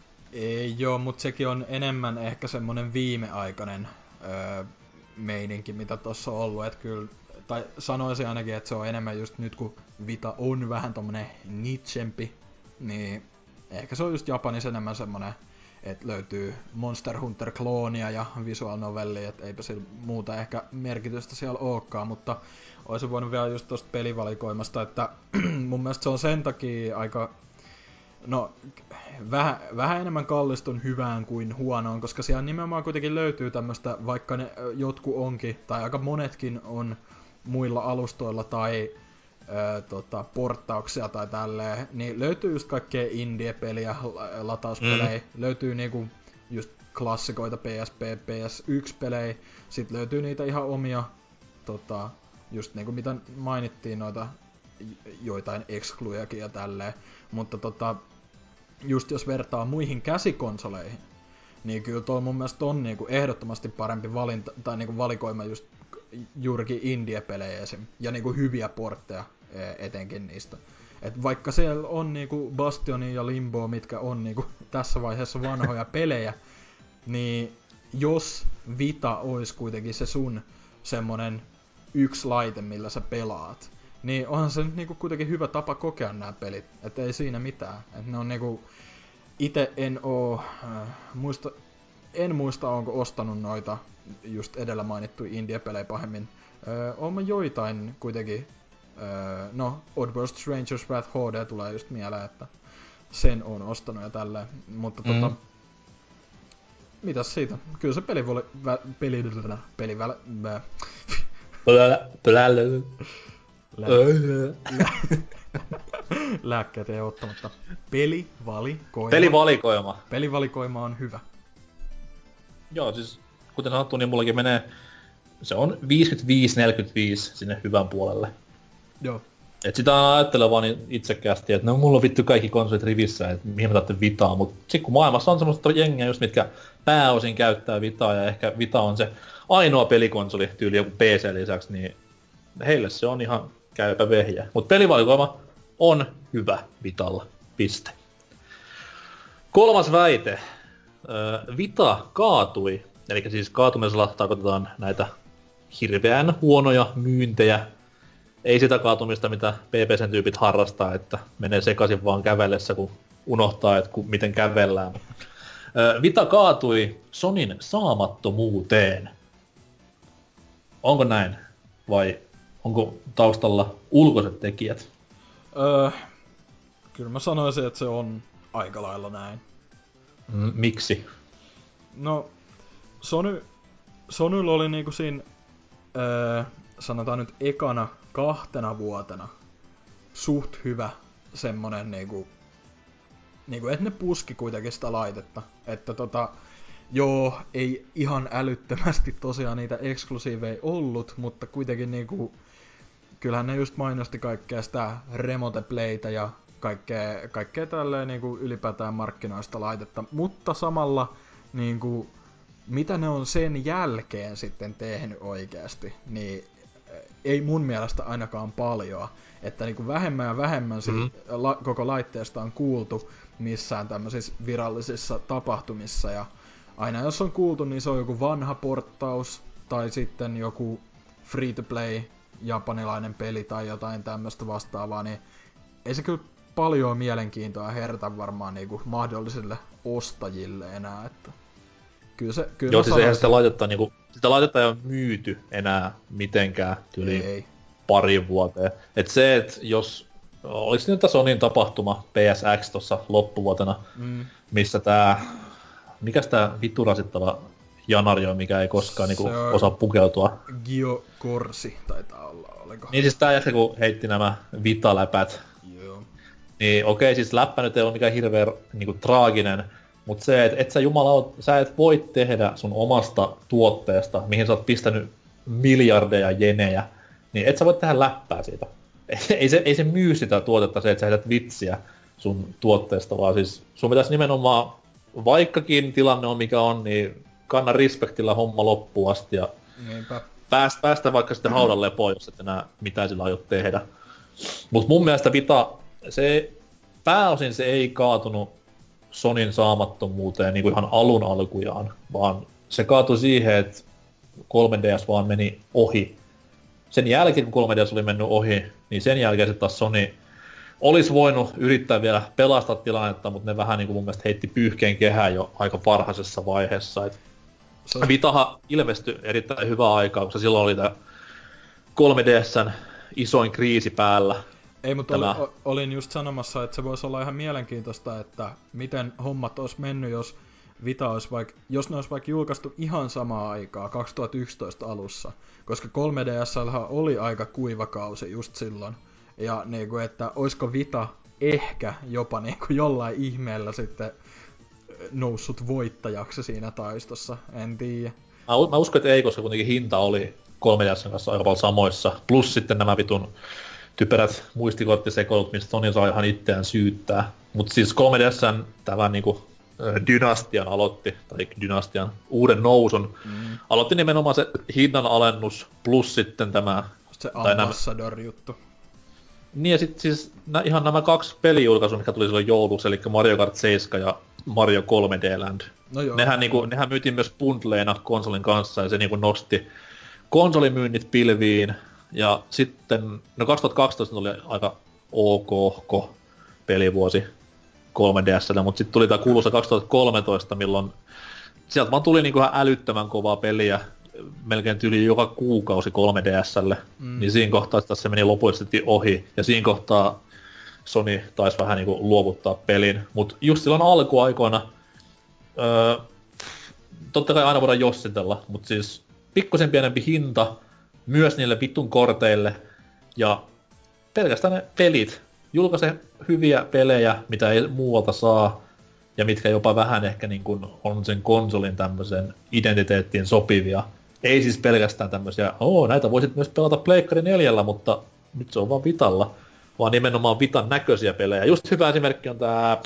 Ei joo, mutta sekin on enemmän ehkä semmonen viimeaikainen öö, meininki, mitä tossa on ollut, et kyllä, tai sanoisin ainakin, että se on enemmän just nyt, kun Vita on vähän tommonen nichempi, niin ehkä se on just Japanissa enemmän semmonen, että löytyy Monster Hunter-kloonia ja visual novellia, että eipä sillä muuta ehkä merkitystä siellä olekaan, mutta olisin voinut vielä just tosta pelivalikoimasta, että mun mielestä se on sen takia aika, no vähän, vähän enemmän kallistun hyvään kuin huonoon, koska siellä nimenomaan kuitenkin löytyy tämmöstä, vaikka ne jotkut onkin, tai aika monetkin on muilla alustoilla tai Öö, tota, porttauksia tai tälleen, niin löytyy just kaikkea indie-peliä, latauspelejä, mm. löytyy niinku just klassikoita P S P, P S yksi-pelejä, sit löytyy niitä ihan omia, tota, just niinku mitä mainittiin, noita joitain exclujakin ja tälleen, mutta tota, just jos vertaa muihin käsikonsoleihin, niin kyllä tuolla mun mielestä on niinku ehdottomasti parempi valinta, tai niinku valikoima just juurikin indie-pelejä esim. Ja niinku hyviä portteja etenkin niistä. Et vaikka siellä on niinku Bastionia ja Limboa, mitkä on niinku tässä vaiheessa vanhoja pelejä, niin jos Vita olisi kuitenkin se sun semmonen yksi laite, millä sä pelaat, niin onhan se nyt niinku kuitenkin hyvä tapa kokea nämä pelit. Et ei siinä mitään. Et ne on niinku, ite en oo, äh, muista, en muista onko ostanut noita just edellä mainittuja indie-pelejä pahemmin. Öö, oon mä joitain kuitenkin, öö, no Oddworld Stranger's Wrath H D tulee just mieleen, että sen on ostanut ja tälleen, mutta mm. tota, mitäs siitä? Kyllä se peli voi, vä, peli, peli, väl, vä, lääkkeet ei ottamatta. Pelivalikoima. Pelivalikoima. Pelivalikoima on hyvä. Joo, siis kuten sanottu, niin mullakin menee, se on viisikymmentäviisi neljäkymmentäviisi sinne hyvän puolelle. Joo. Et sitä on ajatteleva niin itsekästi, että no mulla on vittu kaikki konsolit rivissä, että mihin mä tarvitsen Vitaa, mut sit kun maailmassa on semmoista jengiä just, mitkä pääosin käyttää Vitaa, ja ehkä Vita on se ainoa pelikonsoli tyyli joku P C lisäksi, niin heille se on ihan käypä vehjä. Mut pelivalikoima on hyvä Vitalla. Piste. Kolmas väite. Vita kaatui, eli siis kaatumisella tarkoitetaan näitä hirveän huonoja myyntejä. Ei sitä kaatumista, mitä P P C-tyypit harrastaa, että menee sekaisin vaan kävellessä, kun unohtaa, että ku, miten kävellään. Vita kaatui Sonyn saamattomuuteen. Onko näin? Vai onko taustalla ulkoiset tekijät? Öö, kyllä mä sanoisin, että se on aika lailla näin. M- miksi? No, Sony, Sonylla oli niinku siinä, öö, sanotaan nyt ekana kahtena vuotena suht hyvä semmonen niinku, niinku että ne puski kuitenkin sitä laitetta. Että tota, joo, ei ihan älyttömästi tosiaan niitä eksklusiiveja ollut, mutta kuitenkin niinku, kyllähän ne just mainosti kaikkea sitä Remote Playtä ja kaikkea, kaikkea tälleen niinku ylipäätään markkinoista laitetta, mutta samalla niinku, mitä ne on sen jälkeen sitten tehnyt oikeasti, niin ei mun mielestä ainakaan paljon, että niinku vähemmän ja vähemmän mm-hmm. la, koko laitteesta on kuultu missään tämmöisissä virallisissa tapahtumissa, ja aina jos on kuultu, niin se on joku vanha porttaus, tai sitten joku free-to-play japanilainen peli tai jotain tämmöistä vastaavaa, niin ei se kyllä paljon mielenkiintoa herätä varmaan niinku mahdollisille ostajille enää, että kyllä se, kyllä joo, siis eihän sitä laitetta, niinku, sitä laitetta ei ole myyty enää mitenkään yli parin vuoteen. Et se, että jos, olis nyt Sonyn tapahtuma P S X tossa loppuvuotena, mm. missä tää, mikäs tää vittu rasittava janario, mikä ei koskaan niinku on osaa pukeutua. Gio Corsi taitaa olla, oliko? Niin siis tää jätkä kun heitti nämä Vita-läpät. Joo. Niin okei, siis läppä nyt ei ole mikään hirveän niinku traaginen, mut se, että et sä jumala, sä et voi tehdä sun omasta tuotteesta, mihin sä oot pistänyt miljardeja jenejä, niin et sä voi tehdä läppää siitä. Ei se, ei se myy sitä tuotetta se, että sä heität vitsiä sun tuotteesta, vaan siis sun pitäisi nimenomaan, vaikkakin tilanne on mikä on, niin kanna respektillä homma loppuun asti ja Niinpä. päästä, päästä vaikka sitten haudan lepoon, jos et enää mitään sillä aiot tehdä. Mut mun mielestä Vita, se pääosin se ei kaatunut Sonyn saamattomuuteen niin kuin ihan alun alkujaan, vaan se kaatui siihen, että kolme D S vaan meni ohi. Sen jälkeen, kun kolme D S oli mennyt ohi, niin sen jälkeen sitten taas Sony olisi voinut yrittää vielä pelastaa tilannetta, mutta ne vähän niin kuin mun mielestä heitti pyyhkeen kehään jo aika varhaisessa vaiheessa. Et Se... Vitahan ilmestyi erittäin hyvää aikaa, koska silloin oli tämä kolme D S:n isoin kriisi päällä. Ei, mutta Tämä... oli, olin just sanomassa, että se voisi olla ihan mielenkiintoista, että miten hommat olisi mennyt, jos Vita olisi vaikka, jos ne olisi vaikka julkaistu ihan samaa aikaa, kaksituhattayksitoista alussa, koska kolme D S:llähän oli aika kuiva kausi just silloin, ja niinku, että olisiko Vita ehkä jopa niinku jollain ihmeellä sitten noussut voittajaksi siinä taistossa, en tiedä. Mä, mä uskon, että ei, koska kuitenkin hinta oli kolme D S:n kanssa aika paljon samoissa, plus sitten nämä vitun typerät muistikorttisekoilut, mistä Sony saa ihan itseään syyttää. Mutta siis kolme D S:n tämän niinku dynastian aloitti, tai dynastian uuden nousun, mm. aloitti nimenomaan se hinnan alennus, plus sitten tämä... Se Ambassador-juttu. Niin ja sit siis nä, ihan nämä kaksi pelijulkaisua, mikä tuli silloin jouluksi, eli Mario Kart seitsemän ja Mario kolme D Land. No joo. Nehän, niinku, nehän myytiin myös bundleina konsolin kanssa, ja se niinku nosti konsolimyynnit pilviin. Ja sitten, no kaksituhattakaksitoista oli aika ok pelivuosi kolme D S:lle, mutta sitten tuli tää kuuluisa kaksituhattakolmetoista, milloin sieltä vaan tuli niinku ihan älyttömän kovaa peliä, melkein tyyli joka kuukausi kolme D S:lle, mm. niin siinä kohtaa se meni lopullisesti ohi, ja siinä kohtaa Sony taisi vähän niinku luovuttaa pelin, mutta just silloin alkuaikoina, öö, totta kai aina voidaan jossitella, mutta siis pikkusen pienempi hinta myös niille vittun korteille, ja pelkästään ne pelit, julkaise hyviä pelejä, mitä ei muualta saa, ja mitkä jopa vähän ehkä niin kuin on sen konsolin tämmöisen identiteettiin sopivia. Ei siis pelkästään tämmöisiä, oo, näitä voisit myös pelata Pleikkari neljällä, mutta nyt se on vaan Vitalla, vaan nimenomaan Vitan näköisiä pelejä. Just hyvä esimerkki on tää,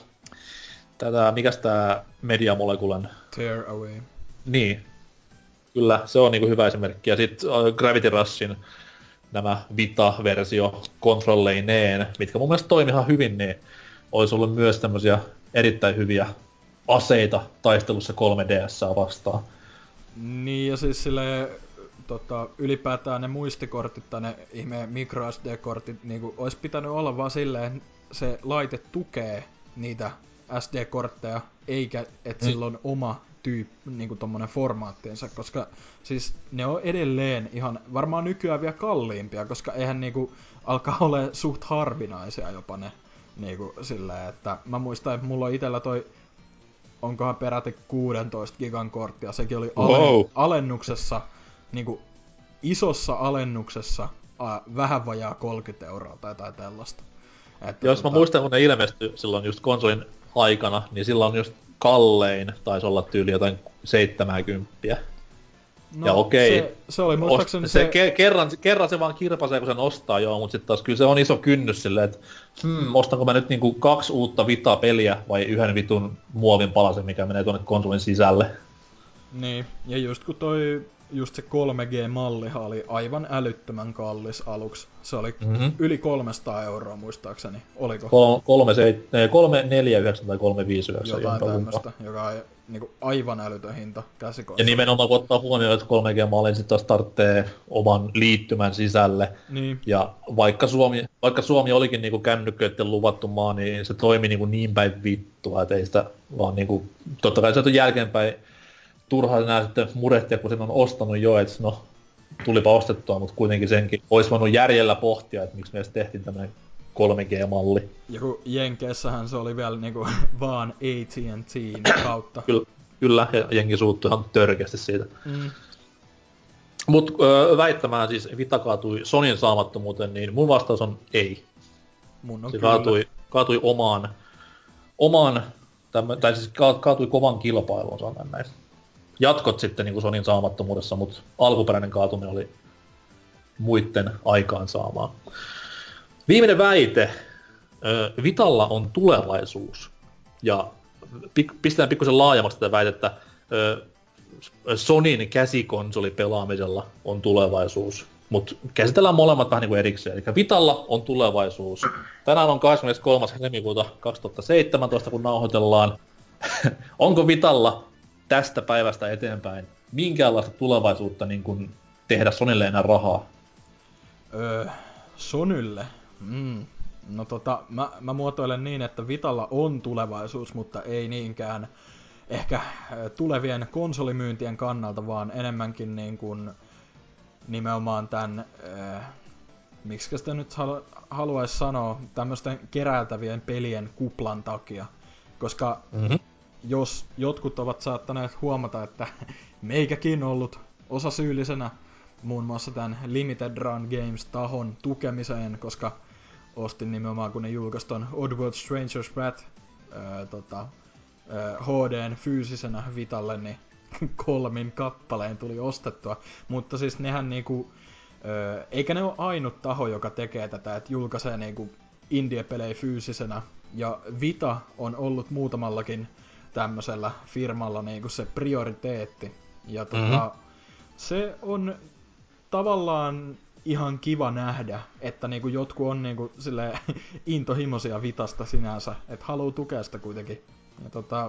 tää mikäs tää Media Moleculen... Tear Away. Niin. Kyllä, se on niinku hyvä esimerkki. Ja sit uh, Gravity Rushin nämä Vita-versio kontrolleineen, mitkä mun mielestä toimi ihan hyvin, niin olisi ollut myös tämmösiä erittäin hyviä aseita taistelussa kolme D S:ää vastaan. Niin, ja siis silleen, tota, ylipäätään ne muistikortit tai ne ihmeen micro S D-kortit, niinku, olisi pitänyt olla vaan silleen, se laite tukee niitä S D-kortteja, eikä että mm. sillä on oma tyyp, niinku tommonen formaattiensa, koska siis ne on edelleen ihan varmaan nykyään vielä kalliimpia, koska eihän niinku alkaa ole suht harvinaisia jopa ne niinku silleen, että mä muistan, että mulla on itellä toi onkohan peräti kuusitoista gigan kortti, ja sekin oli alen- wow. alennuksessa, niinku isossa alennuksessa a, vähän vajaa kolmekymmentä euroa tai jotain tällaista. Että jos tota... mä muistan, kun ne ilmestyi silloin just konsolin aikana, niin silloin just kallein taisi olla tyyli jotain seitsemänkymmentä. No, ja okei, se, se oli muistaakseni se... se... Ke- kerran, kerran se vaan kirpasee, kun sen ostaa, joo, mutta sitten taas kyllä se on iso kynnys silleen, että hmm, ostanko mä nyt niinku kaksi uutta Vita-peliä vai yhden vitun muovin palasen, mikä menee tuonne konsolin sisälle. Niin, ja just kun toi, just se kolme G-mallihan oli aivan älyttömän kallis aluksi. Se oli mm-hmm. yli kolmesataa euroa muistaakseni, oliko? kolme neljä yhdeksän tai kolme viisi yhdeksän. Jotain tämmöstä, joka on niinku aivan älytön hinta käsikonsoli. Ja nimenomaan kun ottaa huomioon, että kolme G-mallin sit taas tarvitsee oman liittymän sisälle. Niin. Ja vaikka Suomi, vaikka Suomi olikin niinku kännykköiden luvattu maa, niin se toimi niinku niin päin vittua, että ei sitä vaan niinku... Totta kai se on jälkeenpäin turhaa enää sitten murehtia, kun sen on ostanut jo, että no tulipa ostettua, mutta kuitenkin senkin olisi voinut järjellä pohtia, että miksi me edes tehtiin tämmönen kolme G-malli. Ja kun Jenkeissähän se oli vielä niinku vaan A T and T kautta. Kyllä, Kyllä, ja jengi suuttui ihan törkeästi siitä. Mm. Mut öö, väittämään siis Vita kaatui Sonyn saamattomuuteen, niin mun vastaus on ei. Mun on Se kyllä. kaatui, kaatui omaan, omaan tämmö, tai siis ka, kaatui kovan kilpailuun, sanon näin. Jatkot sitten niin kuin Sonyn saamattomuudessa, mutta alkuperäinen kaatuminen oli muitten aikaansaamaa. Viimeinen väite. Vitalla on tulevaisuus. Ja pistetään pikkusen laajemmaksi tätä väitettä. Sonyn käsikonsoli pelaamisella on tulevaisuus. Mutta käsitellään molemmat vähän niin kuin erikseen. Eli Vitalla on tulevaisuus. Tänään on kahdeskymmeneskolmas helmikuuta kaksituhattaseitsemäntoista, kun nauhoitellaan. Onko Vitalla tästä päivästä eteenpäin minkäänlaista tulevaisuutta niin kuin tehdä Sonylle enää rahaa? Öö, Sonylle? Mm. No tota, mä, mä muotoilen niin, että Vitalla on tulevaisuus, mutta ei niinkään ehkä tulevien konsolimyyntien kannalta, vaan enemmänkin niin kuin nimenomaan tämän, äh, miksi sitä nyt halu, haluaisi sanoa, tämmöisten keräiltävien pelien kuplan takia. Koska mm-hmm. jos jotkut ovat saattaneet huomata, että meikäkin ollut osa syyllisenä muun muassa tämän Limited Run Games-tahon tukemiseen, koska ostin nimenomaan, kun ne julkaisi ton Oddworld Stranger's Wrath öö, tota, öö, H D:n fyysisenä Vitalle, niin kolmin kappaleen tuli ostettua. Mutta siis nehän niinku, öö, eikä ne ole ainut taho, joka tekee tätä, että julkaisee niinku indie-pelejä fyysisenä. Ja Vita on ollut muutamallakin tämmöisellä firmalla niinku se prioriteetti. Ja tota, mm-hmm. se on tavallaan ihan kiva nähdä, että niinku jotkut on niinku silleen intohimoisia Vitasta sinänsä, että haluu tukea sitä kuitenkin. Ja tota,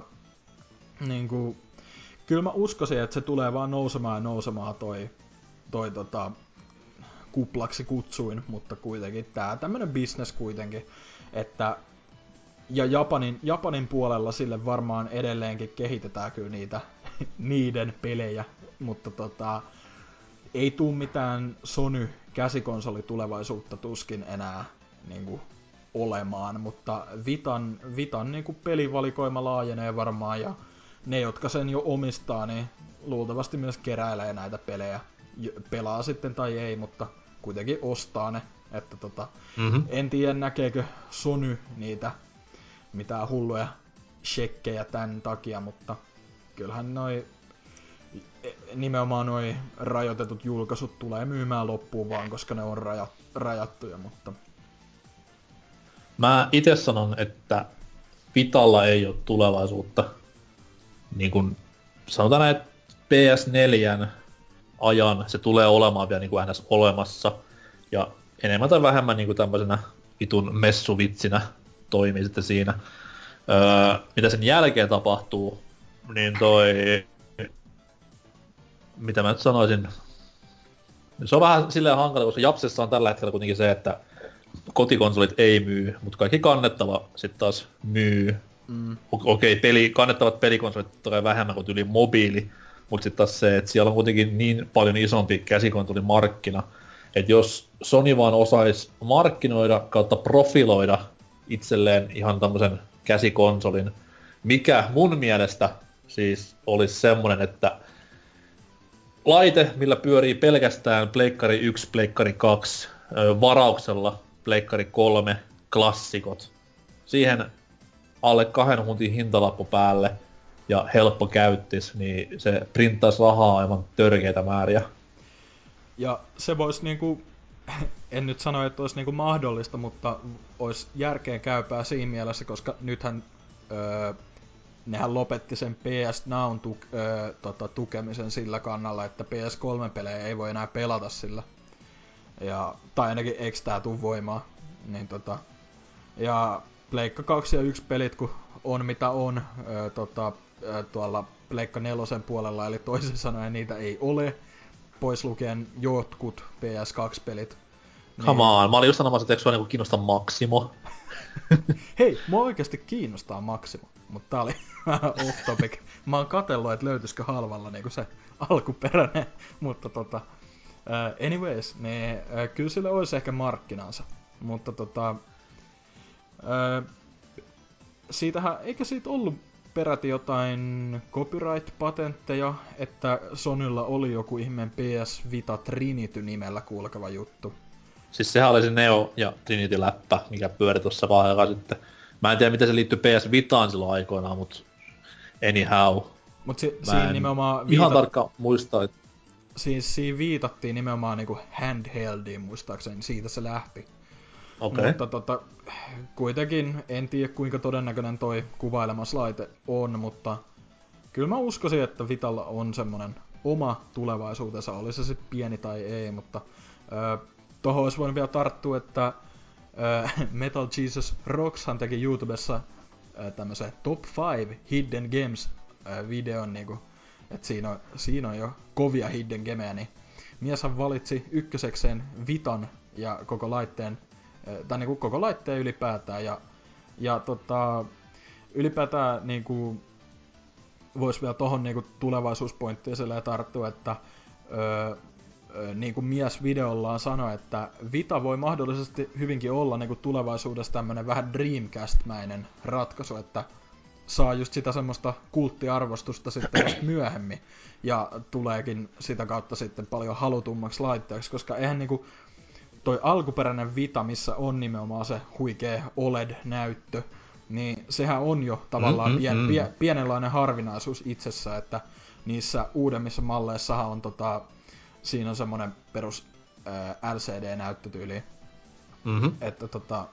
niinku, kyllä mä uskoisin, että se tulee vaan nousemaan ja nousemaan toi, toi tota, kuplaksi kutsuin, mutta kuitenkin tää tämmönen business kuitenkin, että ja Japanin, Japanin puolella sille varmaan edelleenkin kehitetään kyllä niitä niiden pelejä, mutta tota, ei tuu mitään Sony käsikonsoli-tulevaisuutta tuskin enää niinku olemaan, mutta Vitan, Vitan niinku pelivalikoima laajenee varmaan, ja ne, jotka sen jo omistaa, niin luultavasti myös keräilee näitä pelejä. Pelaa sitten tai ei, mutta kuitenkin ostaa ne. Että tota, mm-hmm. en tiedä näkeekö Sony niitä mitään hulluja shekkejä tän takia, mutta kyllähän noi nimenomaan noi rajoitetut julkaisut tulee myymään loppuun vaan, koska ne on rajat, rajattuja, mutta mä itse sanon, että Vitalla ei ole tulevaisuutta. Niin kun sanotaan näin, että P S neljän ajan se tulee olemaan vielä niin kuin ns. Olemassa. Ja enemmän tai vähemmän niin kuin tämmöisenä vitun messuvitsinä toimii sitten siinä. Öö, mitä sen jälkeen tapahtuu, niin toi mitä mä nyt sanoisin, se on vähän silleen hankala, koska Japsessa on tällä hetkellä kuitenkin se, että kotikonsolit ei myy, mutta kaikki kannettava sitten taas myy. Mm. Okei, peli, kannettavat pelikonsolit tulee vähemmän kuin yli mobiili, mutta sitten taas se, että siellä on kuitenkin niin paljon isompi käsikonsolimarkkina, että jos Sony vaan osaisi markkinoida kautta profiloida itselleen ihan tämmöisen käsikonsolin, mikä mun mielestä siis olisi semmonen, että laite, millä pyörii pelkästään Pleikkari yksi, Pleikkari kaksi, varauksella Pleikkari kolme, klassikot. Siihen alle kahden huntin hintalappu päälle ja helppo käyttis, niin se printtaisi rahaa aivan törkeitä määriä. Ja se voisi niinku, en nyt sano, että olisi niinku mahdollista, mutta olisi järkeen käypää siinä mielessä, koska nythän öö, nehän lopetti sen P S Nown tuk, öö, tota, tukemisen sillä kannalla, että P S kolme-pelejä ei voi enää pelata sillä. Ja, tai ainakin eikö tää tuu voimaan. Niin, tota, ja Pleikka kaksi ja yksi pelit, kun on mitä on öö, tota, öö, tuolla Pleikka nelosen puolella, eli toisin sanoen niitä ei ole, pois lukien jotkut P S kaksi-pelit. Niin... Come on, mä olin just sanomassa, että eikö sua niinku kiinnosta Maximo? Hei, mua oikeesti kiinnostaa Maximo, mutta tää oli off topic. Mä oon katsellut, että löytyisikö halvalla niinku se alkuperäinen, mutta tota... Uh, anyways, niin uh, kyllä sille olisi ehkä markkinansa, mutta tota... Uh, siitähän, eikä siitä ollut peräti jotain copyright-patentteja, että Sonylla oli joku ihmeen P S Vita Trinity-nimellä kulkeva juttu. Siis sehän oli se Neo ja Trinity-läppä, mikä pyöri tuossa vähän aikaa sitten. Mä en tiedä, miten se liittyy P S Vitaan silloin aikoinaan, mut anyhow. Mut si- siinä nimenomaan ihan viitat- tarkkaan muista, että... Siis siinä viitattiin nimenomaan niinku handheldiin muistaakseni, siitä se lähti. Okay. Mutta tota, kuitenkin en tiedä kuinka todennäköinen toi kuvailemas laite on, mutta kyllä mä uskoisin, että Vitalla on semmonen oma tulevaisuutensa, oli se sitten pieni tai ei, mutta äh, tohon olisi voinut vielä tarttua, että äh, Metal Jesus Rockshan teki YouTubessa äh, tämmösen Top five Hidden Games äh, videon, niinku, että siinä on, siinä on jo kovia hidden gemejä, niin mieshän valitsi ykkösekseen Vitan ja koko laitteen tai niinku koko laitteen ylipäätään ja, ja tota, ylipäätään niinku vois vielä tohon niinku tulevaisuuspointtiin silleen tarttua, että öö, öö, niinku mies videollaan sanoi, että Vita voi mahdollisesti hyvinkin olla niinku tulevaisuudessa tämmönen vähän Dreamcast-mäinen ratkaisu, että saa just sitä semmoista kulttiarvostusta sitten vasta myöhemmin ja tuleekin sitä kautta sitten paljon halutummaksi laitteeksi, koska eihän niinku toi alkuperäinen Vita, missä on nimenomaan se huikee O L E D-näyttö, niin sehän on jo tavallaan mm, mm, pien, mm. pie, pienenlainen harvinaisuus itsessä, että niissä uudemmissa malleissahan on tota, siinä on semmonen perus ää, L C D-näyttötyyli. Mm-hmm. Että tota,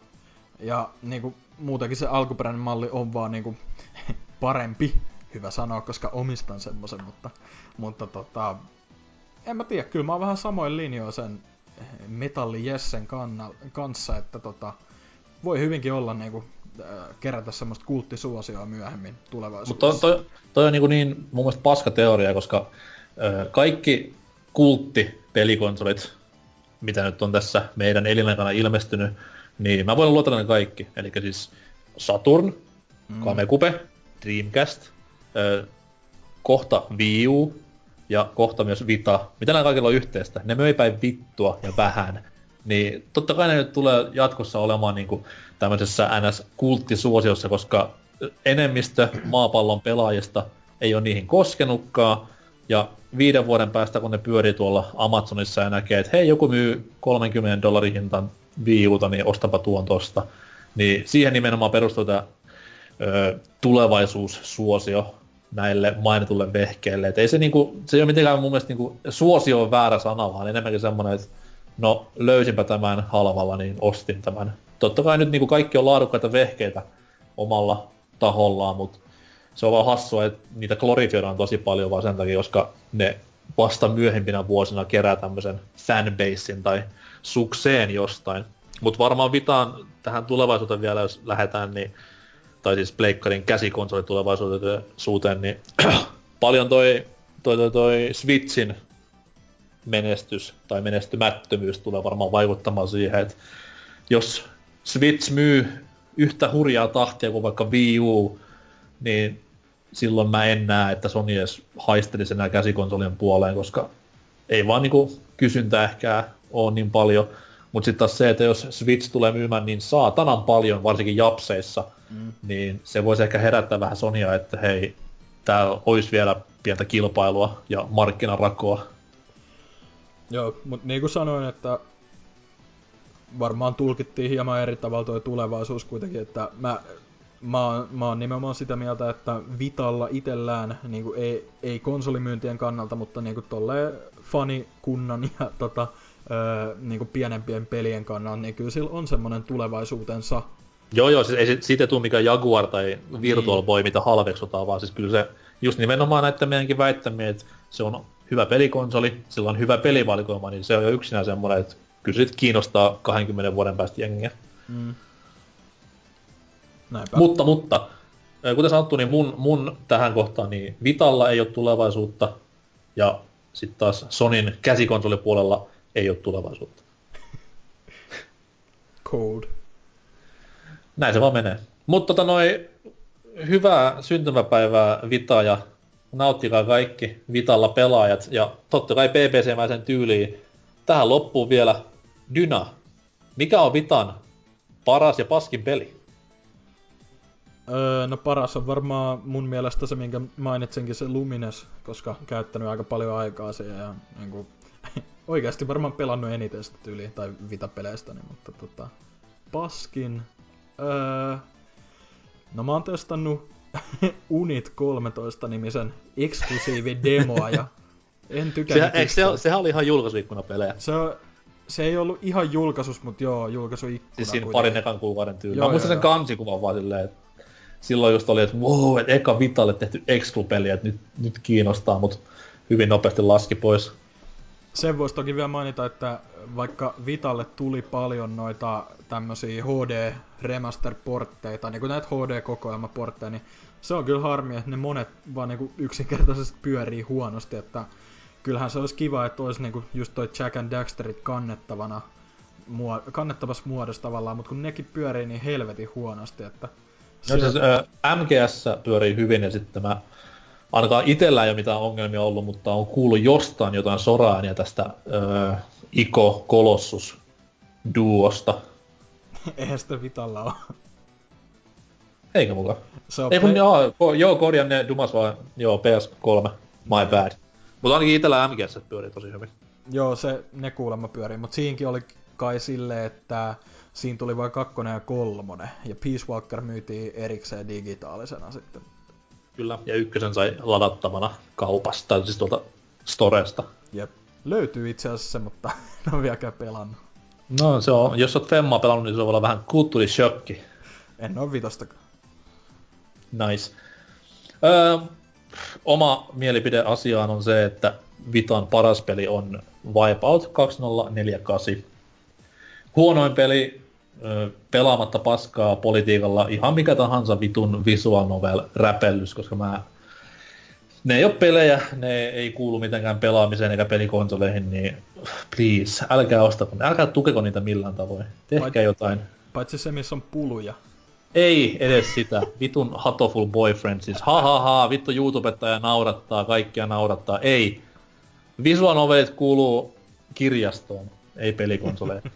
ja niinku muutenkin se alkuperäinen malli on vaan niinku parempi, hyvä sanoa, koska omistan semmosen, mutta, mutta tota, en mä tiedä, kyllä mä oon vähän samoin linjoin sen Metalli Jessen kanna, kanssa, että tota, voi hyvinkin olla niinku, äh, kerätä semmoista kulttisuosioa myöhemmin tulevaisuudessa. Mutta toi, toi, toi on niinku niin mun mielestä paska teoria, koska ö, kaikki kulttipelikonsolit, mitä nyt on tässä meidän elinaikana ilmestynyt, niin mä voin luottaa ne kaikki. Eli siis Saturn, mm. Gamecube, Dreamcast, ö, kohta Wii U, ja kohta myös Vita. Mitä nämä kaikilla on yhteistä? Ne möi päin vittua ja vähän. Niin totta kai ne nyt tulee jatkossa olemaan niinku tämmöisessä N S-kulttisuosiossa, koska enemmistö maapallon pelaajista ei ole niihin koskenutkaan. Ja viiden vuoden päästä, kun ne pyörii tuolla Amazonissa ja näkee, että hei, joku myy kolmenkymmenen dollarin hintaan Wii Uta, niin ostapa tuon tosta. Niin siihen nimenomaan perustuu tämä ö, tulevaisuussuosio näille mainitulle vehkeille. Et ei se, niinku, se ei ole mitenkään mun mielestä niinku, suosio on väärä sana, vaan enemmänkin semmoinen, että no löysinpä tämän halvalla, niin ostin tämän. Totta kai nyt niinku kaikki on laadukkaita vehkeitä omalla tahollaan, mutta se on vaan hassua, että niitä glorifioidaan tosi paljon vaan sen takia, koska ne vasta myöhempinä vuosina kerää tämmöisen fanbasein tai sukseen jostain. Mutta varmaan Vitaan tähän tulevaisuuteen vielä, jos lähdetään, niin tai siis pleikkarin käsikonsoli tulevaisuuteen, niin paljon toi, toi, toi, toi Switchin menestys tai menestymättömyys tulee varmaan vaikuttamaan siihen, että jos Switch myy yhtä hurjaa tahtia kuin vaikka Wii U, niin silloin mä en näe, että Sony edes haistelisi enää käsikonsolien puoleen, koska ei vaan niinku kysyntä ehkä ole niin paljon. Mutta sitten taas se, että jos Switch tulee myymään niin saatanan paljon, varsinkin japseissa, mm. niin se voisi ehkä herättää vähän Sonya, että hei, täällä olisi vielä pientä kilpailua ja markkinarakoa. Joo, mutta niin kuin sanoin, että varmaan tulkittiin hieman eri tavalla tuo tulevaisuus kuitenkin, että mä, mä, oon, mä oon nimenomaan sitä mieltä, että Vitalla itsellään, niin kuin ei, ei konsolimyyntien kannalta, mutta niin kuin tolleen fanikunnan ja tota, öö, niin kuin pienempien pelien kannalta, niin kyllä sillä on semmoinen tulevaisuutensa. Joo, joo, siis ei siitä tule mikään Jaguar tai Virtual Boy, mitä halveksutaan, vaan siis kyllä se just nimenomaan näiden meidänkin väittämiä, että se on hyvä pelikonsoli, sillä on hyvä pelivalikoima, niin se on jo yksinään semmoinen, että kyllä se kiinnostaa kahdenkymmenen vuoden päästä jengiä. Mm. Näinpä. Mutta, mutta, kuten sanottu, niin mun, mun tähän kohtaan, niin Vitalla ei ole tulevaisuutta, ja sitten taas Sonyn käsikonsolipuolella ei ole tulevaisuutta. Cold. Näin se vaan menee. Mutta tota noi, hyvää syntymäpäivää Vita ja nauttikaa kaikki Vitalla pelaajat ja totta kai P P C-mäisen tyyliin. Tähän loppuu vielä Dyna. Mikä on Vitan paras ja paskin peli? Öö, no paras on varmaan mun mielestä se, minkä mainitsinkin, se Lumines, koska käyttänyt aika paljon aikaa siihen ja niin kuin, oikeasti varmaan pelannut eniten sitä tyyliä, tai Vita-peleistä, niin, mutta tota, paskin. Öö, no mä oon testannut Unit kolmetoista-nimisen eksklusiividemoa ja en tykännyt. Sehän, se, sehän oli ihan julkaisuikkunapelejä. Se, se ei ollut ihan julkaisus, mutta joo, julkaisuikkuna. Siis siinä kuitenkin. parin ekan kuukauden tyyli. Joo, Mä muistan joo, sen kansikuvan vaan silleen, että silloin just oli, että wow, että eka Vitalle tehty Exclu-peli, että nyt, nyt kiinnostaa, mutta hyvin nopeasti laski pois. Sen voisi toki vielä mainita, että vaikka Vitalle tuli paljon noita tämmösiä H D remaster-portteita, niin kuin näitä H D-kokoelmaportteja, niin se on kyllä harmi, että ne monet vaan niin yksinkertaisesti pyörii huonosti, että kyllähän se olisi kiva, että olisi niin just toi Jack and Daxterit kannettavana, kannettavassa muodossa tavallaan, mutta kun nekin pyörii niin helvetin huonosti, että... No siis äh, M G S pyörii hyvin ja sitten mä, ainakaan itsellä ei ole mitään ongelmia ollut, mutta on kuullut jostain jotain soraania tästä äh, Ico Colossus duosta. Eihän sitä Vitalla ole. Eikä mukaan. play... Ei kun joo, ko, joo Kodian ne dumas vaan, joo P S kolme, my bad. Mutta ainakin itellä M G S pyörii tosi hyvin. Joo, se, ne kuulemma pyörii, mutta siinkin oli kai silleen, että siinä tuli vain kakkonen ja kolmonen, ja Peace Walker myytiin erikseen digitaalisena sitten. Kyllä, ja ykkösen sai ladattavana kaupasta, siis tuolta Storesta. Jep. Löytyy itse asiassa, mutta en ole vieläkään pelannut. No se on, jos oot Femmaa pelannut, niin se voi olla vähän kulttuurishokki. En oo vitostakaan. Nice. Öö, oma mielipide asiaan on se, että Vitan paras peli on Wipeout kaksituhattaneljäkymmentäkahdeksan. Huonoin peli, öö, pelaamatta paskaa politiikalla, ihan mikä tahansa vitun visual novel räpellys, koska mä... Ne ei oo pelejä, ne ei kuulu mitenkään pelaamiseen eikä pelikonsoleihin, niin please, älkää ostako, älkää tukeko niitä millään tavoin. Tehkää Pait- jotain. Paitsi se, missä on puluja. Ei edes sitä. Vitun Hatoful Boyfriend siis. Ha ha ha, vittu YouTubettaja naurattaa, kaikkia naurattaa. Ei. Visual novelit kuuluu kirjastoon, ei pelikonsoleihin.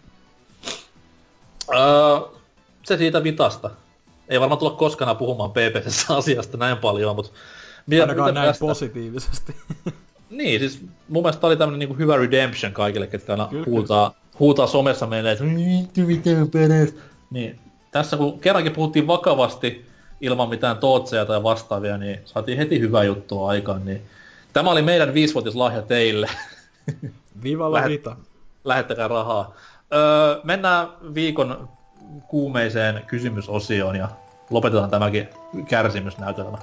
öö, se siitä Vitasta. Ei varmaan tulla koskaan puhumaan P P C-asiasta näin paljon, mutta... Ainakaan näin tästä? Positiivisesti. Niin, siis mun mielestä tää oli tämmönen niinku hyvä redemption kaikille, ketkä aina huutaa, huutaa somessa meille, että vittu vittu peräs. Niin, tässä kun kerrankin puhuttiin vakavasti ilman mitään tootseja tai vastaavia, niin saatiin heti hyvää juttua aikaan, niin tämä oli meidän viisivuotislahja teille. Viva la Vita. Lähettäkää rahaa. Öö, mennään viikon kuumeiseen kysymysosioon ja lopetetaan tämäkin kärsimysnäytelmä.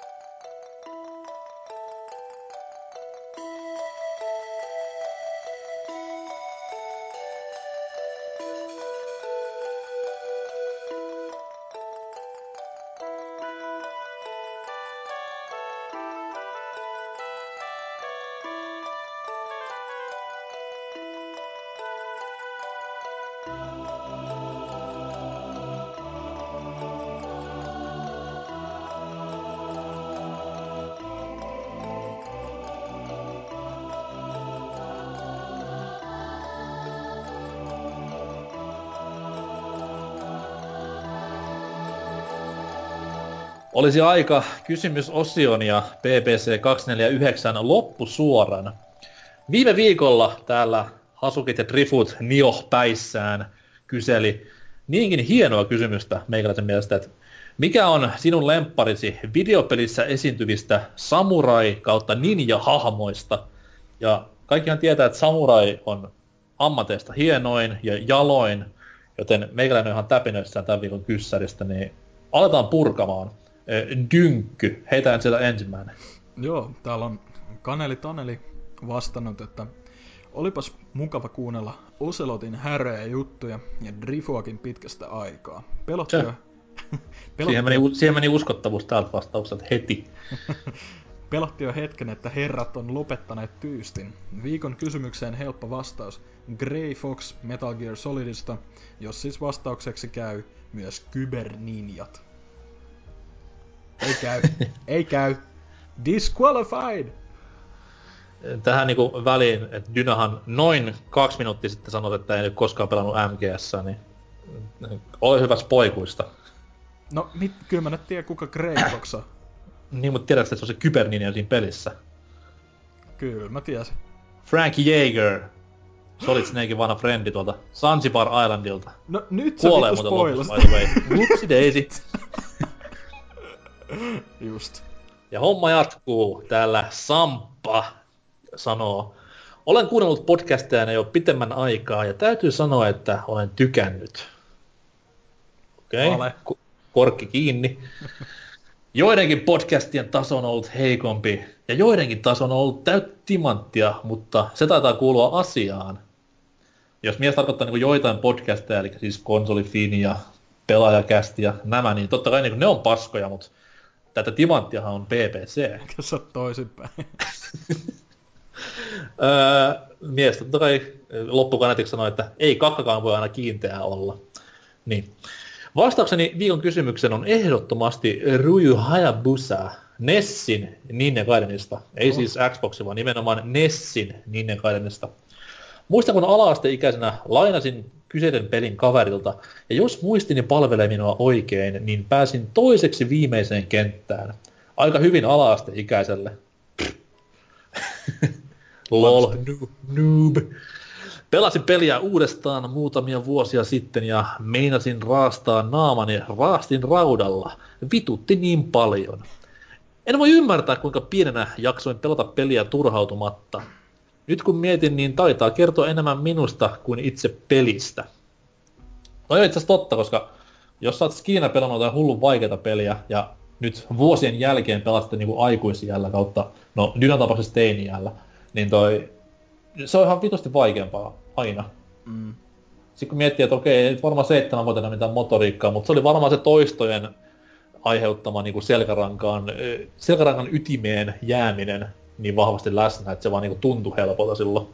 Olisi aika kysymysosion ja B B C kaksisataaneljäkymmentäyhdeksän loppusuoran. Viime viikolla täällä Hasukit ja Drifut niohpäissään kyseli niinkin hienoa kysymystä meikäläisen mielestä, että mikä on sinun lempparisi videopelissä esiintyvistä samurai kautta ninja-hahmoista? Ja kaikkihan tietää, että samurai on ammateista hienoin ja jaloin, joten meikäläinen on ihan täpinöissään tämän viikon kyssäristä, niin aletaan purkamaan. Dynkky, heitään sieltä ensimmäinen. Joo, täällä on Kaneli Taneli vastannut, että olipas mukava kuunnella Ocelotin häröjä juttuja ja Drifuakin pitkästä aikaa. Pelotti jo... siihen, meni, siihen meni uskottavuus täältä vastaukselta heti. Pelotti jo hetken, että herrat on lopettaneet tyystin. Viikon kysymykseen helppo vastaus. Grey Fox Metal Gear Solidista, jos siis vastaukseksi käy myös kyberninjat. Ei käy. Ei käy. Disqualified! Tähän niinku väliin, että Dynahan noin kaksi minuuttia sitten sanoi, että ei nyt koskaan pelannut M G S, niin ole hyvä spoikuista. No, mit, kyllä mä nyt tiedän, kuka Grey Fox on. Niin, mutta tiedätkö, että se on se kyberninja siinä pelissä? Kyllä, mä tiesin. Frank Jaeger. Solid Snakein vanha frendi tuolta Zanzibar Islandilta. No nyt se kuolee vittu muuten spoilas. lopussa, by the way. Whoopsie daisy. Just. Ja homma jatkuu. Täällä Samppa sanoo. Olen kuunnellut podcasteja jo pitemmän aikaa ja täytyy sanoa, että olen tykännyt. Okei, okay. K- korkki kiinni. Joidenkin podcastien taso on ollut heikompi ja joidenkin taso on ollut täyttä timanttia, mutta se taitaa kuulua asiaan. Jos mies tarkoittaa niin joitain podcasteja, eli siis konsolifini ja pelaajakästi ja nämä, niin totta kai niin ne on paskoja, mutta tätä timanttiahan on B B C. Sä oot toisinpäin. öö, mies totta kai loppukanetiksi sanoi, että ei kakkakaan voi aina kiinteää olla. Niin. Vastaukseni viikon kysymykseen on ehdottomasti Ryu Hayabusa Nessin Ninja Gaidenista. Ei oh. siis Xboxin, vaan nimenomaan Nessin Ninja Gaidenista. Muistan, kun ala-asteikäisenä lainasin kyseisen pelin kaverilta, ja jos muistini palvelee minua oikein, niin pääsin toiseksi viimeiseen kenttään. Aika hyvin ala-asteikäiselle. Lol, noob. Pelasin peliä uudestaan muutamia vuosia sitten ja meinasin raastaa naamani raastin raudalla. Vitutti niin paljon. En voi ymmärtää, kuinka pienenä jaksoin pelata peliä turhautumatta. Nyt kun mietin, niin taitaa kertoa enemmän minusta kuin itse pelistä. No itse asiassa totta, koska jos sä oot skiinä pelannut jotain hullun vaikeita peliä ja nyt vuosien jälkeen pelaste niinku aikuisijällä kautta, no Dynan tapauksessa teini-iällä, niin toi, se on ihan vitusti vaikeampaa aina. Mm. Sitten kun miettii, että okei, ei varmaan seitsemän vuotena mitään motoriikkaa, mutta se oli varmaan se toistojen aiheuttama niinku selkärankaan, selkärankan ytimeen jääminen niin vahvasti läsnä, että se vaan niinku tuntui helpolta silloin.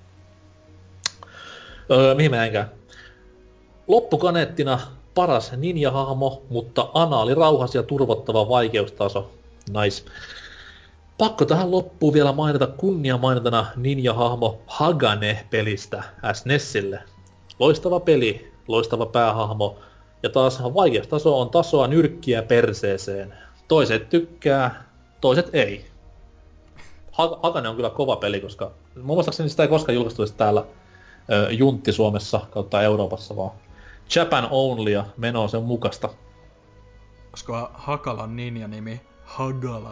Öö, mihin mä enkään? Loppukaneettina paras ninja-hahmo, mutta anaali rauhas ja turvottava vaikeustaso. Nice. Pakko tähän loppuun vielä mainita kunniamainintana ninja-hahmo Hagane-pelistä S N E Sille. Loistava peli, loistava päähahmo, ja taas vaikeustaso on tasoa nyrkkiä perseeseen. Toiset tykkää, toiset ei. Hagane on kyllä kova peli, koska mun muistaakseni sitä ei koskaan julkaistu täällä ö, Juntti Suomessa kautta Euroopassa, vaan Japan only ja meno sen mukasta. Olisiko Hakalan ninja-nimi Hagala?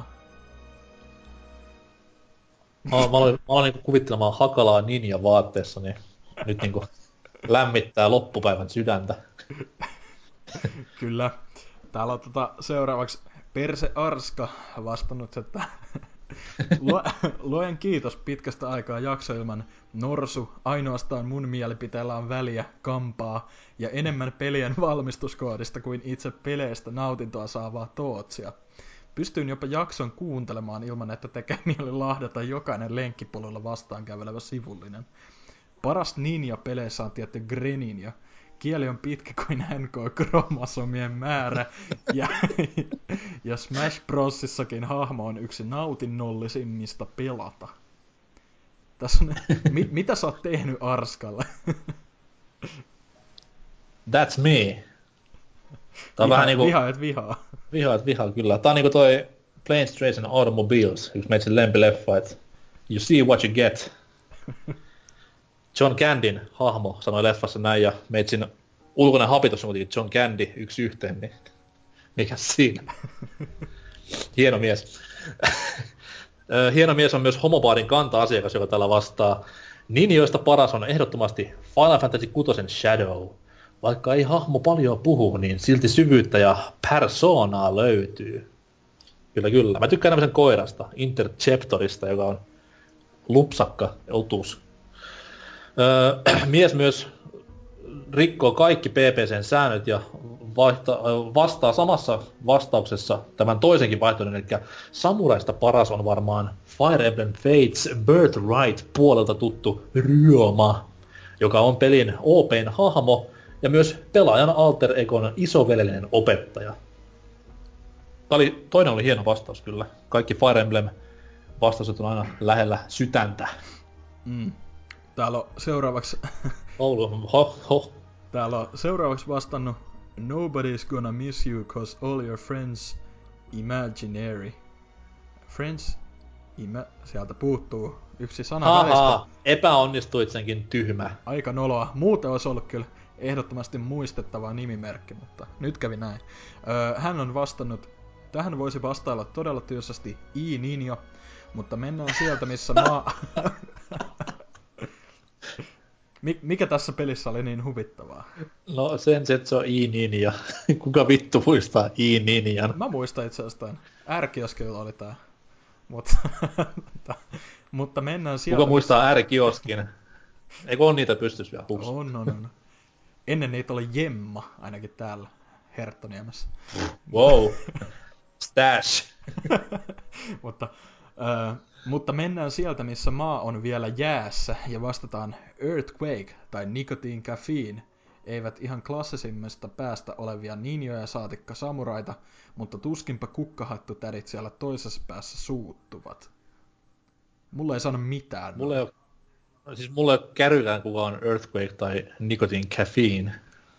Mä, mä aloin, mä aloin niinku kuvittelemaan Hakalaa ninja vaatteessa, niin nyt niinku lämmittää loppupäivän sydäntä. Kyllä. Täällä on tota seuraavaksi Perse Arska vastannut, että Luen kiitos pitkästä aikaa jaksoilman Norsu, ainoastaan mun mielipiteellä on väliä, kampaa ja enemmän pelien valmistuskoodista kuin itse peleistä nautintoa saavaa Tootsia. Pystyin jopa jakson kuuntelemaan ilman, että tekee mieli lahdata jokainen lenkkipolulla vastaan kävelevä sivullinen. Paras ninja peleissä on tietty Greninja. Kieli on pitkä kuin N K-kromosomien määrä, ja, ja Smash Brosissakin hahmo on yksi nautinnollisemmista pelata. Tässä on, mit, mitä sä oot tehnyt Arskalle? That's me. Tää on Viha, vähän niinku... Viha et vihaa. Viha et vihaa, kyllä. Tää on niinku toi Planes, Trains and Automobiles, yksi meitsin lempileffa, et you see what you get. John Candyn hahmo sanoi leffassa näin, ja meitsin ulkoinen hapitus on kuitenkin John Candy yksi yhteen, niin mikäs siinä? Hieno mies. Hieno mies on myös Homobaadin kanta-asiakas, joka täällä vastaa. Ninjoista paras on ehdottomasti Final Fantasy kuusi Shadow. Vaikka ei hahmo paljon puhu, niin silti syvyyttä ja persoonaa löytyy. Kyllä, kyllä. Mä tykkään tämmöisen koirasta, Interceptorista, joka on lupsakka otus. Öö, mies myös rikkoo kaikki P P C:n säännöt ja vaihta, vastaa samassa vastauksessa tämän toisenkin vaihtoehdon, eli samuraista paras on varmaan Fire Emblem Fates Birthright puolelta tuttu Ryoma, joka on pelin O P:n hahmo ja myös pelaajan alter egon isovelellinen opettaja. Oli, toinen oli hieno vastaus kyllä. Kaikki Fire Emblem vastaukset on aina lähellä sydäntä. Mm. Täällä on seuraavaksi... Oulu, ho, ho. Täällä on seuraavaksi vastannut Nobody's gonna miss you cause all your friends imaginary. Friends, ima- sieltä puuttuu yksi sana välistä. Haha, epäonnistuit senkin tyhmä. Aika noloa. Muuten olisi ollut kyllä ehdottomasti muistettava nimimerkki, mutta nyt kävi näin. Öö, hän on vastannut, tähän voisi vastailla todella tylsästi I Ninja, mutta mennään sieltä missä maa... Mikä tässä pelissä oli niin huvittavaa? No sen, että se on I-Ninja. Kuka vittu muistaa I-Ninjan? Mä muistan itse asiassa tämän. R-kioskilla oli tää. Mutta, mutta mennään sieltä... Kuka muistaa R-kioskin? Eikö on niitä pystys vielä? Hups. On, on, on. Ennen niitä oli Jemma, ainakin täällä Herttoniemessä. Wow. Stash. mutta, äh, mutta mennään sieltä, missä maa on vielä jäässä, ja vastataan Earthquake tai Nicotine Caffeine. Eivät ihan klassisimmasta päästä olevia ninjoja saatikka samuraita, mutta tuskinpa kukkahattutädit siellä toisessa päässä suuttuvat. Mulla ei sano mitään. Mulla ei ole, siis mulla ei ole kärrykään kuka on Earthquake tai Nicotine Caffeine.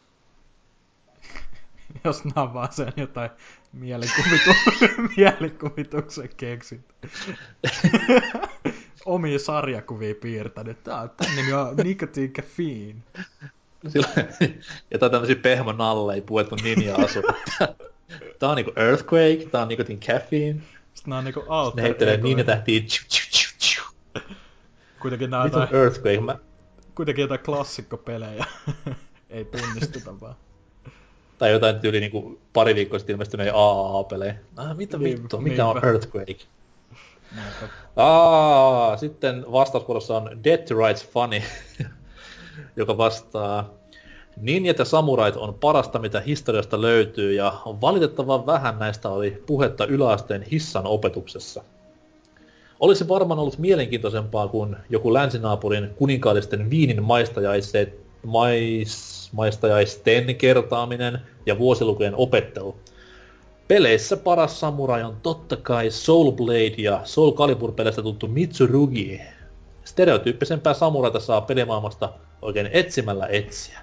Jos nää on vaan sen jotain mielikuvitu- mielikuvituksen keksit. Omia sarjakuvia piirtänyt. Tää, tän nimi on Nicotine Caffeine. Sillä, jotain tämmösiä pehmonalleja puettu ninja-asu. Tää on niinku Earthquake, tää on Nicotine Caffeine. Sitten nää on niinku alter ne heittelee ego. ninja-tähtiä. Tju, tju, tju, tju. Kuitenkin nää Mitä on jotain, Earthquake? Mä... kuitenkin jotain klassikkopelejä. Ei tunnistuta vaan. Tai jotain tyyli niinku pari viikkoa sitten ilmestyneitä A A A-pelejä. Ah, mitä Niin, vittua, mikä on niinpä. Earthquake? Näinpä. Aa, sitten vastausvuorossa on Dead to Rights Funny, joka vastaa: Ninjat ja samurait on parasta, mitä historiasta löytyy, ja valitettavan vähän näistä oli puhetta yläasteen hissan opetuksessa. Olisi varmaan ollut mielenkiintoisempaa kuin joku länsinaapurin kuninkaallisten viinin maistajaiset, mais, maistajaisten kertaaminen ja vuosilukujen opettelu. Peleissä paras samurai on totta kai Soul Blade ja Soul Calibur-peleistä tuttu Mitsurugi. Stereotyyppisempää samuraita saa pelimaailmasta oikein etsimällä etsiä.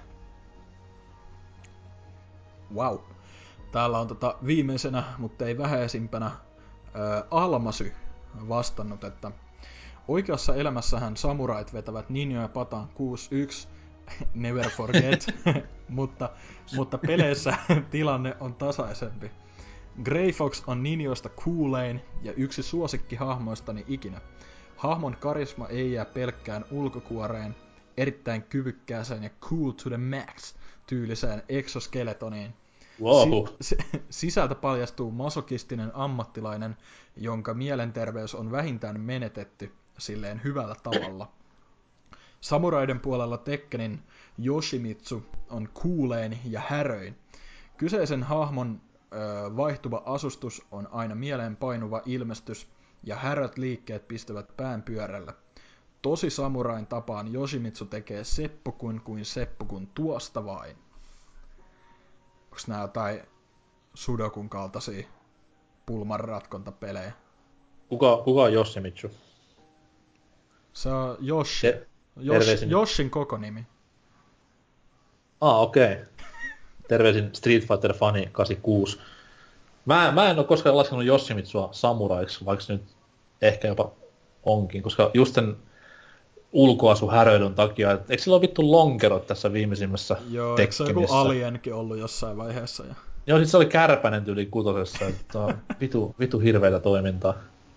Wow. Täällä on tota viimeisenä, mutta ei vähäisimpänä, ää, Almasy vastannut, että oikeassa elämässähän samurait vetävät ninjoja pataan kuusi yksi, never forget, mutta, mutta peleissä tilanne on tasaisempi. Grey Fox on ninjoista coolain ja yksi suosikkihahmoistani ikinä. Hahmon karisma ei jää pelkkään ulkokuoreen, erittäin kyvykkääseen ja cool to the max tyyliseen exoskeletoniin. Wow. Si- sisältä paljastuu masokistinen ammattilainen, jonka mielenterveys on vähintään menetetty silleen hyvällä tavalla. Samuraiden puolella Tekkenin Yoshimitsu on kuulein ja häröin. Kyseisen hahmon ö, vaihtuva asustus on aina mieleenpainuva ilmestys ja härät liikkeet pistävät pään pyörällä. Tosi samurain tapaan Yoshimitsu tekee seppukun kuin seppukun tuosta vain. Onks nää jotain Sudokun kaltaisia pulmanratkontapelejä? Kuka, kuka on Yoshimitsu? Se on Yoshi. Te- Yoshi terveisin. Yoshin koko nimi. Ah, okei. Okay. Terveisin Street Fighter Funny kahdeksankymmentäkuusi. Mä, mä en oo koskaan laskenut Yoshimitsua samuraiksi, vaikka se nyt ehkä jopa onkin, koska just sen ulkoasuhäröilyn takia, et eikö sillä ole vittu lonkerot tässä viimeisimmässä Joo, eikö se joku Tekkenissä? Alienkin ollut jossain vaiheessa? Ja... Joo, sit se oli kärpänen tyyli kutosessa, että on vitu, vitu hirveitä toimintaa.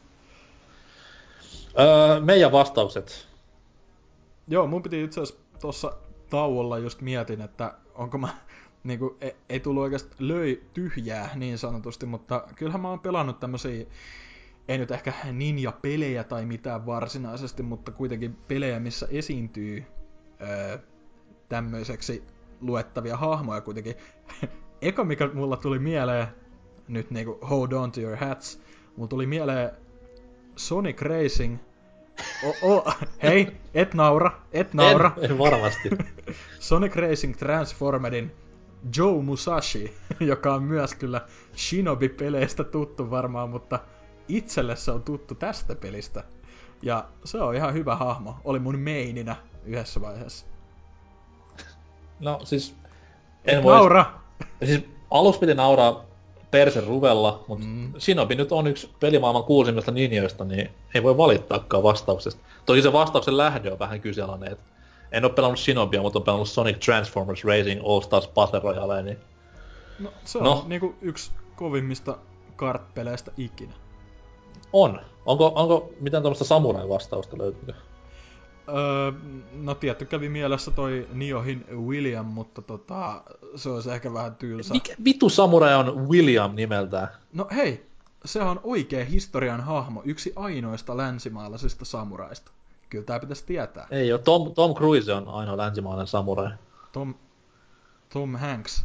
Öö, meidän vastaukset. Joo, mun piti itse asiassa tuossa tauolla just mietin, että onko mä, niinku, ei, ei tullut oikeastaan löi tyhjää niin sanotusti, mutta kyllähän mä oon pelannut tämmösiä, ei nyt ehkä ninja-pelejä tai mitään varsinaisesti, mutta kuitenkin pelejä, missä esiintyy öö, tämmöiseksi luettavia hahmoja kuitenkin. Eka, mikä mulla tuli mieleen, nyt niinku hold on to your hats, mulla tuli mieleen Sonic Racing. O, o, hei, et naura, et naura. En, en varmasti. Sonic Racing Transformedin Joe Musashi, joka on myös kyllä Shinobi-peleistä tuttu varmaan, mutta itselle se on tuttu tästä pelistä. Ja se on ihan hyvä hahmo. Oli mun meininä yhdessä vaiheessa. No siis... En Et voi... naura! Ja siis alus piti nauraa persen ruvella, mutta Mm. Shinobi nyt on yksi pelimaailman kuulisimmista ninjoista, niin ei voi valittaakaan vastauksesta. Toki se vastauksen lähde on vähän kyseenalainen, et en oo pelannut Shinobia, mutta oon pelannut Sonic Transformers Racing All Stars Battle Royale, niin No se on No. niinku yksi kovimmista kart-peleistä ikinä. on. Onko, onko mitään tommoista samurai-vastausta löytyykö? Öö, no tietty kävi mielessä toi Niohin William, mutta tota, se olisi ehkä vähän tylsä. Mikä vitu samurai on William nimeltään? No hei, se on oikea historian hahmo, yksi ainoista länsimaalaisista samuraista. Kyllä tää pitäisi tietää. Ei oo, Tom, Tom Cruise on ainoa länsimaalainen samurai. Tom, Tom Hanks.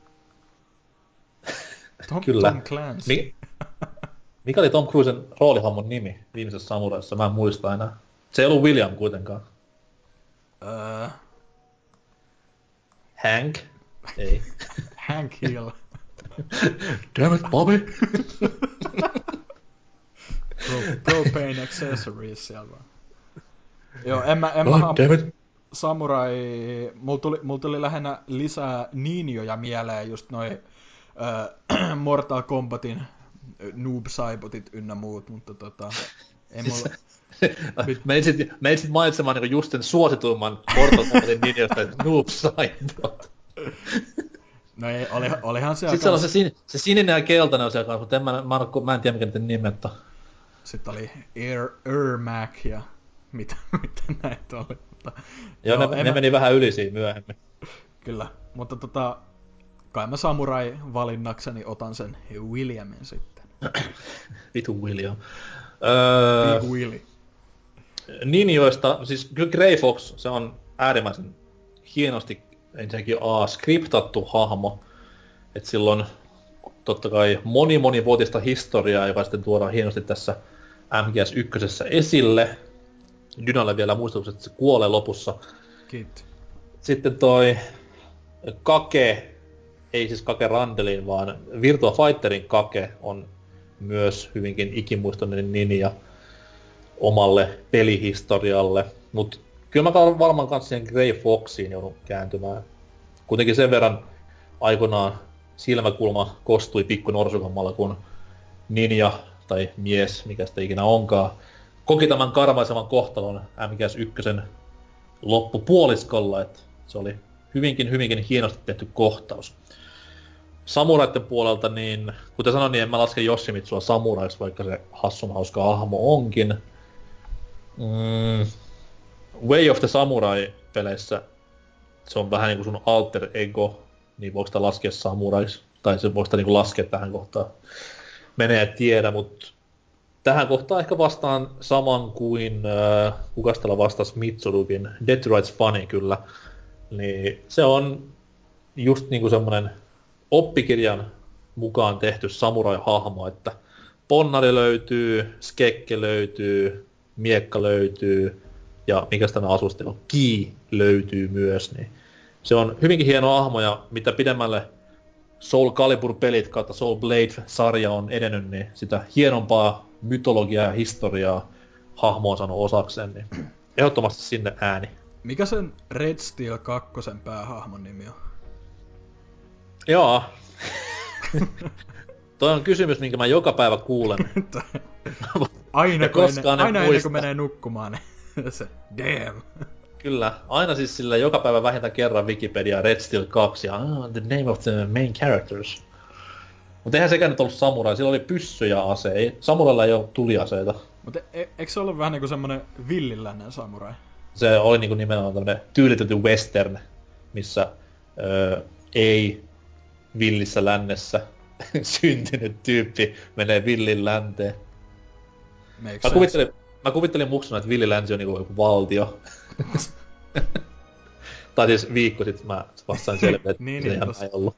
Tom, Kyllä. Tom Clancy. Mi- Mikä oli Tom Cruisen roolihahmon nimi viimeisessä samuraissa? Mä en muista enää. Se ei ollut William kuitenkaan. Öö, Hank? Ei. Hank Hill. Damn it, Bobby! Pro, propane accessories siellä vaan. Joo, en mä, en mä God ham- damn it. samurai, mulla tuli, mulla tuli lähinnä lisää ninjoja mieleen, just noi äh, Mortal Kombatin Noob Saibotit ynnä muut, mutta tota, ei mulla... Menisit, menisit mainitsemaan niin just sen suosituimman Mortal Kombatin ninjoista, että Noob Saibot. No ei, oli, olihan siellä Sitten se on kans... se, sin, se sininen ja keltainen on siellä kanssa, mutta en mä, mä, en- mä en tiedä mikä niiden nimet on. Sitten oli Air, Air Mac ja mitä, mitä näitä oli. Mutta, Joo, ne, en ne mä- meni vähän yli siinä myöhemmin. Kyllä, mutta tota, kai mä samurai valinnakseni otan sen Williamin sitten. Vitu William. Öö, Big Willy. Ninjoista, siis kyllä Grey Fox, se on äärimmäisen hienosti ensinnäkin A, skriptattu hahmo. Että silloin totta kai moni monivuotista historiaa, joka sitten tuodaan hienosti tässä M G S yksi esille. Dynalle vielä muistutus, että se kuolee lopussa. Kiitti. Sitten toi Kake, ei siis Kake Randelin, vaan Virtua Fighterin Kake on myös hyvinkin ikimuistoinen ninja omalle pelihistorialle. Mut kyllä mä varmaan kanssa siihen Grey Foxiin joudun kääntymään. Kuitenkin sen verran aikoinaan silmäkulma kostui pikku norsukammalla, kun ninja tai mies, mikä sitä ikinä onkaan, koki tämän karmaisevan kohtalon M G S yksi loppupuoliskolla, että se oli hyvinkin, hyvinkin hienosti tehty kohtaus. Samuraitten puolelta, niin kuten sanoin, niin en mä laske Yoshimitsua samuraiksi, vaikka se hassun hauska hahmo onkin. Mm, Way of the Samurai-peleissä se on vähän niinku sun alter ego, niin voiko sitä laskea samuraiksi? Tai se voiko sitä niinku laskea tähän kohtaan? Menee tiedä, mutta tähän kohtaan ehkä vastaan saman kuin äh, kukas täällä vastasi Mitsurukin, Dead to Rights Funny kyllä. Niin se on just niinku semmonen oppikirjan mukaan tehty samurai-hahmo, että ponnari löytyy, skekke löytyy, miekka löytyy ja mikä tämä asustelu, ki löytyy myös, niin se on hyvinkin hieno hahmo ja mitä pidemmälle Soul Calibur-pelit kautta Soul Blade-sarja on edennyt, niin sitä hienompaa mytologiaa ja historiaa hahmo on saanut osakseen, niin ehdottomasti sinne ääni. Mikä sen Red Steel kaksi päähahmon nimi on? Joo. Toi on kysymys, minkä mä joka päivä kuulen. aina, kun, koskaan ennen, en aina ennen muista. kuin menee nukkumaan, niin se damn. Kyllä, aina siis sillä joka päivä vähintään kerran Wikipedia Red Steel kaksi ja ah, the name of the main characters. Mutta eihän sekään nyt ollut samurai, sillä oli pyssy ja ase. Ei, samurailla ei ole tuliaseita. Mutta e- eikö se ollut vähän niinku semmonen villilännen samurai? Se oli niinku nimenomaan tämmönen tyylitetty western, missä öö, ei villissä lännessä syntynyt tyyppi menee villin länteen. Mä kuvittelin, mä kuvittelin muksuna, että Villi Länsi on niinku joku valtio. tai siis viikko sitten mä vastaan selville, että niin, se niin, ihan tossa. ei ollut.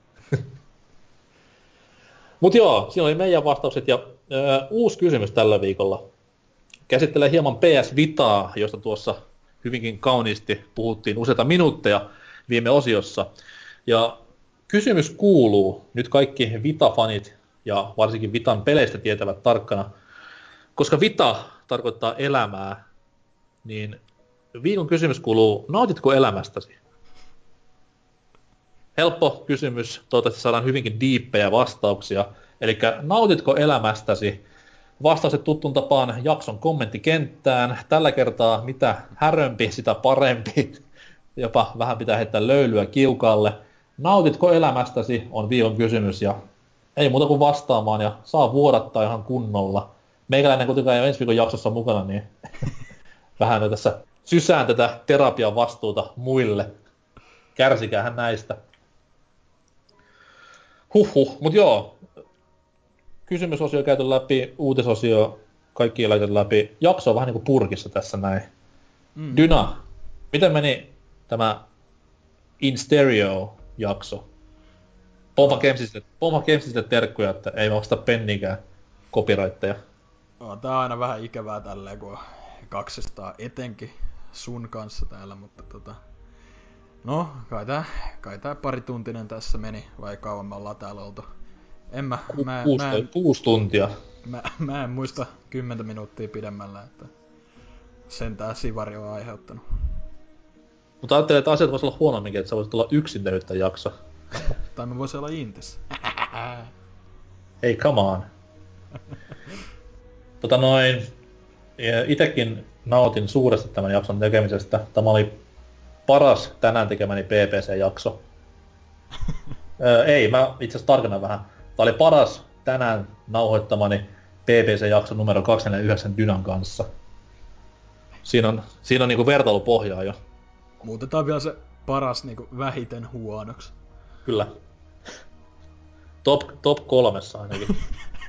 Mut joo, siinä oli meidän vastaukset ja ö, uusi kysymys tällä viikolla. Käsittelee hieman P S Vitaa, josta tuossa hyvinkin kauniisti puhuttiin useita minuutteja viime osiossa. Ja kysymys kuuluu, nyt kaikki Vita-fanit ja varsinkin Vitan peleistä tietävät tarkkana, koska Vita tarkoittaa elämää, niin viikon kysymys kuuluu, nautitko elämästäsi? helppo kysymys, toivottavasti saadaan hyvinkin diippejä vastauksia. Eli nautitko elämästäsi? Vastaukset tuttuun tapaan jakson kommenttikenttään. Tällä kertaa mitä härömpi, sitä parempi. Jopa vähän pitää heittää löylyä kiukaalle. Nautitko elämästäsi on viikon kysymys ja ei muuta kuin vastaamaan ja saa vuodattaa ihan kunnolla. Meikäläinen kuitenkaan ei ole ensi viikon jaksossa mukana, niin vähän tässä sysään tätä terapian vastuuta muille. Kärsikäähän näistä. Huhhuh, mut joo. Kysymysosio käyty läpi, uutisosio kaikki on laitettu läpi. Jakso on vähän niinku purkissa tässä näin. Mm. Dyna, miten meni tämä In Stereo-jakso? Pompa Gamesille, Pompa Gamesille terkkuja, että ei maksa pennikään copyrightteja. No, tää on aina vähän ikävää tälleen, kun on kaksisataa etenkin sun kanssa täällä, mutta tota... No, kai tää, kai tää parituntinen tässä meni, vai kauan me ollaan täällä oltu. En mä, Ku, mä, kuusi, mä, en, kuusi tuntia. Mä, mä en muista kymmentä minuuttia pidemmällä, että sen tää sivari on aiheuttanut. Mutta ajattelin, että asiat voisi olla huonomminkin, että sä voisit olla yksin tehnyt tämän jakso. Tai mä voisin olla intis. Hei, come on. tota noin, itekin nautin suuresti tämän jakson tekemisestä. Tämä oli paras tänään tekemäni P P C-jakso. öö, ei, mä itse asiassa tarkennan vähän. Tämä oli paras tänään nauhoittamani P P C-jakso numero kaksisataaneljäkymmentäyhdeksän Dynan kanssa. Siinä on, siinä on niinku vertailupohjaa jo. Muutetaan vielä se paras niinku vähiten huonoksi. Kyllä. Top, top kolmessa ainakin.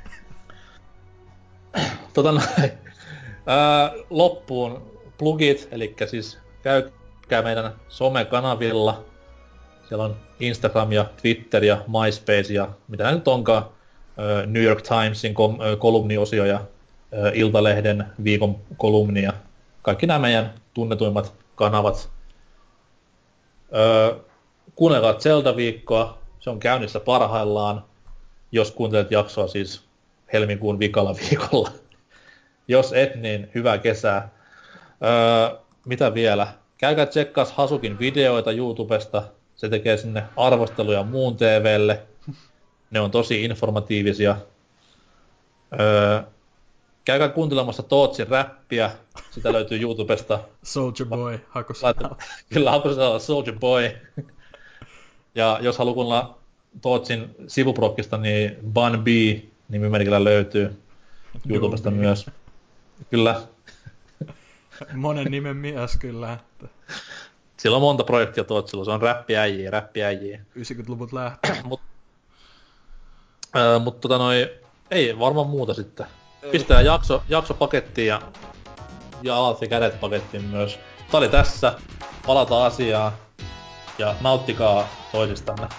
tota noin. Ää, loppuun plugit, eli siis käykää meidän somekanavilla. Siellä on Instagram ja Twitter ja MySpace ja mitä nyt onkaan. New York Timesin kom- kolumniosio ja Iltalehden viikon kolumni ja kaikki nämä meidän tunnetuimmat kanavat. Öö, kuunnelkaa Zelda-viikkoa, se on käynnissä parhaillaan, jos kuuntelet jaksoa siis helmikuun vikalla viikolla. Jos et, niin hyvää kesää. Öö, mitä vielä? Käykää tsekkaas Hasukin videoita YouTubesta, se tekee sinne arvosteluja muun T V:lle. Ne on tosi informatiivisia. Öö, käykää kuuntelemassa Tootsin räppiä. Sitä löytyy YouTubesta. Soulja Boy, hakusella. Kyllä, hakusella Soulja Boy. Ja jos haluaa kuunnella Tootsin sivuprokkista, niin Bun B nimimerkillä löytyy YouTubesta myös. Kyllä. Monen nimen mies kyllä. Että... Sillä on monta projektia Tootsilla, se on räppiäjiä, räppiäjiä. yhdeksänkymmentäluvut lähtee. Mut, äh, mut tota noi, ei varmaan muuta sitten. Ei. Pistää jakso, jakso pakettiin ja, ja alat ja kädet pakettiin myös. Tää oli tässä, palataan asiaan ja nauttikaa toisistanne.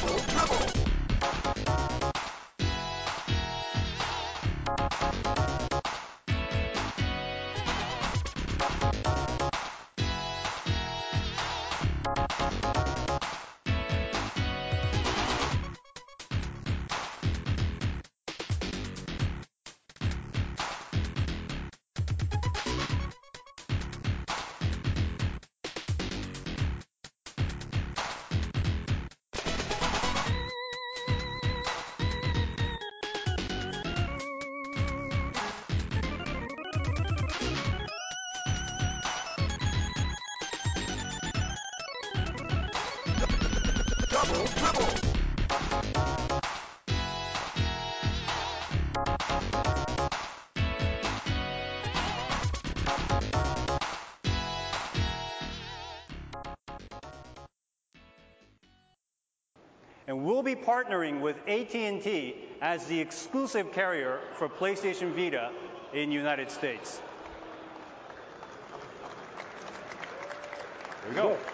And we'll be partnering with A T and T as the exclusive carrier for PlayStation Vita in the United States. There we go.